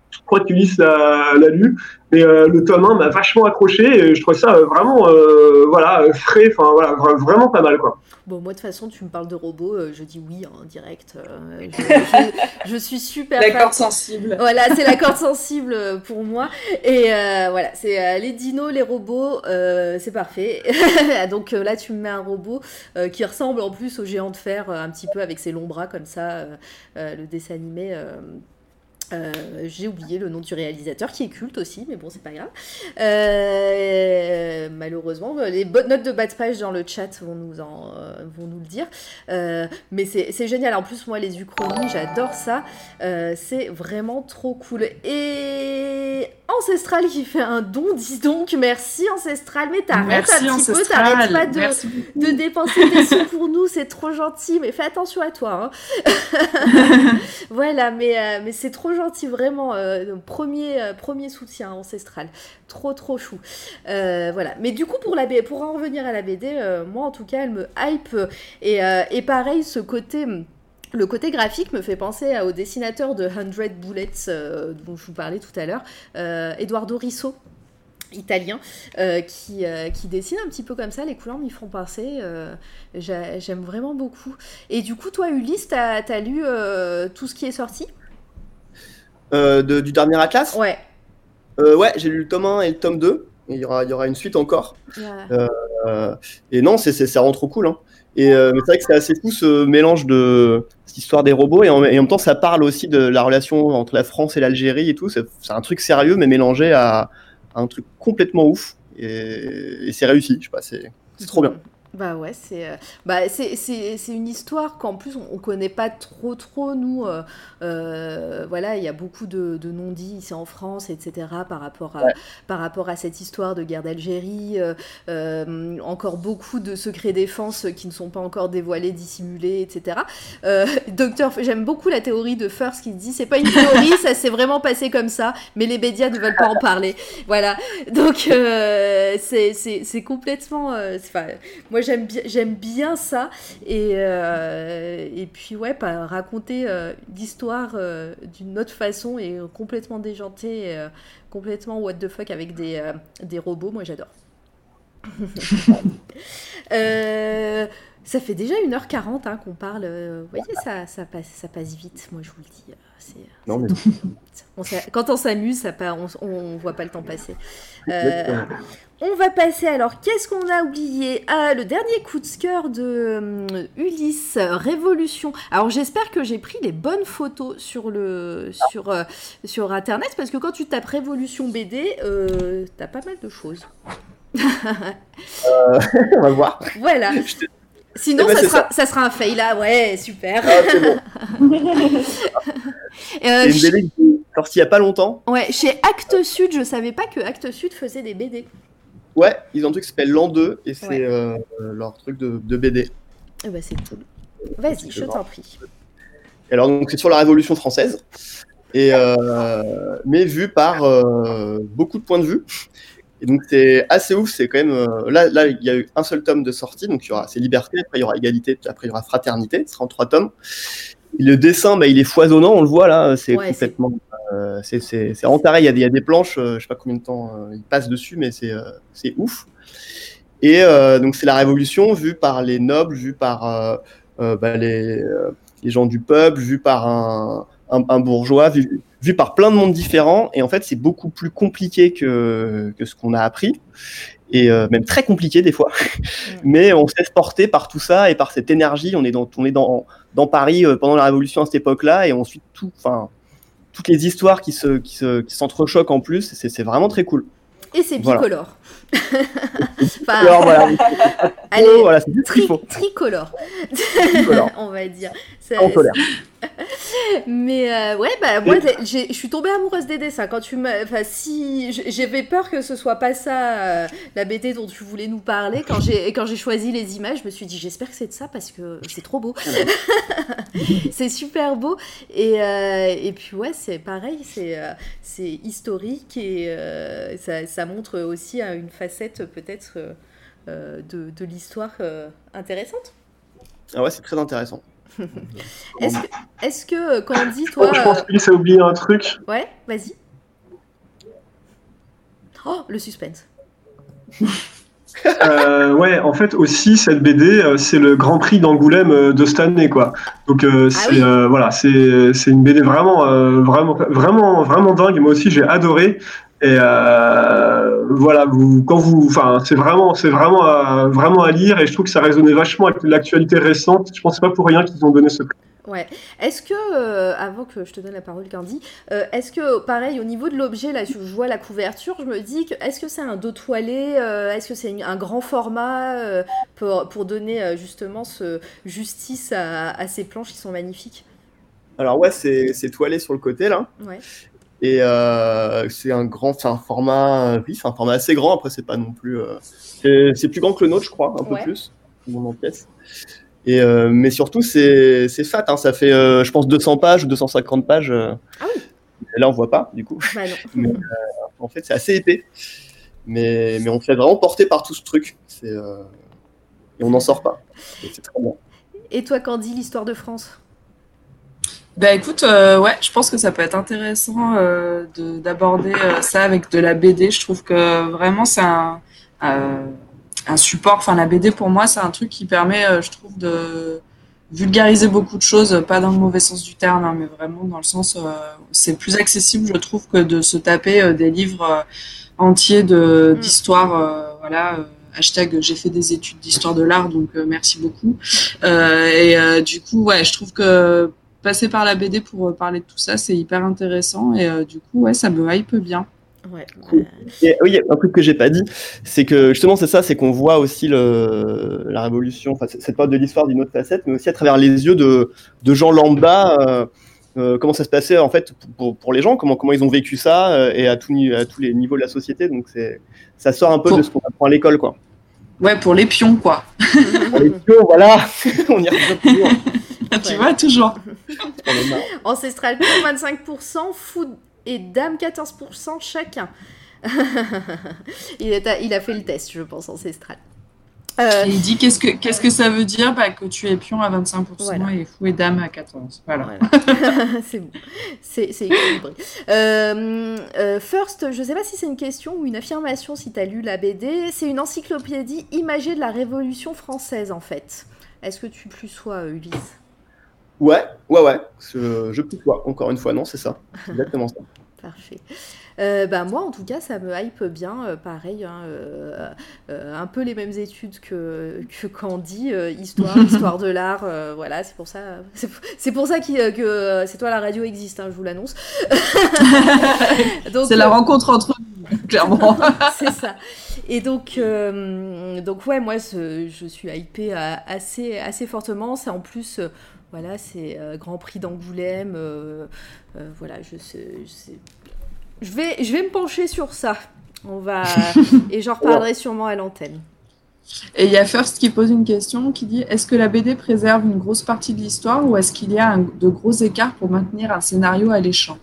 Je crois qu'Ulysse l'a lu. Mais le tome 1 m'a vachement accroché et je trouve ça vraiment frais, enfin voilà, vraiment pas mal quoi. Bon, moi de toute façon, tu me parles de robots, je dis oui en direct. Je suis super La fan. corde sensible. Voilà, c'est la corde sensible pour moi. Et voilà, c'est les dinos, les robots, c'est parfait. Donc là, tu me mets un robot qui ressemble en plus au géant de fer, un petit peu avec ses longs bras comme ça, le dessin animé. J'ai oublié le nom du réalisateur qui est culte aussi, mais bon, c'est pas grave. Malheureusement, les bonnes notes de bas de page dans le chat vont nous le dire. Mais c'est génial. En plus, moi, les uchronies, j'adore ça. C'est vraiment trop cool. Et Ancestral qui fait un don, dis donc, merci Ancestral, mais t'arrêtes un petit peu, t'arrêtes pas de dépenser des sous pour nous, c'est trop gentil, mais fais attention à toi. Hein. Voilà, mais c'est trop gentil, vraiment. Premier soutien Ancestral. Trop, trop chou. Voilà. Mais du coup, pour en revenir à la BD, moi, en tout cas, elle me hype. Et pareil, le côté graphique me fait penser au dessinateur de 100 Bullets dont je vous parlais tout à l'heure, Eduardo Risso, italien, qui dessine un petit peu comme ça, les couleurs m'y font penser, j'aime vraiment beaucoup. Et du coup, toi, Ulysse, t'as lu tout ce qui est sorti ? Du dernier Atlas ? Ouais. Ouais, j'ai lu le tome 1 et le tome 2, et il y aura une suite encore. Yeah. Et non, ça rend trop cool, hein. Mais c'est vrai que c'est assez fou ce mélange de cette histoire des robots et en même temps ça parle aussi de la relation entre la France et l'Algérie et tout. C'est un truc sérieux mais mélangé à un truc complètement ouf et c'est réussi. Je sais pas, c'est trop bien. Bah ouais, c'est une histoire qu'en plus on connaît pas trop nous. Voilà, il y a beaucoup de non-dits ici en France, etc. par rapport à cette histoire de guerre d'Algérie. Encore beaucoup de secrets défense qui ne sont pas encore dévoilés, dissimulés, etc. J'aime beaucoup la théorie de First qui dit c'est pas une théorie, ça s'est vraiment passé comme ça, mais les médias ne veulent pas en parler. Voilà, donc c'est complètement. Moi j'aime bien ça et puis ouais, raconter l'histoire d'une autre façon et complètement déjantée, complètement what the fuck avec des robots, moi j'adore. Ça fait déjà 1h40 qu'on parle. Vous voyez, ça passe vite, moi je vous le dis. Non, mais... Quand on s'amuse, on voit pas le temps passer. On va passer alors, qu'est-ce qu'on a oublié ? Le dernier coup de cœur de Ulysse, Révolution. Alors j'espère que j'ai pris les bonnes photos sur Internet, parce que quand tu tapes Révolution BD, t'as pas mal de choses. On va voir. Voilà. Sinon, ça sera un fail là, ouais, super. C'est bon. C'est une BD qui est sortie il n'y a pas longtemps. Ouais, chez Actes Sud, je savais pas que Actes Sud faisait des BD. Ouais, ils ont un truc qui s'appelle L'An 2 et c'est leur truc de BD. Bah c'est cool. Vas-y, je t'en prie. Et alors, donc, c'est sur la Révolution française, mais vu par beaucoup de points de vue. Et donc c'est assez ouf, c'est quand même là il y a eu un seul tome de sortie, donc c'est Liberté, après il y aura Égalité, puis après il y aura Fraternité, ce sera en 3 tomes. Et le dessin, il est foisonnant, on le voit là, c'est complètement c'est vraiment pareil, il y a des planches, je sais pas combien de temps il passe dessus, mais c'est ouf. Et donc c'est la Révolution vue par les nobles, vue par les gens du peuple, vue par un bourgeois, vu par plein de mondes différents, et en fait c'est beaucoup plus compliqué que ce qu'on a appris, et même très compliqué des fois, mais on se laisse porter par tout ça et par cette énergie. On est dans Paris pendant la Révolution à cette époque-là, et on suit toutes les histoires qui s'entrechoquent en plus, c'est vraiment très cool. Et c'est bicolore. Alors voilà. Allez, voilà, c'est tricolore. On va dire. En colère. Mais ouais, moi je suis tombée amoureuse des dessins. Quand si j'avais peur que ce soit pas ça la BD dont tu voulais nous parler, quand j'ai choisi les images, je me suis dit j'espère que c'est de ça parce que c'est trop beau. C'est super beau et puis ouais, c'est pareil, c'est historique et ça montre aussi une facette peut-être de l'histoire intéressante. Ah ouais, c'est très intéressant. Est-ce que Candy, toi... Je pense qu'il s'est oublié un truc. Ouais, vas-y. Oh, le suspense. Ouais, en fait aussi cette BD, c'est le Grand Prix d'Angoulême de cette année, quoi. Donc oui. voilà, c'est une BD vraiment dingue. Moi aussi j'ai adoré. Et voilà, c'est vraiment à lire. Et je trouve que ça résonnait vachement avec l'actualité récente. Je pense que c'est pas pour rien qu'ils ont donné ce prix. Ouais. Est-ce que, avant que je te donne la parole, Candy, est-ce que, pareil, au niveau de l'objet, là, je vois la couverture, je me dis, est-ce que c'est un dos toilé, est-ce que c'est un grand format pour donner justement justice à ces planches qui sont magnifiques? Alors ouais, c'est toilé sur le côté là. Ouais. Et c'est un format assez grand. Après, c'est pas non plus. C'est plus grand que le nôtre, je crois, un peu plus, en pièces. Et mais surtout, c'est fat. Hein, ça fait, je pense, 200 pages ou 250 pages. Ah oui. Et là, on voit pas, du coup. Bah non. Mais, en fait, c'est assez épais. Mais on se fait vraiment porter par tout ce truc. Et on n'en sort pas. Et c'est très bien. Et toi, Candy, l'histoire de France? Bah écoute, ouais, je pense que ça peut être intéressant d'aborder ça avec de la BD. Je trouve que vraiment c'est un support. Enfin, la BD pour moi, c'est un truc qui permet, je trouve, de vulgariser beaucoup de choses, pas dans le mauvais sens du terme, hein, mais vraiment dans le sens, c'est plus accessible, je trouve, que de se taper des livres entiers d'histoire, voilà. Hashtag j'ai fait des études d'histoire de l'art, donc merci beaucoup. Du coup, ouais, je trouve que passer par la BD pour parler de tout ça, c'est hyper intéressant et du coup, ouais, ça me hype bien. Ouais. Et, oui, il y a un truc que j'ai pas dit, c'est que justement c'est qu'on voit aussi la révolution, enfin cette période de l'histoire d'une autre facette, mais aussi à travers les yeux de gens lambda, comment ça se passait en fait pour les gens, comment ils ont vécu ça et à tous les niveaux de la société. Donc ça sort un peu de ce qu'on apprend à l'école, quoi. Ouais, pour les pions, quoi. Pour les pions, voilà, on y revient toujours. Tu vois, toujours. Ancestral 25%, foot et dame 14% chacun. il a fait le test, je pense, Ancestral. Et il dit qu'est-ce que ça veut dire que tu es pion à 25% voilà. et fou et dame à 14%. Voilà. C'est bon. C'est équilibré. First, je ne sais pas si c'est une question ou une affirmation si tu as lu la BD. C'est une encyclopédie imagée de la Révolution française, en fait. Est-ce que tu plus sois, Ulysse? Ouais. Je plus sois. Encore une fois, non, c'est ça. C'est exactement ça. Parfait. Moi, en tout cas, ça me hype bien. Pareil, hein, un peu les mêmes études que Candy, histoire de l'art. Voilà, c'est pour ça que C'est toi la radio existe, hein, je vous l'annonce. C'est la rencontre entre nous, clairement. C'est ça. Et donc ouais, moi, je suis hypée assez fortement. C'est en plus... voilà, c'est Grand Prix d'Angoulême. Voilà, je vais me pencher sur ça. Et j'en reparlerai sûrement à l'antenne. Et il y a First qui pose une question qui dit: est-ce que la BD préserve une grosse partie de l'histoire ou est-ce qu'il y a de gros écarts pour maintenir un scénario alléchant?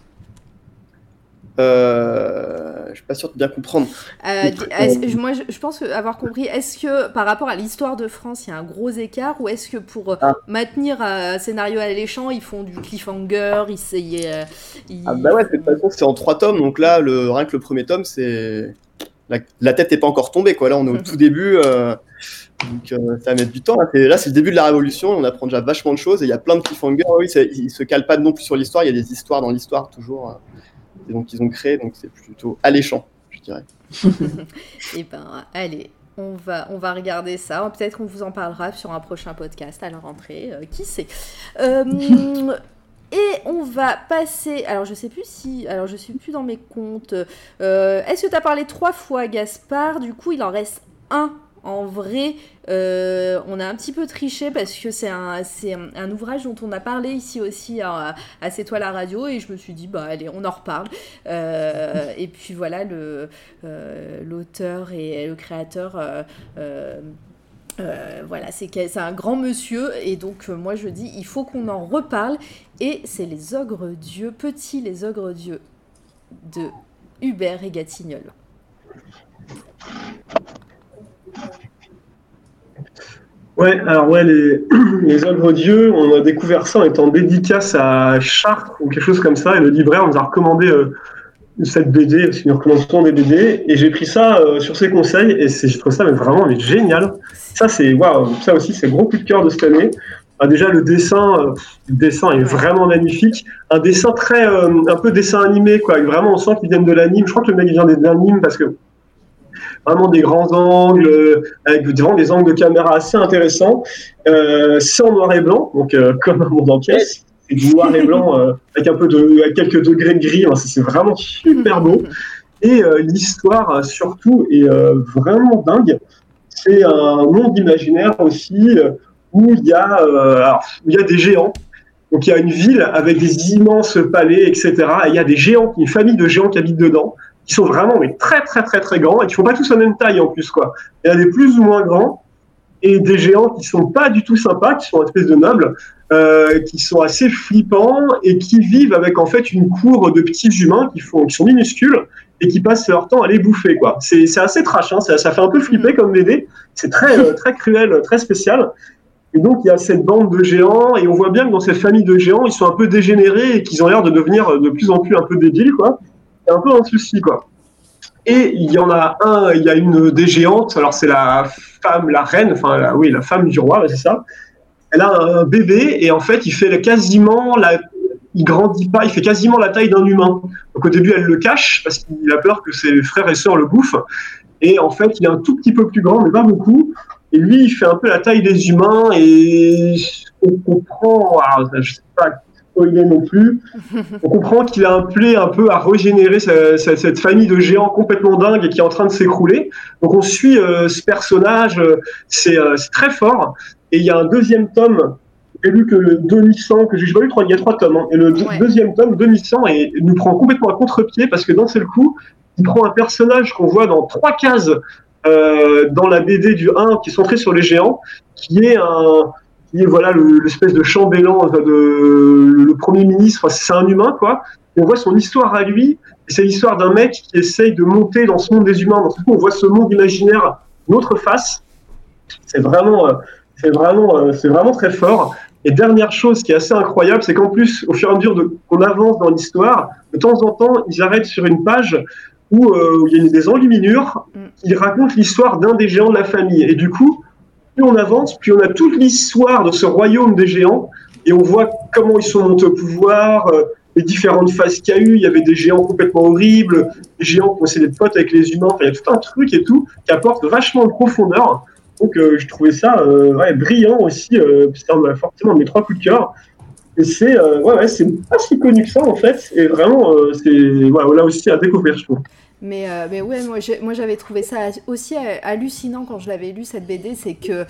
Je suis pas sûr de bien comprendre. Moi, je pense avoir compris. Est-ce que par rapport à l'histoire de France, il y a un gros écart ou est-ce que pour maintenir un scénario alléchant, ils font du cliffhanger, Ah bah ouais, de toute façon, c'est en 3 tomes, donc là, rien que le premier tome, c'est la tête n'est pas encore tombée, quoi. Là, on est au tout début, donc ça va mettre du temps. Là, c'est le début de la Révolution, on apprend déjà vachement de choses et il y a plein de cliffhangers. Oui, ils se calent pas non plus sur l'histoire, il y a des histoires dans l'histoire toujours. Et donc ils ont créé, donc c'est plutôt alléchant, je dirais. Et ben, allez, on va regarder ça. Peut-être qu'on vous en parlera sur un prochain podcast à la rentrée, qui sait. Et on va passer. Alors je suis plus dans mes comptes. Est-ce que tu as parlé 3 fois, Gaspard? Du coup, il en reste un. En vrai, on a un petit peu triché parce que c'est un ouvrage dont on a parlé ici aussi à C'est toi la radio et je me suis dit, allez, on en reparle. Et puis voilà, l'auteur et le créateur, voilà, c'est un grand monsieur et donc moi je dis, il faut qu'on en reparle et c'est Les Ogres Dieux, Les Ogres Dieux de Hubert et Gatignolles. Ouais, alors ouais, les œuvres dieux, on a découvert ça en étant dédicace à Chartres ou quelque chose comme ça, et le libraire nous a recommandé cette BD, parce qu'il nous recommande souvent des BD, et j'ai pris ça sur ses conseils, et j'ai trouvé ça vraiment génial. Ça, c'est, waouh, ça aussi, c'est gros coup de cœur de cette année. Ah, déjà, le dessin est vraiment magnifique. Un dessin très, un peu dessin animé, quoi. Vraiment, on sent qu'ils viennent de l'anime. Je crois que le mec vient des animes parce que vraiment des grands angles, avec vraiment des angles de caméra assez intéressants. C'est en noir et blanc, donc comme un monde en pièces. C'est du noir et blanc avec quelques degrés de gris. Hein, c'est vraiment super beau. Et l'histoire, surtout, est vraiment dingue. C'est un monde imaginaire aussi où il y a des géants. Donc il y a une ville avec des immenses palais, etc. Et il y a des géants, une famille de géants qui habitent dedans, qui sont vraiment très très très très grands et qui font pas tous la même taille en plus, quoi. Il y a des plus ou moins grands et des géants qui sont pas du tout sympas, qui sont une espèce de nobles, qui sont assez flippants et qui vivent avec en fait une cour de petits humains qui sont minuscules et qui passent leur temps à les bouffer, quoi. C'est assez trash, hein, ça fait un peu flipper comme BD. C'est très très cruel, très spécial. Et donc, il y a cette bande de géants, et on voit bien que dans cette famille de géants, ils sont un peu dégénérés et qu'ils ont l'air de devenir de plus en plus un peu débiles, quoi. C'est un peu un souci, quoi. Et il y a une des géantes, alors c'est la femme, la reine, la femme du roi, c'est ça. Elle a un bébé, et en fait, il grandit pas, il fait quasiment la taille d'un humain. Donc au début, elle le cache, parce qu'il a peur que ses frères et sœurs le bouffent. Et en fait, il est un tout petit peu plus grand, mais pas beaucoup. Et lui, il fait un peu la taille des humains et on comprend, je ne sais pas spoiler non plus, on comprend qu'il a appelé un peu à régénérer cette famille de géants complètement dingue et qui est en train de s'écrouler. Donc on suit ce personnage, c'est très fort. Et il y a un deuxième tome, j'ai lu que le 2100, que j'ai pas lu, il y a 3 tomes, hein, et le deuxième tome, 2100, et nous prend complètement à contre-pied parce que d'un seul coup, il prend un personnage qu'on voit dans 3 cases dans la BD du 1 qui est centré sur les géants, qui est voilà l'espèce de chambellan, le premier ministre, c'est un humain, quoi. Et on voit son histoire à lui, et c'est l'histoire d'un mec qui essaye de monter dans ce monde des humains. Donc, on voit ce monde imaginaire, notre face. C'est vraiment très fort. Et dernière chose qui est assez incroyable, c'est qu'en plus, au fur et à mesure qu'on avance dans l'histoire, de temps en temps, ils arrêtent sur une page où il y a des enluminures qui racontent l'histoire d'un des géants de la famille. Et du coup, plus on avance, plus on a toute l'histoire de ce royaume des géants, et on voit comment ils sont montés au pouvoir, les différentes phases qu'il y a eu. Il y avait des géants complètement horribles, des géants qui ont essayé d'être potes avec les humains. Enfin, il y a tout un truc et tout qui apporte vachement de profondeur. Donc, je trouvais ça brillant aussi. C'est forcément de mes 3 coups de cœur. Et c'est pas si connu que ça en fait. Et vraiment, là aussi à découvrir, je trouve. Mais ouais, moi j'avais trouvé ça aussi hallucinant quand je l'avais lu cette BD, c'est que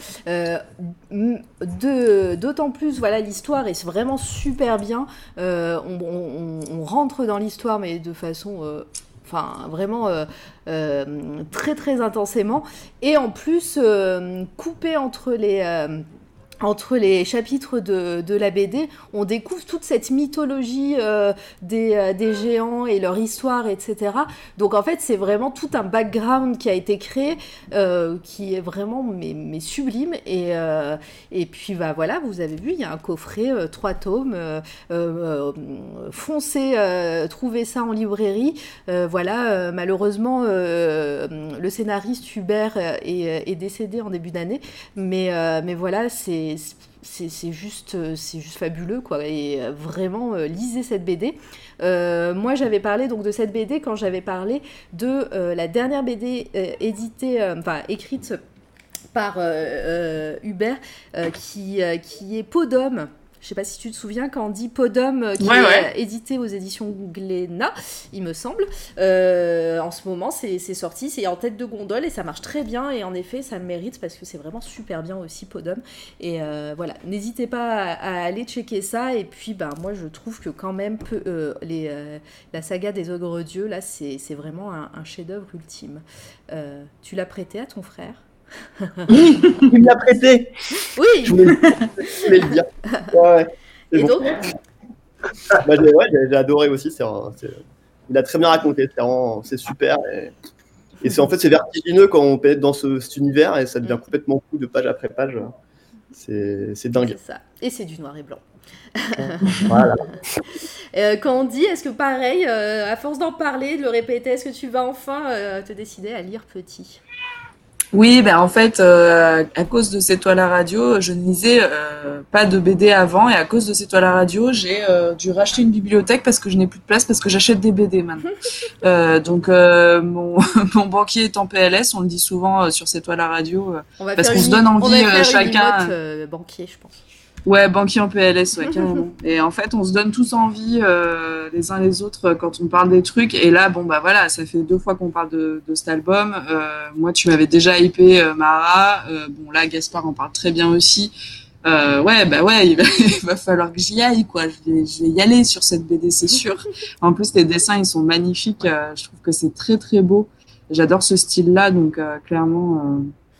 d'autant plus, voilà, l'histoire est vraiment super bien. On rentre dans l'histoire, mais de façon vraiment très très intensément, et en plus coupé entre les chapitres de la BD, on découvre toute cette mythologie des géants et leur histoire, etc. Donc en fait, c'est vraiment tout un background qui a été créé, qui est vraiment mais sublime. Et puis voilà, vous avez vu, il y a un coffret, 3 tomes. Foncez, trouvez ça en librairie. Malheureusement, le scénariste Hubert est décédé en début d'année, mais voilà, c'est juste fabuleux, quoi. Et vraiment, lisez cette BD. Moi, j'avais parlé donc de cette BD quand j'avais parlé de la dernière BD écrite par Hubert, qui est Peau d'homme. Je ne sais pas si tu te souviens, quand on dit Podum, qui est édité aux éditions Glénat, il me semble. En ce moment, c'est sorti, c'est en tête de gondole et ça marche très bien. Et en effet, ça le mérite parce que c'est vraiment super bien aussi, Podum. Et voilà, n'hésitez pas à aller checker ça. Et puis, moi, je trouve que quand même, la saga des Ogres Dieux, là, c'est vraiment un chef-d'œuvre ultime. Tu l'as prêté à ton frère ? Oui, il me l'a prêté. Oui. Je voulais le dire. Ouais, et bon. donc j'ai adoré aussi. Il a très bien raconté. C'est super. Et c'est vertigineux quand on pénètre dans cet univers et ça devient complètement fou de page après page. C'est dingue. C'est ça. Et c'est du noir et blanc. Voilà. Candy, est-ce que pareil, à force d'en parler, de le répéter, est-ce que tu vas enfin te décider à lire petit? Oui, ben en fait, à cause de C'est toi la radio, je ne lisais pas de BD avant, et à cause de C'est toi la radio, j'ai dû racheter une bibliothèque parce que je n'ai plus de place, parce que j'achète des BD maintenant. Donc mon, mon banquier est en PLS, on le dit souvent sur C'est toi la radio, parce qu'on se donne envie chacun. Banquier, je pense. Ouais, banquier en PLS, ouais, carrément. Et en fait, on se donne tous envie les uns les autres quand on parle des trucs. Et là, bon, bah voilà, ça fait 2 fois qu'on parle de cet album. Moi, tu m'avais déjà hypé Mara. Bon, là, Gaspard en parle très bien aussi. Ouais, bah ouais, il va falloir que j'y aille, quoi. Je vais y aller sur cette BD, c'est sûr. En plus, les dessins, ils sont magnifiques. Je trouve que c'est très, très beau. J'adore ce style-là, donc clairement...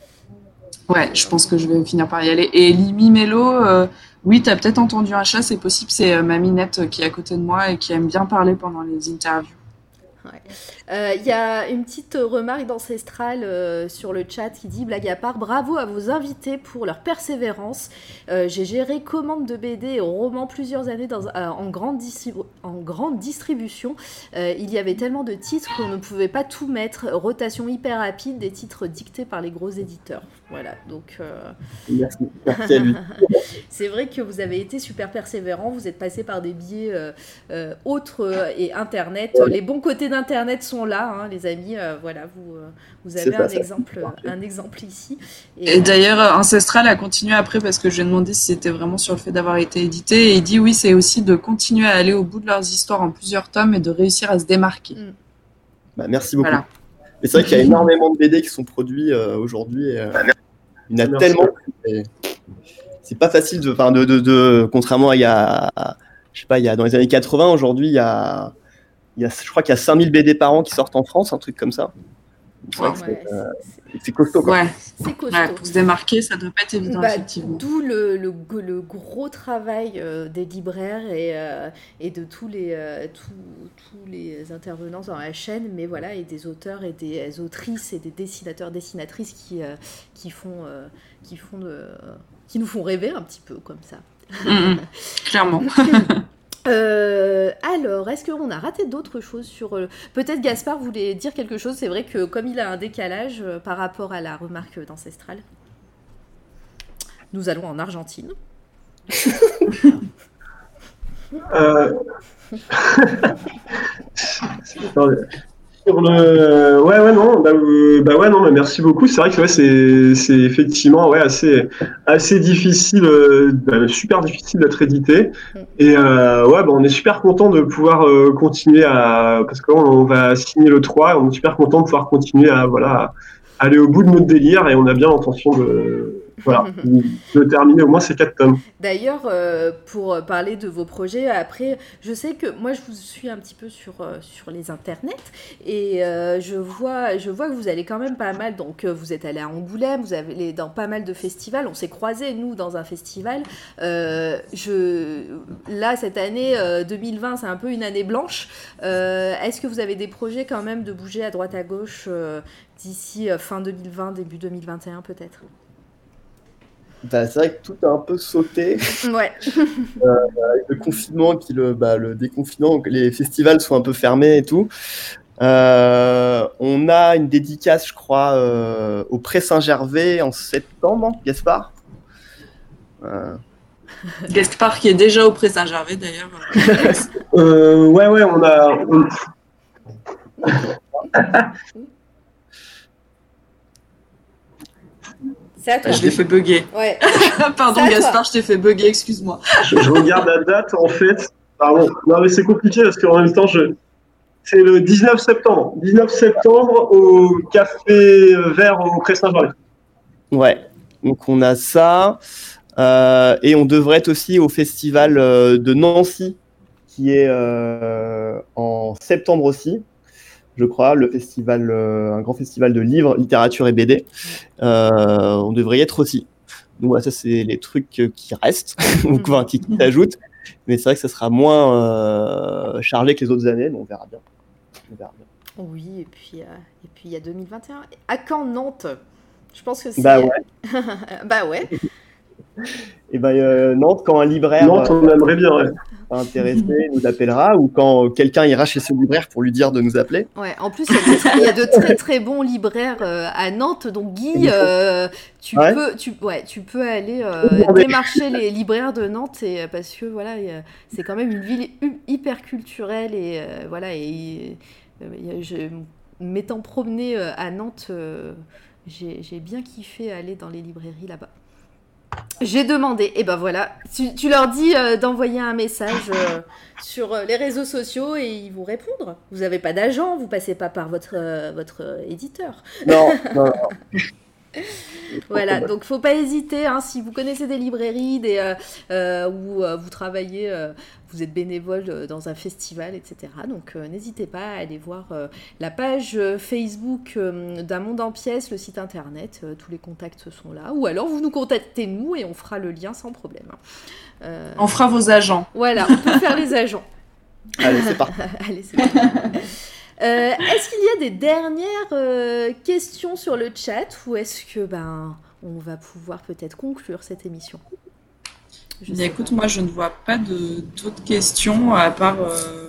Ouais, je pense que je vais finir par y aller. Et Limi Mello, oui, t'as peut-être entendu un chat, c'est possible, c'est ma Minette qui est à côté de moi et qui aime bien parler pendant les interviews. Ouais. Y a une petite remarque d'Ancestral sur le chat qui dit, blague à part, bravo à vos invités pour leur persévérance. J'ai géré commande de BD et romans plusieurs années en grande distribution. Il y avait tellement de titres qu'on ne pouvait pas tout mettre. Rotation hyper rapide, des titres dictés par les gros éditeurs. Voilà, donc... Merci à lui. C'est vrai que vous avez été super persévérant, vous êtes passé par des biais autres et Internet. Les bons côtés d'Internet sont là, hein, les amis. Voilà, vous avez un exemple ici. Et d'ailleurs, Ancestral a continué après parce que je lui ai demandé si c'était vraiment sur le fait d'avoir été édité. Et il dit oui, c'est aussi de continuer à aller au bout de leurs histoires en plusieurs tomes et de réussir à se démarquer. Bah, merci beaucoup. Voilà. Mais c'est vrai qu'il y a énormément de BD qui sont produits aujourd'hui. Il y en a tellement. C'est pas facile contrairement à dans les années 80, aujourd'hui, je crois qu'il y a 5000 BD par an qui sortent en France, un truc comme ça. C'est costaud, quoi. Ouais. C'est costaud. Ouais, pour se démarquer, ça doit pas être évident, effectivement. D'où le gros travail des libraires et de tous les intervenants dans la chaîne, mais voilà, et des auteurs et des autrices et des dessinateurs, dessinatrices qui nous font rêver un petit peu comme ça. Clairement. Alors, est-ce qu'on a raté d'autres choses sur... Peut-être Gaspard voulait dire quelque chose. C'est vrai que comme il a un décalage par rapport à la remarque d'Ancestral, nous allons en Argentine. Non, mais merci beaucoup. C'est vrai que c'est effectivement assez difficile, super difficile d'être édité. Et on est super content de pouvoir continuer parce qu'on va signer le 3 et on est super content de pouvoir continuer à aller au bout de notre délire, et on a bien l'intention de terminer au moins ces 4 tomes. D'ailleurs, pour parler de vos projets, après, je sais que moi je vous suis un petit peu sur les internets et je vois que vous allez quand même pas mal. Donc vous êtes allé à Angoulême, vous allez dans pas mal de festivals. On s'est croisés nous dans un festival. Là cette année 2020, c'est un peu une année blanche. Est-ce que vous avez des projets quand même de bouger à droite à gauche d'ici fin 2020, début 2021 peut-être? C'est vrai que tout a un peu sauté. Ouais. Avec le confinement et puis le déconfinement, les festivals sont un peu fermés et tout. On a une dédicace, je crois, au Pré Saint-Gervais en septembre, Gaspard. Gaspard qui est déjà au Pré Saint-Gervais d'ailleurs. On a. C'est à toi. Je l'ai fait bugger. Ouais. Pardon Gaspard, je t'ai fait bugger, excuse-moi. Je regarde la date en fait. Pardon. Non mais c'est compliqué parce qu'en même temps c'est le 19 septembre. 19 septembre au Café Vert au Pré Saint-Gervais. Ouais. Donc on a ça. Et on devrait être aussi au festival de Nancy qui est en septembre aussi. Je crois, le festival, un grand festival de livres, littérature et BD. On devrait y être aussi. Donc voilà, ça c'est les trucs qui restent, qui s'ajoutent. Mais c'est vrai que ça sera moins chargé que les autres années, mais on verra bien. Oui, et puis il y a 2021. À quand Nantes? Je pense que c'est... Bah ouais. Bah ouais. Et Nantes, quand un libraire Nantes, on aimerait bien, ouais. intéressé nous appellera, ou quand quelqu'un ira chez ce libraire pour lui dire de nous appeler. Ouais, en plus, il y a de très très bons libraires à Nantes. Donc, Guy, tu peux aller démarcher les libraires de Nantes parce que voilà, c'est quand même une ville hyper culturelle et voilà. Et m'étant promenée à Nantes, j'ai bien kiffé aller dans les librairies là-bas. J'ai demandé, et ben voilà, tu leur dis d'envoyer un message sur les réseaux sociaux et ils vont répondre. Vous n'avez pas d'agent, vous passez pas par votre éditeur. Non. Voilà, donc faut pas hésiter, hein, si vous connaissez des librairies où vous travaillez, vous êtes bénévole dans un festival, etc. Donc n'hésitez pas à aller voir la page Facebook d'Un Monde en Pièces, le site internet, tous les contacts sont là. Ou alors vous nous contactez nous et on fera le lien sans problème. On fera vos agents. Voilà, on peut faire les agents. Allez, c'est parti. Allez, c'est parti. Est-ce qu'il y a des dernières questions sur le chat ou est-ce que on va pouvoir peut-être conclure cette émission? Écoute, moi je ne vois pas d'autres questions à part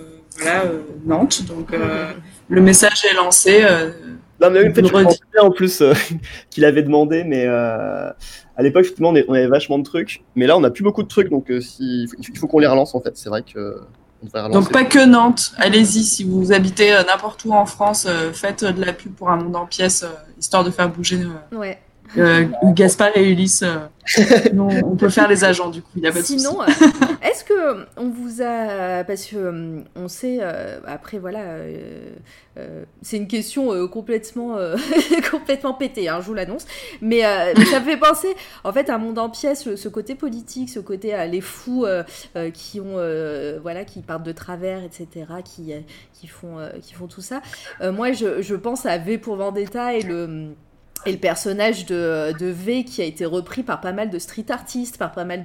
Nantes, donc le message est lancé. Non, mais je pensais en plus qu'il avait demandé, mais à l'époque, effectivement, on avait vachement de trucs, mais là, on n'a plus beaucoup de trucs, donc il faut qu'on les relance, en fait. C'est vrai que on devrait relancer. Donc, pas que Nantes. Allez-y, si vous habitez n'importe où en France, faites de la pub pour Un Monde en Pièces, histoire de faire bouger Gaspard et Ulysse. On peut faire les agents, du coup, il n'y a pas de souci. Sinon, est-ce que on vous a... Parce que on sait, après, voilà, c'est une question complètement pétée, hein, je vous l'annonce, mais ça me fait penser, en fait, à Un Monde en Pièces, ce côté politique, ce côté les fous qui partent de travers, etc., qui font tout ça. Moi, je pense à V pour Vendetta et le personnage de V qui a été repris par pas mal de street artistes, par pas mal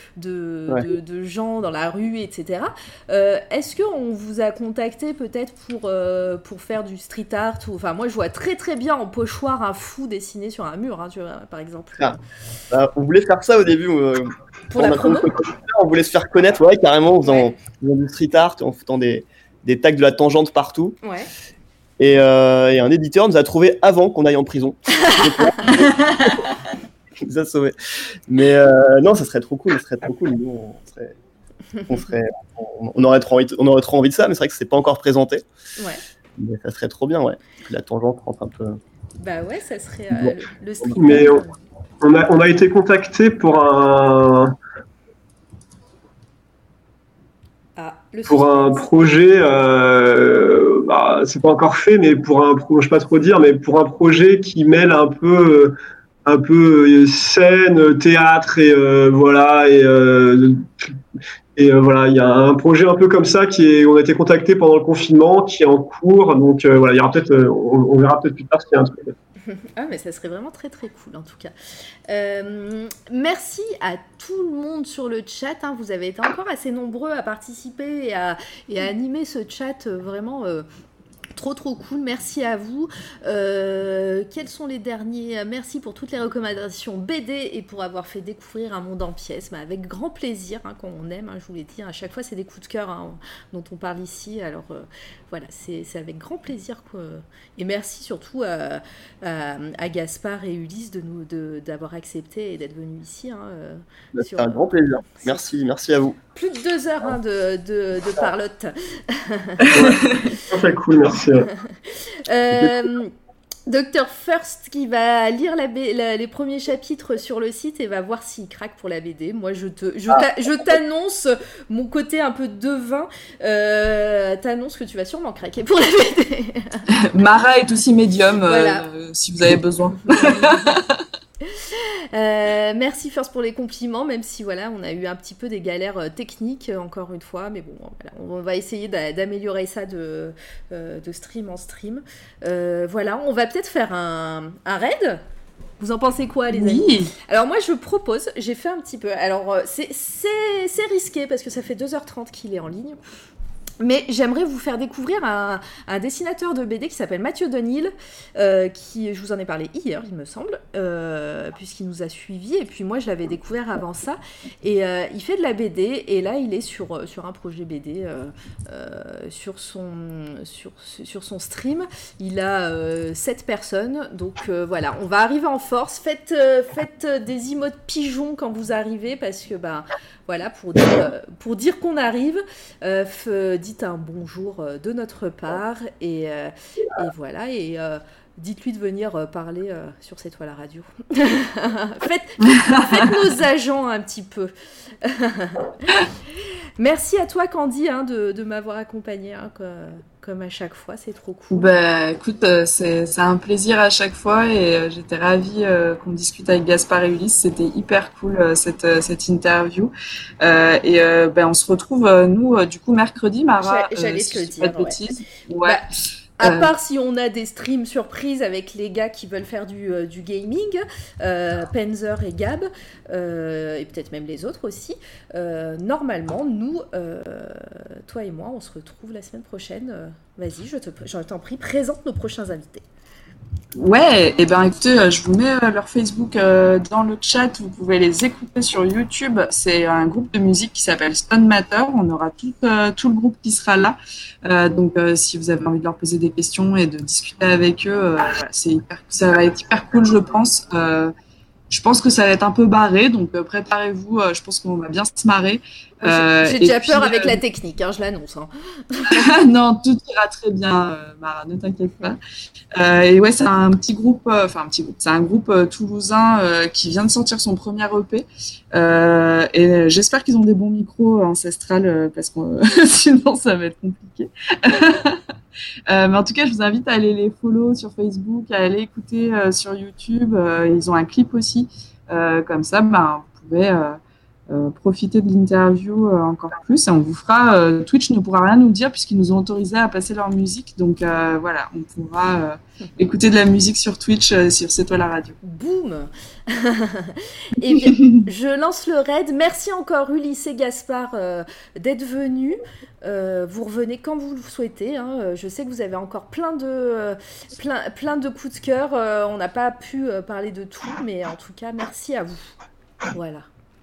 de gens dans la rue, etc. Est-ce qu'on vous a contacté peut-être pour faire du street art Enfin, moi, je vois très très bien en pochoir un fou dessiné sur un mur, hein, tu vois, par exemple. On voulait faire ça au début. Pour la promo. On voulait se faire connaître, carrément, en faisant du street art, en foutant des tags de la tangente partout. Ouais. Et un éditeur nous a trouvé avant qu'on aille en prison. Il nous a sauvés. Mais non, ça serait trop cool. Nous, on aurait trop envie de ça, mais c'est vrai que c'est pas encore présenté. Ouais. Mais ça serait trop bien, ouais. Que la tangente rentre un peu. Bah ouais, ça serait le street. Mais on a été contacté pour un projet, c'est pas encore fait, mais je sais pas trop dire, mais pour un projet qui mêle un peu scène, théâtre et voilà, il y a un projet un peu comme ça on a été contacté pendant le confinement, qui est en cours, donc voilà, il y aura peut-être, on verra peut-être plus tard s'il y a un truc. Ah, mais ça serait vraiment très très cool en tout cas. Merci à tout le monde sur le chat, hein. Vous avez été encore assez nombreux à participer et à animer ce chat vraiment trop cool, merci à vous. Quels sont les derniers? Merci pour toutes les recommandations BD et pour avoir fait découvrir Un Monde en Pièces, avec grand plaisir, hein, quand on aime, hein, je vous l'ai dit, à chaque fois c'est des coups de cœur, hein, dont on parle ici, alors voilà, c'est avec grand plaisir et merci surtout à Gaspard et Ulysse d'avoir accepté et d'être venus ici, hein, c'est un grand plaisir, merci à vous. Plus de 2 heures, hein, de parlotte. C'est cool, merci. Dr First qui va lire les premiers chapitres sur le site et va voir s'il craque pour la BD. Moi, je t'annonce mon côté un peu devin. T'annonce que tu vas sûrement craquer pour la BD. Mara est aussi médium, voilà. Si vous avez besoin. Merci First pour les compliments, même si voilà, on a eu un petit peu des galères techniques encore une fois, mais bon, voilà, on va essayer d'améliorer ça de stream en stream. Voilà, on va peut-être faire un raid. Vous en pensez quoi, les amis? Alors moi je propose, j'ai fait un petit peu, alors c'est risqué parce que ça fait 2h30 qu'il est en ligne. Mais j'aimerais vous faire découvrir un dessinateur de BD qui s'appelle Mathieu Denil, qui, je vous en ai parlé hier, il me semble, puisqu'il nous a suivis, et puis moi je l'avais découvert avant ça, et il fait de la BD, et là il est sur un projet BD, sur son stream, il a 7 personnes, donc voilà, on va arriver en force, faites des emotes pigeons quand vous arrivez, parce que voilà, pour dire qu'on arrive, dites un bonjour de notre part et voilà, et dites-lui de venir parler sur C'est toi la radio. Faites nos agents un petit peu. Merci à toi Candy de m'avoir accompagnée comme à chaque fois, c'est trop cool. Écoute, c'est un plaisir à chaque fois et j'étais ravie qu'on discute avec Gaspard et Ulysse, c'était hyper cool cette interview. On se retrouve nous du coup mercredi, Mara. J'allais te le dire. Pas de bêtises. Ouais. À part si on a des streams surprises avec les gars qui veulent faire du gaming, Penzer et Gab, et peut-être même les autres aussi, normalement, nous, toi et moi, on se retrouve la semaine prochaine. Vas-y, je t'en prie, présente nos prochains invités. Ouais, écoutez, je vous mets leur Facebook dans le chat, vous pouvez les écouter sur YouTube. C'est un groupe de musique qui s'appelle Stone Matter. On aura tout le groupe qui sera là. Donc si vous avez envie de leur poser des questions et de discuter avec eux, ça va être hyper cool, je pense. Je pense que ça va être un peu barré, donc préparez-vous, je pense qu'on va bien se marrer. J'ai déjà peur avec la technique, je l'annonce. Non, tout ira très bien, Mara, ne t'inquiète pas. Et ouais, c'est un petit groupe, c'est un groupe toulousain qui vient de sortir son premier EP. Et j'espère qu'ils ont des bons micros ancestrales, parce que sinon ça va être compliqué. Mais en tout cas, je vous invite à aller les follow sur Facebook, à aller écouter sur YouTube. Ils ont un clip aussi. Comme ça, vous pouvez profiter de l'interview encore plus. Et on vous fera... Twitch ne pourra rien nous dire puisqu'ils nous ont autorisé à passer leur musique. Donc voilà, on pourra écouter de la musique sur Twitch sur C'est toi la radio. Boum. Et bien, je lance le raid. Merci encore Ulysse et Gaspard d'être venus. Vous revenez quand vous le souhaitez. Je sais que vous avez encore plein de coups de cœur. On n'a pas pu parler de tout, mais en tout cas, merci à vous. Voilà.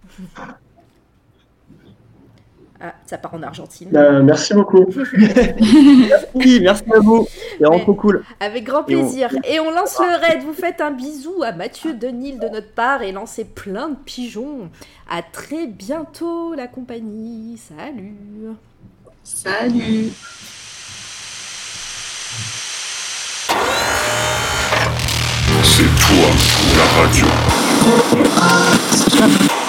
Ah, ça part en Argentine. Merci beaucoup. Merci à vous. C'est vraiment trop cool. Avec grand plaisir. Et on lance le raid. Vous faites un bisou à Mathieu Denil de notre part et lancez plein de pigeons. À très bientôt, la compagnie. Salut. Salut. C'est toi la radio.